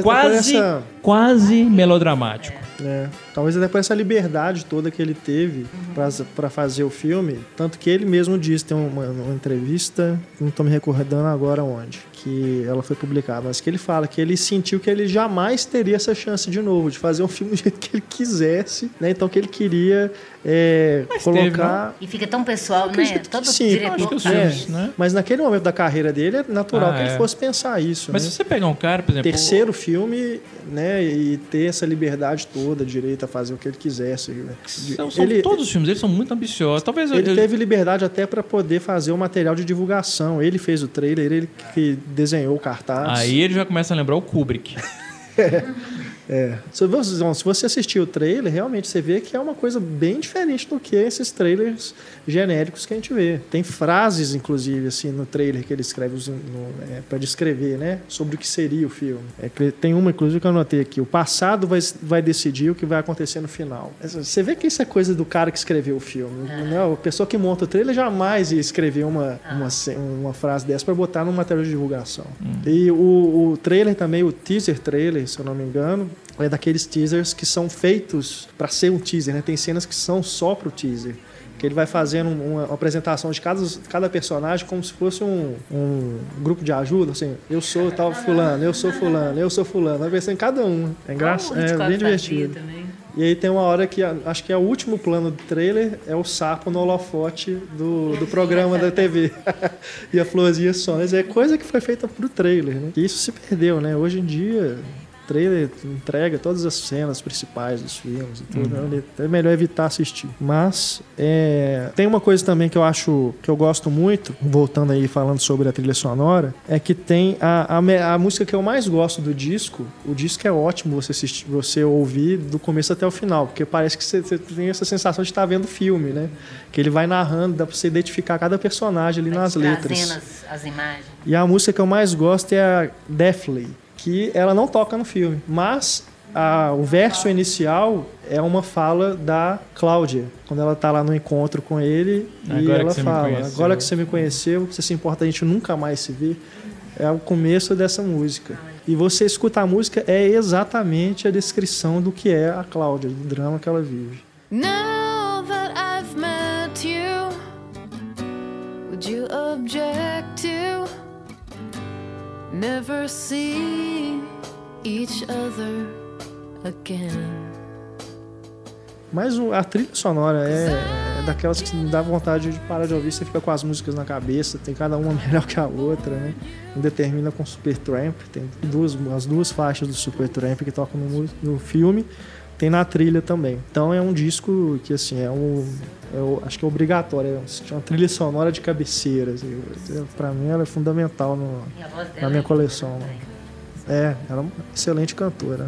Quase melodramático. Talvez até por essa liberdade toda que ele teve para fazer o filme. Tanto que ele mesmo disse, tem uma entrevista, não estou me recordando agora onde, que ela foi publicada, mas que ele fala que ele sentiu que ele jamais teria essa chance de novo, de fazer um filme do jeito que ele quisesse, né? Então que ele queria colocar... E fica tão pessoal, né? Todo diretor né? Mas naquele momento da carreira dele, é natural que ele fosse pensar isso. Mas se você pegar um cara, por exemplo... Terceiro filme, né? E ter essa liberdade toda, direito a fazer o que ele quisesse. Né? Todos os filmes eles são muito ambiciosos. Talvez ele teve liberdade até para poder fazer o material de divulgação. Ele fez o trailer, ele que desenhou o cartaz. Aí ele já começa a lembrar o Kubrick. Se você assistir o trailer, realmente você vê que é uma coisa bem diferente do que esses trailers genéricos que a gente vê. Tem frases, inclusive, assim, no trailer que ele escreve para descrever, né, sobre o que seria o filme. Tem uma, inclusive, que eu anotei aqui. O passado vai decidir o que vai acontecer no final. Você vê que isso é coisa do cara que escreveu o filme. Né? A pessoa que monta o trailer jamais ia escrever uma frase dessa para botar no material de divulgação. E o trailer também, o teaser trailer, se eu não me engano, é daqueles teasers que são feitos para ser um teaser, né? Tem cenas que são só pro teaser. Que ele vai fazendo uma apresentação de cada personagem como se fosse um grupo de ajuda, assim, eu sou tal fulano, eu sou fulano, eu sou fulano. Vai pensando em cada um. É engraçado, é bem divertido. E aí tem uma hora que, acho que é o último plano do trailer, é o sapo no holofote do programa da TV. E a florzinha só. Mas é coisa que foi feita pro trailer, né? E isso se perdeu, né? Hoje em dia, o trailer entrega todas as cenas principais dos filmes e tudo. Né? É melhor evitar assistir. Mas tem uma coisa também que eu acho que eu gosto muito, voltando aí falando sobre a trilha sonora, é que tem a música que eu mais gosto do disco. O disco é ótimo você ouvir do começo até o final, porque parece que você tem essa sensação de estar vendo o filme, né? Que ele vai narrando, dá pra você identificar cada personagem ali nas letras. As imagens. E a música que eu mais gosto é a Deathly, que ela não toca no filme, mas o verso inicial é uma fala da Cláudia, quando ela tá lá no encontro com ele, e ela fala, agora que você me conheceu, você se importa a gente nunca mais se ver. É o começo dessa música. E você escuta a música, é exatamente a descrição do que é a Cláudia, do drama que ela vive. Now that I've met you, would you object to never see each other again? Mas a trilha sonora é daquelas que dá vontade de parar de ouvir. Você fica com as músicas na cabeça, tem cada uma melhor que a outra, né? Determina com Supertramp, tem as duas faixas do Supertramp que tocam no filme, tem na trilha também. Então é um disco que, assim, acho que é obrigatório, é uma trilha sonora de cabeceira, assim. Pra mim ela é fundamental na minha coleção. Ela é uma excelente cantora.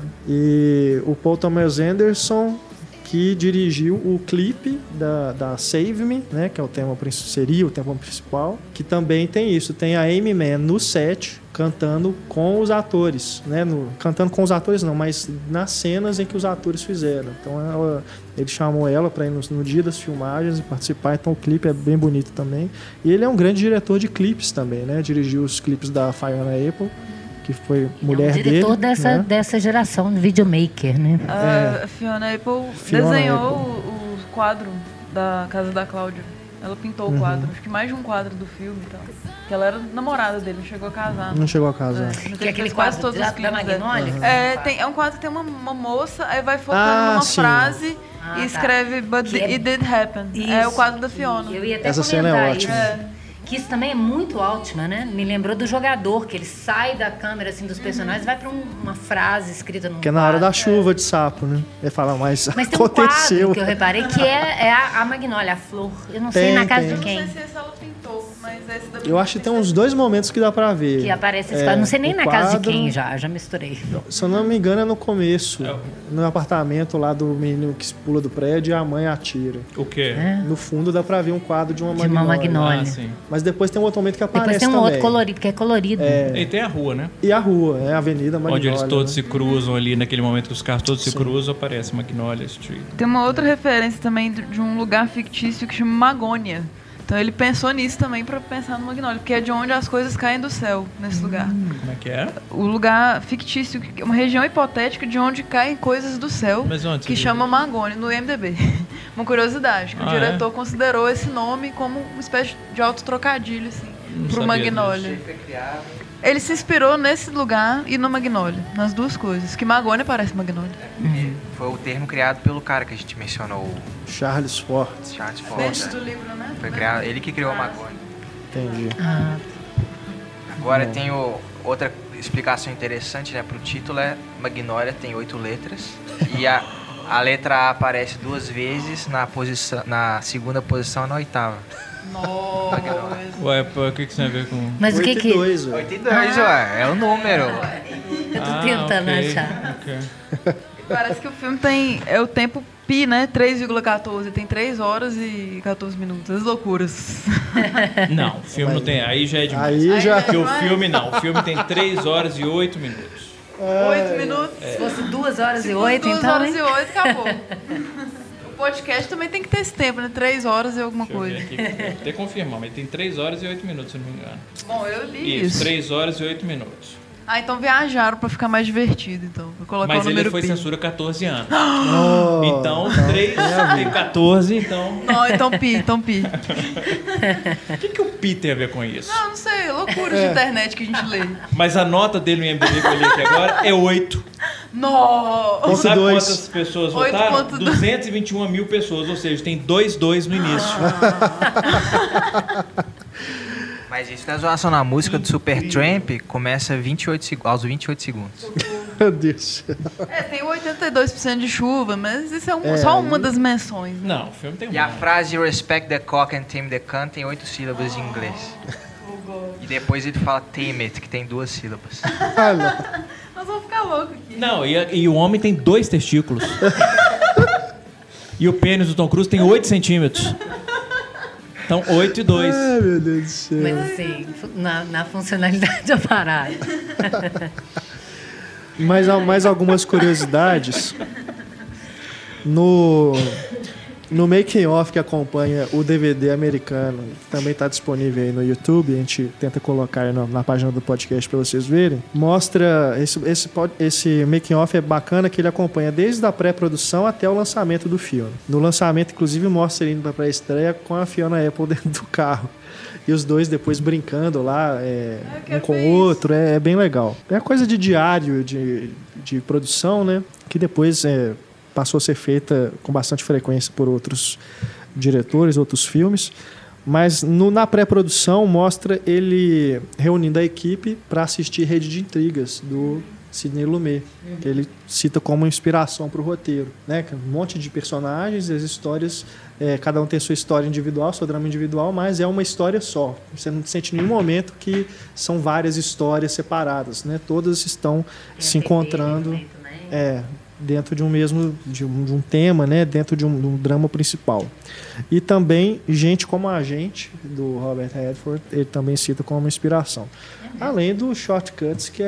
E o Paul Thomas Anderson, que dirigiu o clipe da Save Me, né, que é seria o tema principal, que também tem isso, tem a Amy Mann no set cantando com os atores, né, cantando com os atores não, mas nas cenas em que os atores fizeram. Então ele chamou ela para ir no dia das filmagens e participar, então o clipe é bem bonito também. E ele é um grande diretor de clipes também, né, dirigiu os clipes da Fiona Apple, que foi mulher dele. Diretor dessa geração de videomaker, né? A Fiona Apple desenhou o quadro da casa da Cláudia. Ela pintou o quadro, acho que mais de um quadro do filme e tal. Porque ela era namorada dele, não chegou a casar. Não chegou a casar. Que é aquele quadro todos os da Magnólia? É um quadro que tem uma moça, aí vai focando numa frase e escreve But It Did Happen. Isso. É o quadro da Fiona. Eu ia até essa cena é ótima. Que isso também é muito ótima, né? Me lembrou do Jogador, que ele sai da câmera assim, dos personagens e vai pra uma frase escrita num que é na hora da chuva de sapo, né? Ele fala, mas tem aconteceu. Um quadro que eu reparei que é a Magnólia, a flor. Eu não sei na casa de quem. Não sei se ela pintou, mas esse da eu acho que tem uns 2 momentos que dá pra ver. Que aparece esse quadro. Não sei nem na casa de quem já misturei. Se eu não me engano é no começo. No apartamento lá do menino que pula do prédio e a mãe atira. O quê? No fundo dá pra ver um quadro de uma Magnólia. De uma Magnólia. Mas depois tem um outro momento que aparece depois tem também. Outro colorido, porque é colorido. E tem a rua, né? E a rua, a Avenida Magnólia. Onde eles todos se cruzam ali, naquele momento que os carros todos se cruzam, aparece Magnólia Street. Tem uma outra referência também de um lugar fictício que chama Magônia. Então ele pensou nisso também para pensar no Magnólia, porque é de onde as coisas caem do céu, nesse lugar. Como é que é? O lugar fictício, uma região hipotética de onde caem coisas do céu, que chama Magônia, no IMDb. Uma curiosidade, que o diretor considerou esse nome como uma espécie de auto-trocadilho, assim, pro Magnólia. Ele se inspirou nesse lugar e no Magnólia, nas duas coisas, que Magônia parece Magnólia. Foi o termo criado pelo cara que a gente mencionou. Charles Fort. Dentro do livro, né? Foi criado, ele que criou a Magônia. Entendi. Agora tem outra explicação interessante, né, pro título é Magnólia tem 8 letras e a letra A aparece 2 vezes na segunda posição e na 8ª. Nossa. Ué, o que tem a ver com... Mas 82, 82, ué, é o número. Eu tô tentando achar. Parece que o filme tem o tempo pi, né? 3,14. Tem 3 horas e 14 minutos. As loucuras. Não, o filme não tem. Aí já é demais. Aí já... Porque o filme não. O filme tem 3 horas e 8 minutos. 8 minutos? Se fosse 2 horas e 8, então... 2 horas e 8, acabou. O podcast também tem que ter esse tempo, né? 3 horas e alguma coisa. Até confirmar, mas tem 3 horas e 8 minutos, se não me engano. Bom, eu li isso. 3 horas e 8 minutos. Então viajaram pra ficar mais divertido, então. Pra colocar mas o número ele foi pi. censura 14 anos. Então, 3 e 14, então... Não, então pi. O que o pi tem a ver com isso? Não sei, loucura de internet que a gente lê. Mas a nota dele no IMDb que eu li aqui agora é 8. Nossa! Sabe quantas pessoas votaram? 221 mil pessoas, ou seja, tem 2-2 no início. Mas isso da zoação na música do Supertramp começa aos 28 segundos. Meu Deus. Tem 82% de chuva, mas isso é só uma das menções. Né? Não, o filme tem E a frase Respect the cock and tame the cunt tem 8 sílabas em inglês. E depois ele fala tame it, que tem 2 sílabas. Nós vamos ficar loucos aqui. Não, e o homem tem 2 testículos. E o pênis do Tom Cruise tem 8 centímetros. Então, 8 e 2. Ai, meu Deus do céu. Mas assim, na funcionalidade da parada. Mais algumas curiosidades. No making of que acompanha o DVD americano, que também está disponível aí no YouTube, a gente tenta colocar aí na página do podcast para vocês verem, mostra esse making of é bacana, que ele acompanha desde a pré-produção até o lançamento do filme. No lançamento, inclusive, mostra ele indo para a pré-estreia com a Fiona Apple dentro do carro. E os dois depois brincando lá, um com o outro, é bem legal. É coisa de diário de produção, né? Que depois passou a ser feita com bastante frequência por outros diretores, outros filmes. Mas na pré-produção mostra ele reunindo a equipe para assistir Rede de Intrigas, do Sidney Lumet, que ele cita como inspiração para o roteiro, né? Um monte de personagens, as histórias, cada um tem sua história individual, seu drama individual, mas é uma história só. Você não sente em nenhum momento que são várias histórias separadas, né? Todas estão se encontrando dentro de um mesmo de um tema, né? Dentro de um drama principal. E também gente como a Agente, do Robert Redford, ele também cita como inspiração. Além do Shortcuts, que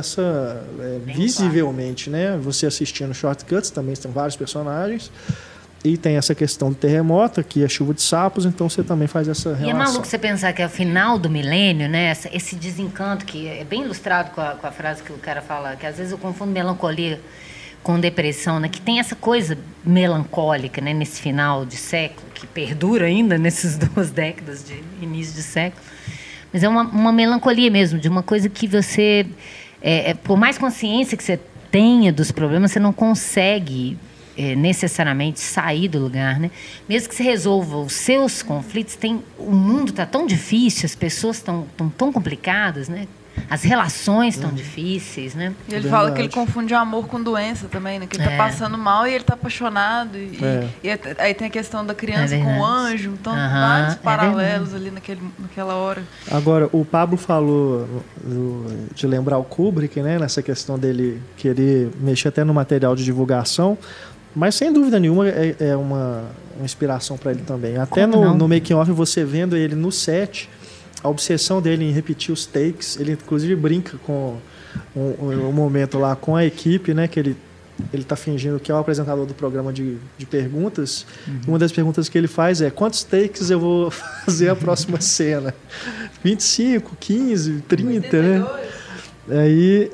visivelmente, né? Você assistindo Shortcuts, também tem vários personagens. E tem essa questão do terremoto, que é chuva de sapos, então você também faz essa relação. E é maluco você pensar que é o final do milênio, né? Esse desencanto, que é bem ilustrado com a frase que o cara fala, que às vezes eu confundo melancolia com depressão, né? Que tem essa coisa melancólica, né? Nesse final de século, que perdura ainda nessas 2 décadas de início de século. Mas é uma melancolia mesmo, de uma coisa que você... por mais consciência que você tenha dos problemas, você não consegue necessariamente sair do lugar, né? Mesmo que você resolva os seus conflitos, o mundo está tão difícil, as pessoas estão tão complicadas, né? As relações estão difíceis, né? E ele fala que ele confunde amor com doença também, né? Que ele tá passando mal e ele tá apaixonado. E aí tem a questão da criança com o anjo. Então, vários paralelos ali naquela hora. Agora, o Pablo falou de lembrar o Kubrick, né? Nessa questão dele querer mexer até no material de divulgação. Mas, sem dúvida nenhuma, é uma inspiração para ele também. Até no making-off, você vendo ele no set... A obsessão dele em repetir os takes, ele inclusive brinca com um momento lá com a equipe, né, que ele está fingindo que é o apresentador do programa de perguntas. Uma das perguntas que ele faz é: quantos takes eu vou fazer a próxima cena? 25, 15, 30, né? Aí,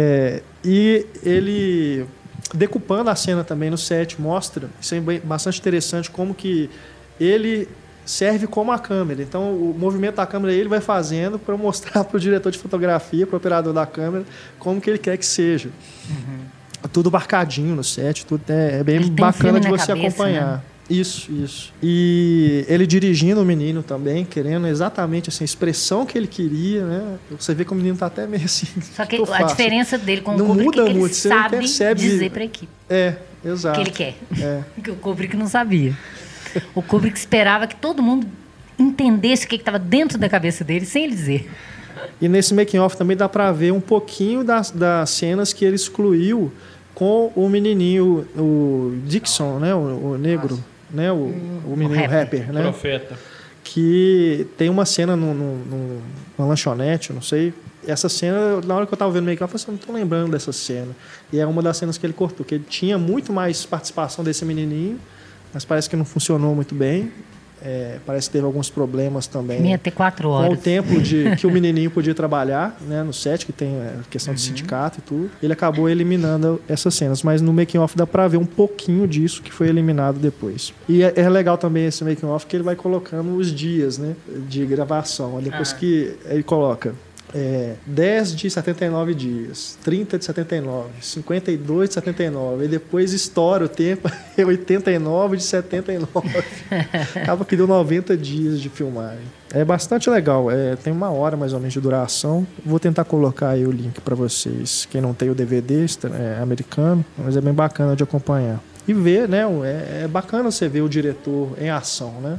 e ele, decupando a cena também no set, mostra, isso é bastante interessante, como que ele serve como a câmera. Então, o movimento da câmera ele vai fazendo para mostrar para o diretor de fotografia, para o operador da câmera, como que ele quer que seja. Tudo marcadinho no set, tudo é bem bacana de você acompanhar. Né? Isso. E ele dirigindo o menino também, querendo exatamente assim, a expressão que ele queria, né? Você vê que o menino tá até meio assim. Só que a diferença dele com o Kubrick é que ele sabe dizer para a equipe. Exato. O que ele quer. Que o Kubrick não sabia. O Kubrick esperava que todo mundo entendesse o que estava dentro da cabeça dele, sem ele dizer. E nesse making-off também dá para ver um pouquinho das cenas que ele excluiu com o menininho, o Dixon, né? O negro, né? O menino rapper, né? Profeta. Que tem uma cena numa lanchonete, não sei. Essa cena, na hora que eu estava vendo o make-off, eu falei assim, não estou lembrando dessa cena. E é uma das cenas que ele cortou, que ele tinha muito mais participação desse menininho, mas parece que não funcionou muito bem. Parece que teve alguns problemas também. Ia ter 4 horas. Com o tempo que o menininho podia trabalhar, né, no set, que tem a questão de sindicato e tudo. Ele acabou eliminando essas cenas, mas no making-off dá pra ver um pouquinho disso que foi eliminado depois. E é legal também esse making-off que ele vai colocando os dias, né, de gravação. Depois que ele coloca 10 de 79 dias, 30 de 79, 52 de 79, e depois estoura o tempo, 89 de 79. Acaba que deu 90 dias de filmagem. É bastante legal, tem 1 hora mais ou menos de duração. Vou tentar colocar aí o link para vocês. Quem não tem o DVD, é americano, mas é bem bacana de acompanhar. E ver, né? É bacana você ver o diretor em ação, né?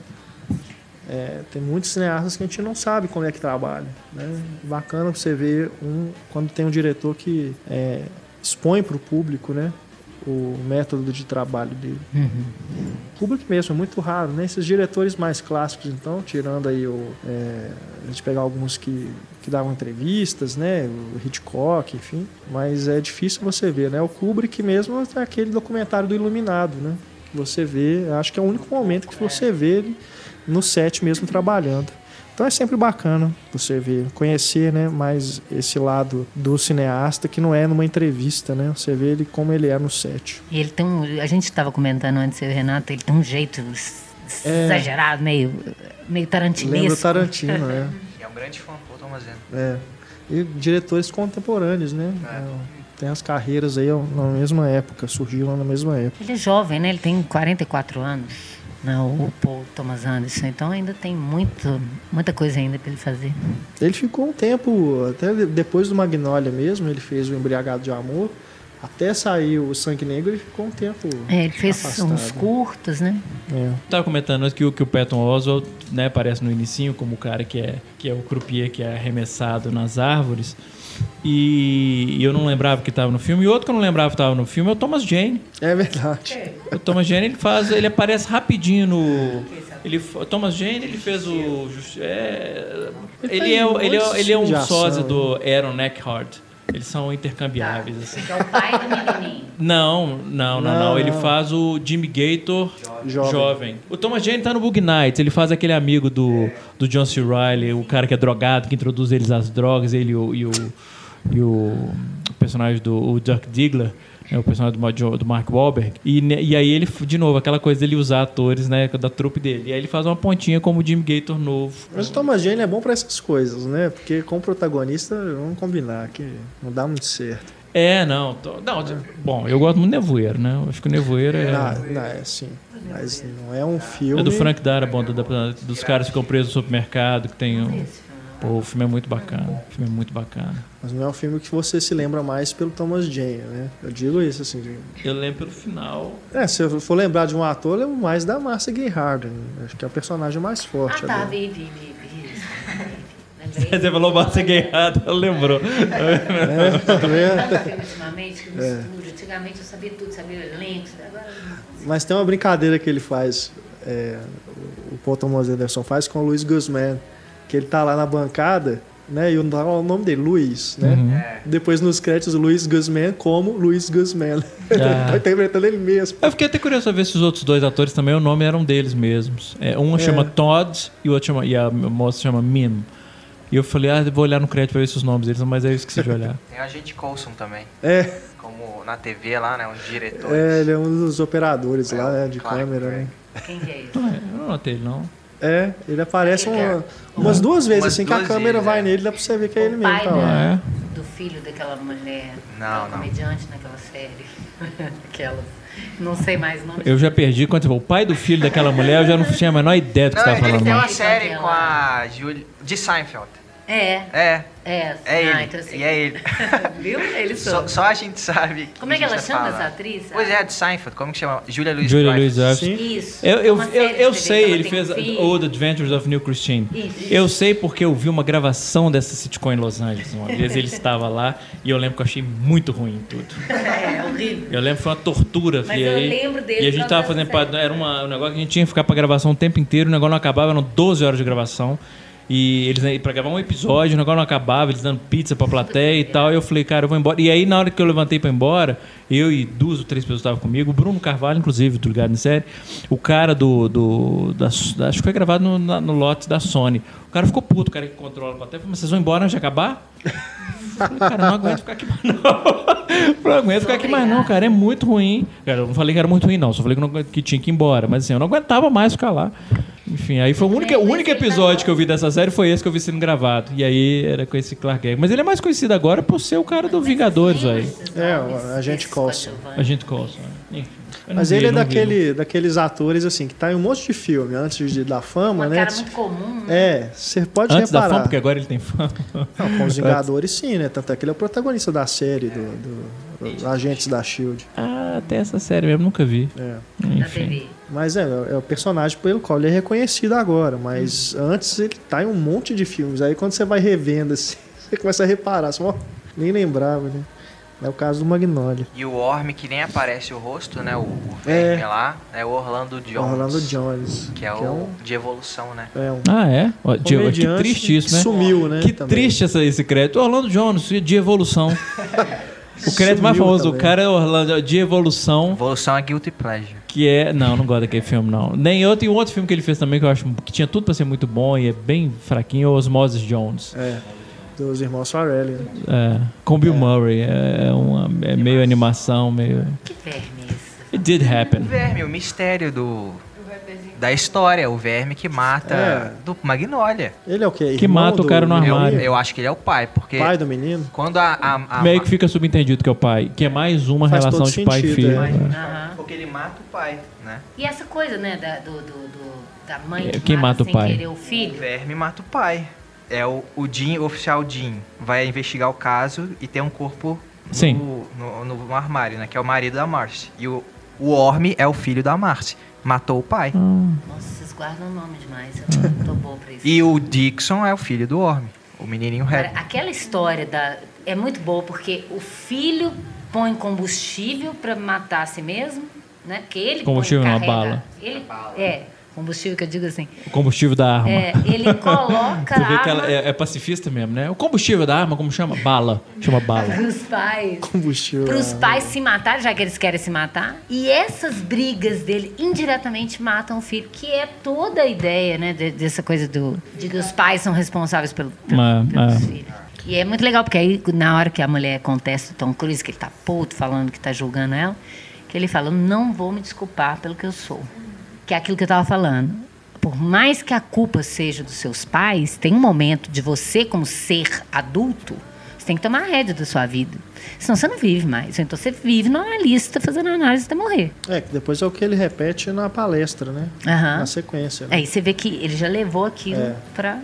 Tem muitos cineastas que a gente não sabe como é que trabalha, né? Bacana você ver quando tem um diretor que expõe para o público, né, o método de trabalho dele. O público mesmo, é muito raro, né? Esses diretores mais clássicos, então, tirando aí a gente pegar alguns que davam entrevistas, né, o Hitchcock, enfim, mas é difícil você ver, né? O Kubrick mesmo é aquele documentário do Iluminado, né? Que você vê, acho que é o único momento que você vê ele no set mesmo trabalhando. Então é sempre bacana você ver, conhecer, né, mais esse lado do cineasta que não é numa entrevista, né? Você vê ele como ele é no set. E ele tem a gente estava comentando antes, eu e o Renato, ele tem um jeito exagerado, meio tarantinesco. Lembra o Tarantino, né? É um grande fã, Paul Thomas Anderson. E diretores contemporâneos, né? Tem as carreiras aí na mesma época, surgiram na mesma época. Ele é jovem, né? Ele tem 44 anos. Não, o Paul Thomas Anderson, então ainda tem muita coisa ainda para ele fazer. Ele ficou um tempo, até depois do Magnolia mesmo, ele fez o Embriagado de Amor, até sair o Sangue Negro, ele ficou um tempo ele fez afastado. uns curtas, né? Estava comentando que o Patton Oswalt, né, aparece no inicinho como o cara que é o croupier que é arremessado nas árvores. E eu não lembrava que estava no filme. E outro que eu não lembrava que estava no filme é o Thomas Jane. É verdade. O Thomas Jane, ele aparece rapidinho no... O Thomas Jane, ele fez o... Ele é um sósia do Aaron Eckhart. Eles são intercambiáveis. Assim. É o pai do menininho. Não. Ele faz o Jimmy Gator jovem. O Thomas Jane tá no Boogie Nights. Ele faz aquele amigo do John C. Reilly, o cara que é drogado, que introduz eles às drogas. Ele e o personagem do Dirk Diggler, né, o personagem do Mark Wahlberg. E aí ele, de novo, aquela coisa dele usar atores, né, da trupe dele. E aí ele faz uma pontinha como o Jimmy Gator novo. Mas o Thomas Jane é bom pra essas coisas, né? Porque como protagonista, vamos combinar que não dá muito certo. Bom, eu gosto muito do Nevoeiro, né? Eu acho que o Nevoeiro sim. Mas não é um filme... É do Frank Darabont, dos caras que ficam presos no supermercado, que tem... Pô, o filme é muito bacana. Mas não é um filme que você se lembra mais pelo Thomas Jane, né? Eu digo isso, assim. Eu lembro pelo final. Se eu for lembrar de um ator, eu lembro mais da Marcia Gay Harden. Acho que é o personagem mais forte. Vi. Você falou Marcia Gay Harden, ela lembrou. Ultimamente, que mistura. Antigamente eu sabia tudo, sabia elenco. Agora... Mas tem uma brincadeira que ele faz, o Paul Thomas Anderson faz com o Louis Guzman, que ele tá lá na bancada, né? E o nome dele, Luiz, né? Uhum. Depois nos créditos, Louis Guzman como Louis Guzman. Ele tá interpretando ele mesmo. Eu fiquei até curioso pra ver se os outros dois atores também, o nome eram deles mesmos. Um chama Todd e a moça chama Mim. E eu falei, vou olhar no crédito pra ver se os nomes deles são, mas aí eu esqueci de olhar. Tem o agente Coulson também. Como na TV lá, né? Um diretor. Ele é um dos operadores lá, né? De câmera, né? Quem que é ele? Eu não notei ele, não. Ele aparece umas duas vezes, assim, que a câmera vai nele, dá pra você ver que é ele mesmo. Pai do filho daquela mulher, comediante naquela série. Aquela. Não sei mais o nome. Eu já perdi quando você falou o pai do filho daquela mulher, eu já não tinha a menor ideia do que você estava falando. Tem uma série com a Julia de Seinfeld. Então assim. E é ele. Viu? Ele só a gente sabe. Como é que ela chama essa atriz? Pois é, de Seinfeld. Como que chama? Julia Louis-Dreyfus. Isso. Eu sei, ele fez The Adventures of Neil Christine. Isso. Eu sei porque eu vi uma gravação dessa sitcom em Los Angeles. Uma vez ele estava lá e eu lembro que eu achei muito ruim tudo. Horrível. Eu lembro que foi uma tortura. Mas eu lembro dele. E a gente tava fazendo... Era um negócio que a gente tinha que ficar pra gravação o tempo inteiro. O negócio não acabava, eram 12 horas de gravação. E eles, pra gravar um episódio, o negócio não acabava, eles dando pizza pra plateia e tal. E eu falei, cara, eu vou embora. E aí, na hora que eu levantei pra ir embora, eu e 2 ou 3 pessoas estavam comigo, o Bruno Carvalho, inclusive, do Ligado em Série, o cara acho que foi gravado no lote da Sony. O cara ficou puto, o cara que controla a plateia. Falei, mas vocês vão embora antes de acabar? Eu falei, cara, não aguento ficar aqui mais não. Não aguento ficar aqui mais não, cara, é muito ruim. Cara, eu não falei que era muito ruim, não, só falei que tinha que ir embora. Mas assim, eu não aguentava mais ficar lá. Enfim, aí foi o único episódio que eu vi dessa série foi esse que eu vi sendo gravado. E aí era com esse Clark Gregg. Mas ele é mais conhecido agora por ser o cara do Vingadores aí. O Agente Coulson. Agente Coulson, enfim. Mas ele é daqueles atores, assim, que tá em um monte de filme antes da fama, uma né? Cara muito comum, né? Você pode antes reparar. Da fama, porque agora ele tem fama. Não, com os Vingadores sim, né? Tanto é que ele é o protagonista da série dos Agentes da S.H.I.E.L.D. Até essa série mesmo, nunca vi. Enfim. Mas é o personagem pelo qual ele é reconhecido agora. Mas antes ele tá em um monte de filmes. Aí quando você vai revendo, assim, você começa a reparar. Você nem lembrava, né? É o caso do Magnolia. E o Orm, que nem aparece o rosto, né? O verme lá, é o Orlando Jones. Orlando Jones. Que é o de evolução, né? Que triste isso, né? Sumiu, né? Que triste esse crédito. Orlando Jones, de evolução. O crédito mais famoso do cara é Orlando, de evolução. Evolução é Guilty Pleasure. Que é... Não gosto daquele filme, não. Nem eu. Tem um outro filme que ele fez também que eu acho que tinha tudo pra ser muito bom e é bem fraquinho, Osmosis Jones. Dos irmãos Farrelly. Né? Com Bill Murray. É meio animação, meio... Que verme é isso? It did happen. O verme, o mistério da história. O verme que mata do Magnolia. Ele é o quê? Que mata o cara no armário. Eu acho que ele é o pai, porque... Pai do menino? Quando meio que fica subentendido que é o pai. Que é mais uma Faz relação de pai e filho. Porque ele mata o pai, né? E essa coisa, né, da mãe quem mata o pai? Querer o filho? O verme mata o pai. É o Dean, o oficial Dean, vai investigar o caso e tem um corpo no armário, né? Que é o marido da Marcy. E o Orm é o filho da Marcy. Matou o pai. Nossa, vocês guardam o nome demais. Eu não tô boa pra isso. E o Dixon é o filho do Orm, o menininho reto. Aquela história é muito boa porque o filho põe combustível pra matar a si mesmo, né? Porque ele combustível na bala. Combustível que eu digo assim. O combustível da arma. Ele coloca Tu vê a que arma... ela é pacifista mesmo, né? O combustível da arma, como chama? Bala. Chama bala. Pros pais. Combustível. Pros pais se matarem, já que eles querem se matar. E essas brigas dele indiretamente matam o filho, que é toda a ideia, né? Dessa coisa de que os pais são responsáveis pelos filhos. E é muito legal, porque aí na hora que a mulher contesta o Tom Cruise, que ele tá puto, falando que tá julgando ela, que ele fala, não vou me desculpar pelo que eu sou. Que é aquilo que eu estava falando. Por mais que a culpa seja dos seus pais, tem um momento de você, como ser adulto, você tem que tomar a rédea da sua vida. Senão você não vive mais. Então você vive no analista fazendo análise até morrer. Que depois é o que ele repete na palestra, né? Na sequência. Aí você vê que ele já levou aquilo para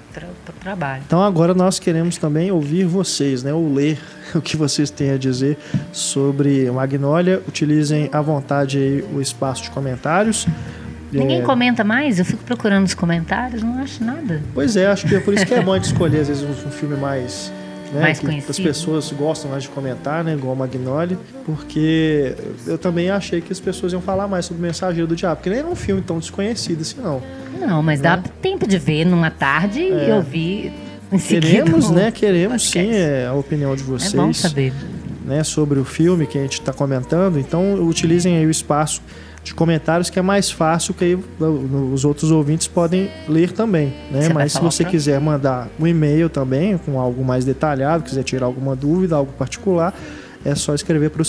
o trabalho. Então agora nós queremos também ouvir vocês, né? Ou ler o que vocês têm a dizer sobre Magnolia. Utilizem à vontade aí o espaço de comentários. Ninguém comenta mais? Eu fico procurando os comentários, não acho nada. Pois é, acho que é por isso que é bom de escolher às vezes um filme mais... Né, mais que conhecido. As pessoas gostam mais de comentar, né, igual Magnolia, porque eu também achei que as pessoas iam falar mais sobre o Mensageiro do Diabo, porque nem é um filme tão desconhecido assim, não. Não, mas dá tempo de ver numa tarde e ouvir em seguida. Queremos sim a opinião de vocês. É bom saber. Né, sobre o filme que a gente está comentando, então utilizem aí o espaço de comentários, que é mais fácil, que aí os outros ouvintes podem ler também, né? Mas se você quiser mandar um e-mail também com algo mais detalhado, quiser tirar alguma dúvida, algo particular, é só escrever para o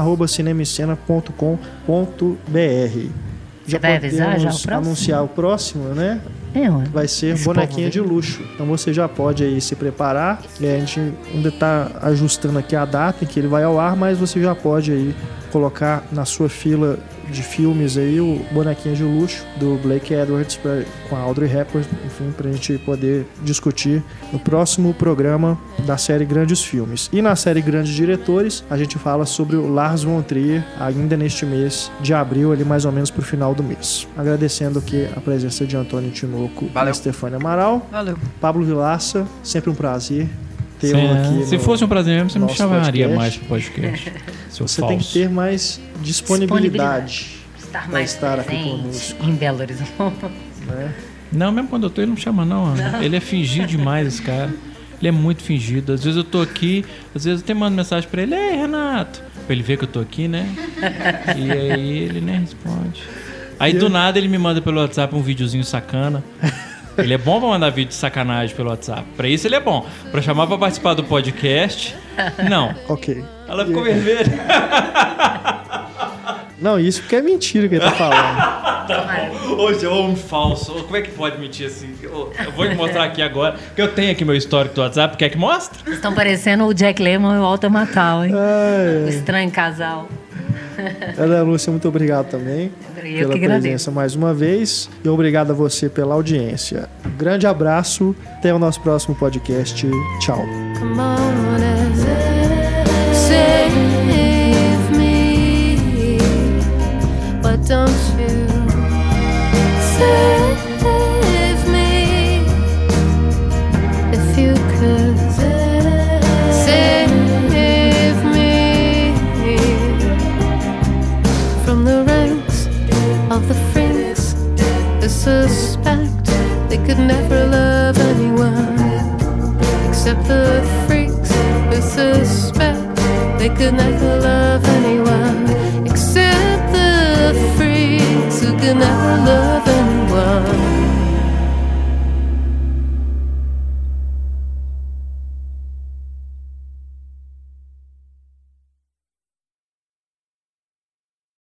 cinema@cinemicena.com.br. Já vai avisar já o próximo? Anunciar o próximo, né? Vai ser Bonequinha de Luxo. Então você já pode aí se preparar. A gente ainda está ajustando aqui a data em que ele vai ao ar, mas você já pode aí colocar na sua fila de filmes aí o Bonequinha de Luxo do Blake Edwards com a Audrey Hepburn, enfim, pra gente poder discutir no próximo programa da série Grandes Filmes. E na série Grandes Diretores, a gente fala sobre o Lars von Trier ainda neste mês de abril, ali mais ou menos pro final do mês. Agradecendo aqui a presença de Antônio Tinoco e Stefânia Amaral. Valeu. Pablo Vilaça, sempre um prazer. Se fosse um prazer mesmo, você me chamaria mais pro podcast. Você tem que ter mais disponibilidade para estar aqui conosco. Em Belo Horizonte. Não, mesmo quando eu tô, ele não chama não. Ele é fingido demais, esse cara. Ele é muito fingido. Às vezes eu tô aqui, às vezes eu até mando mensagem pra ele: ei, Renato, pra ele ver que eu tô aqui, né? E aí ele nem responde. Aí do nada ele me manda pelo WhatsApp um videozinho sacana. Ele é bom pra mandar vídeo de sacanagem pelo WhatsApp. Pra isso ele é bom. Pra chamar pra participar do podcast, não. Ok. Ela ficou vermelha. Não, isso porque é mentira que ele tá falando. Tá bom. Hoje é homem falso. Como é que pode mentir assim? Eu vou te mostrar aqui agora, porque eu tenho aqui meu histórico do WhatsApp. Quer que mostre? Vocês estão parecendo o Jack Lemmon e o Walter Matthau, hein? O estranho casal. Ana Lúcia, muito obrigado também pela presença mais uma vez. E obrigado a você pela audiência. Um grande abraço. Até o nosso próximo podcast. Tchau. Come on and save me. Why don't you save me? If you could save me from the ranks of the freaks who suspect they could never love anyone except the free.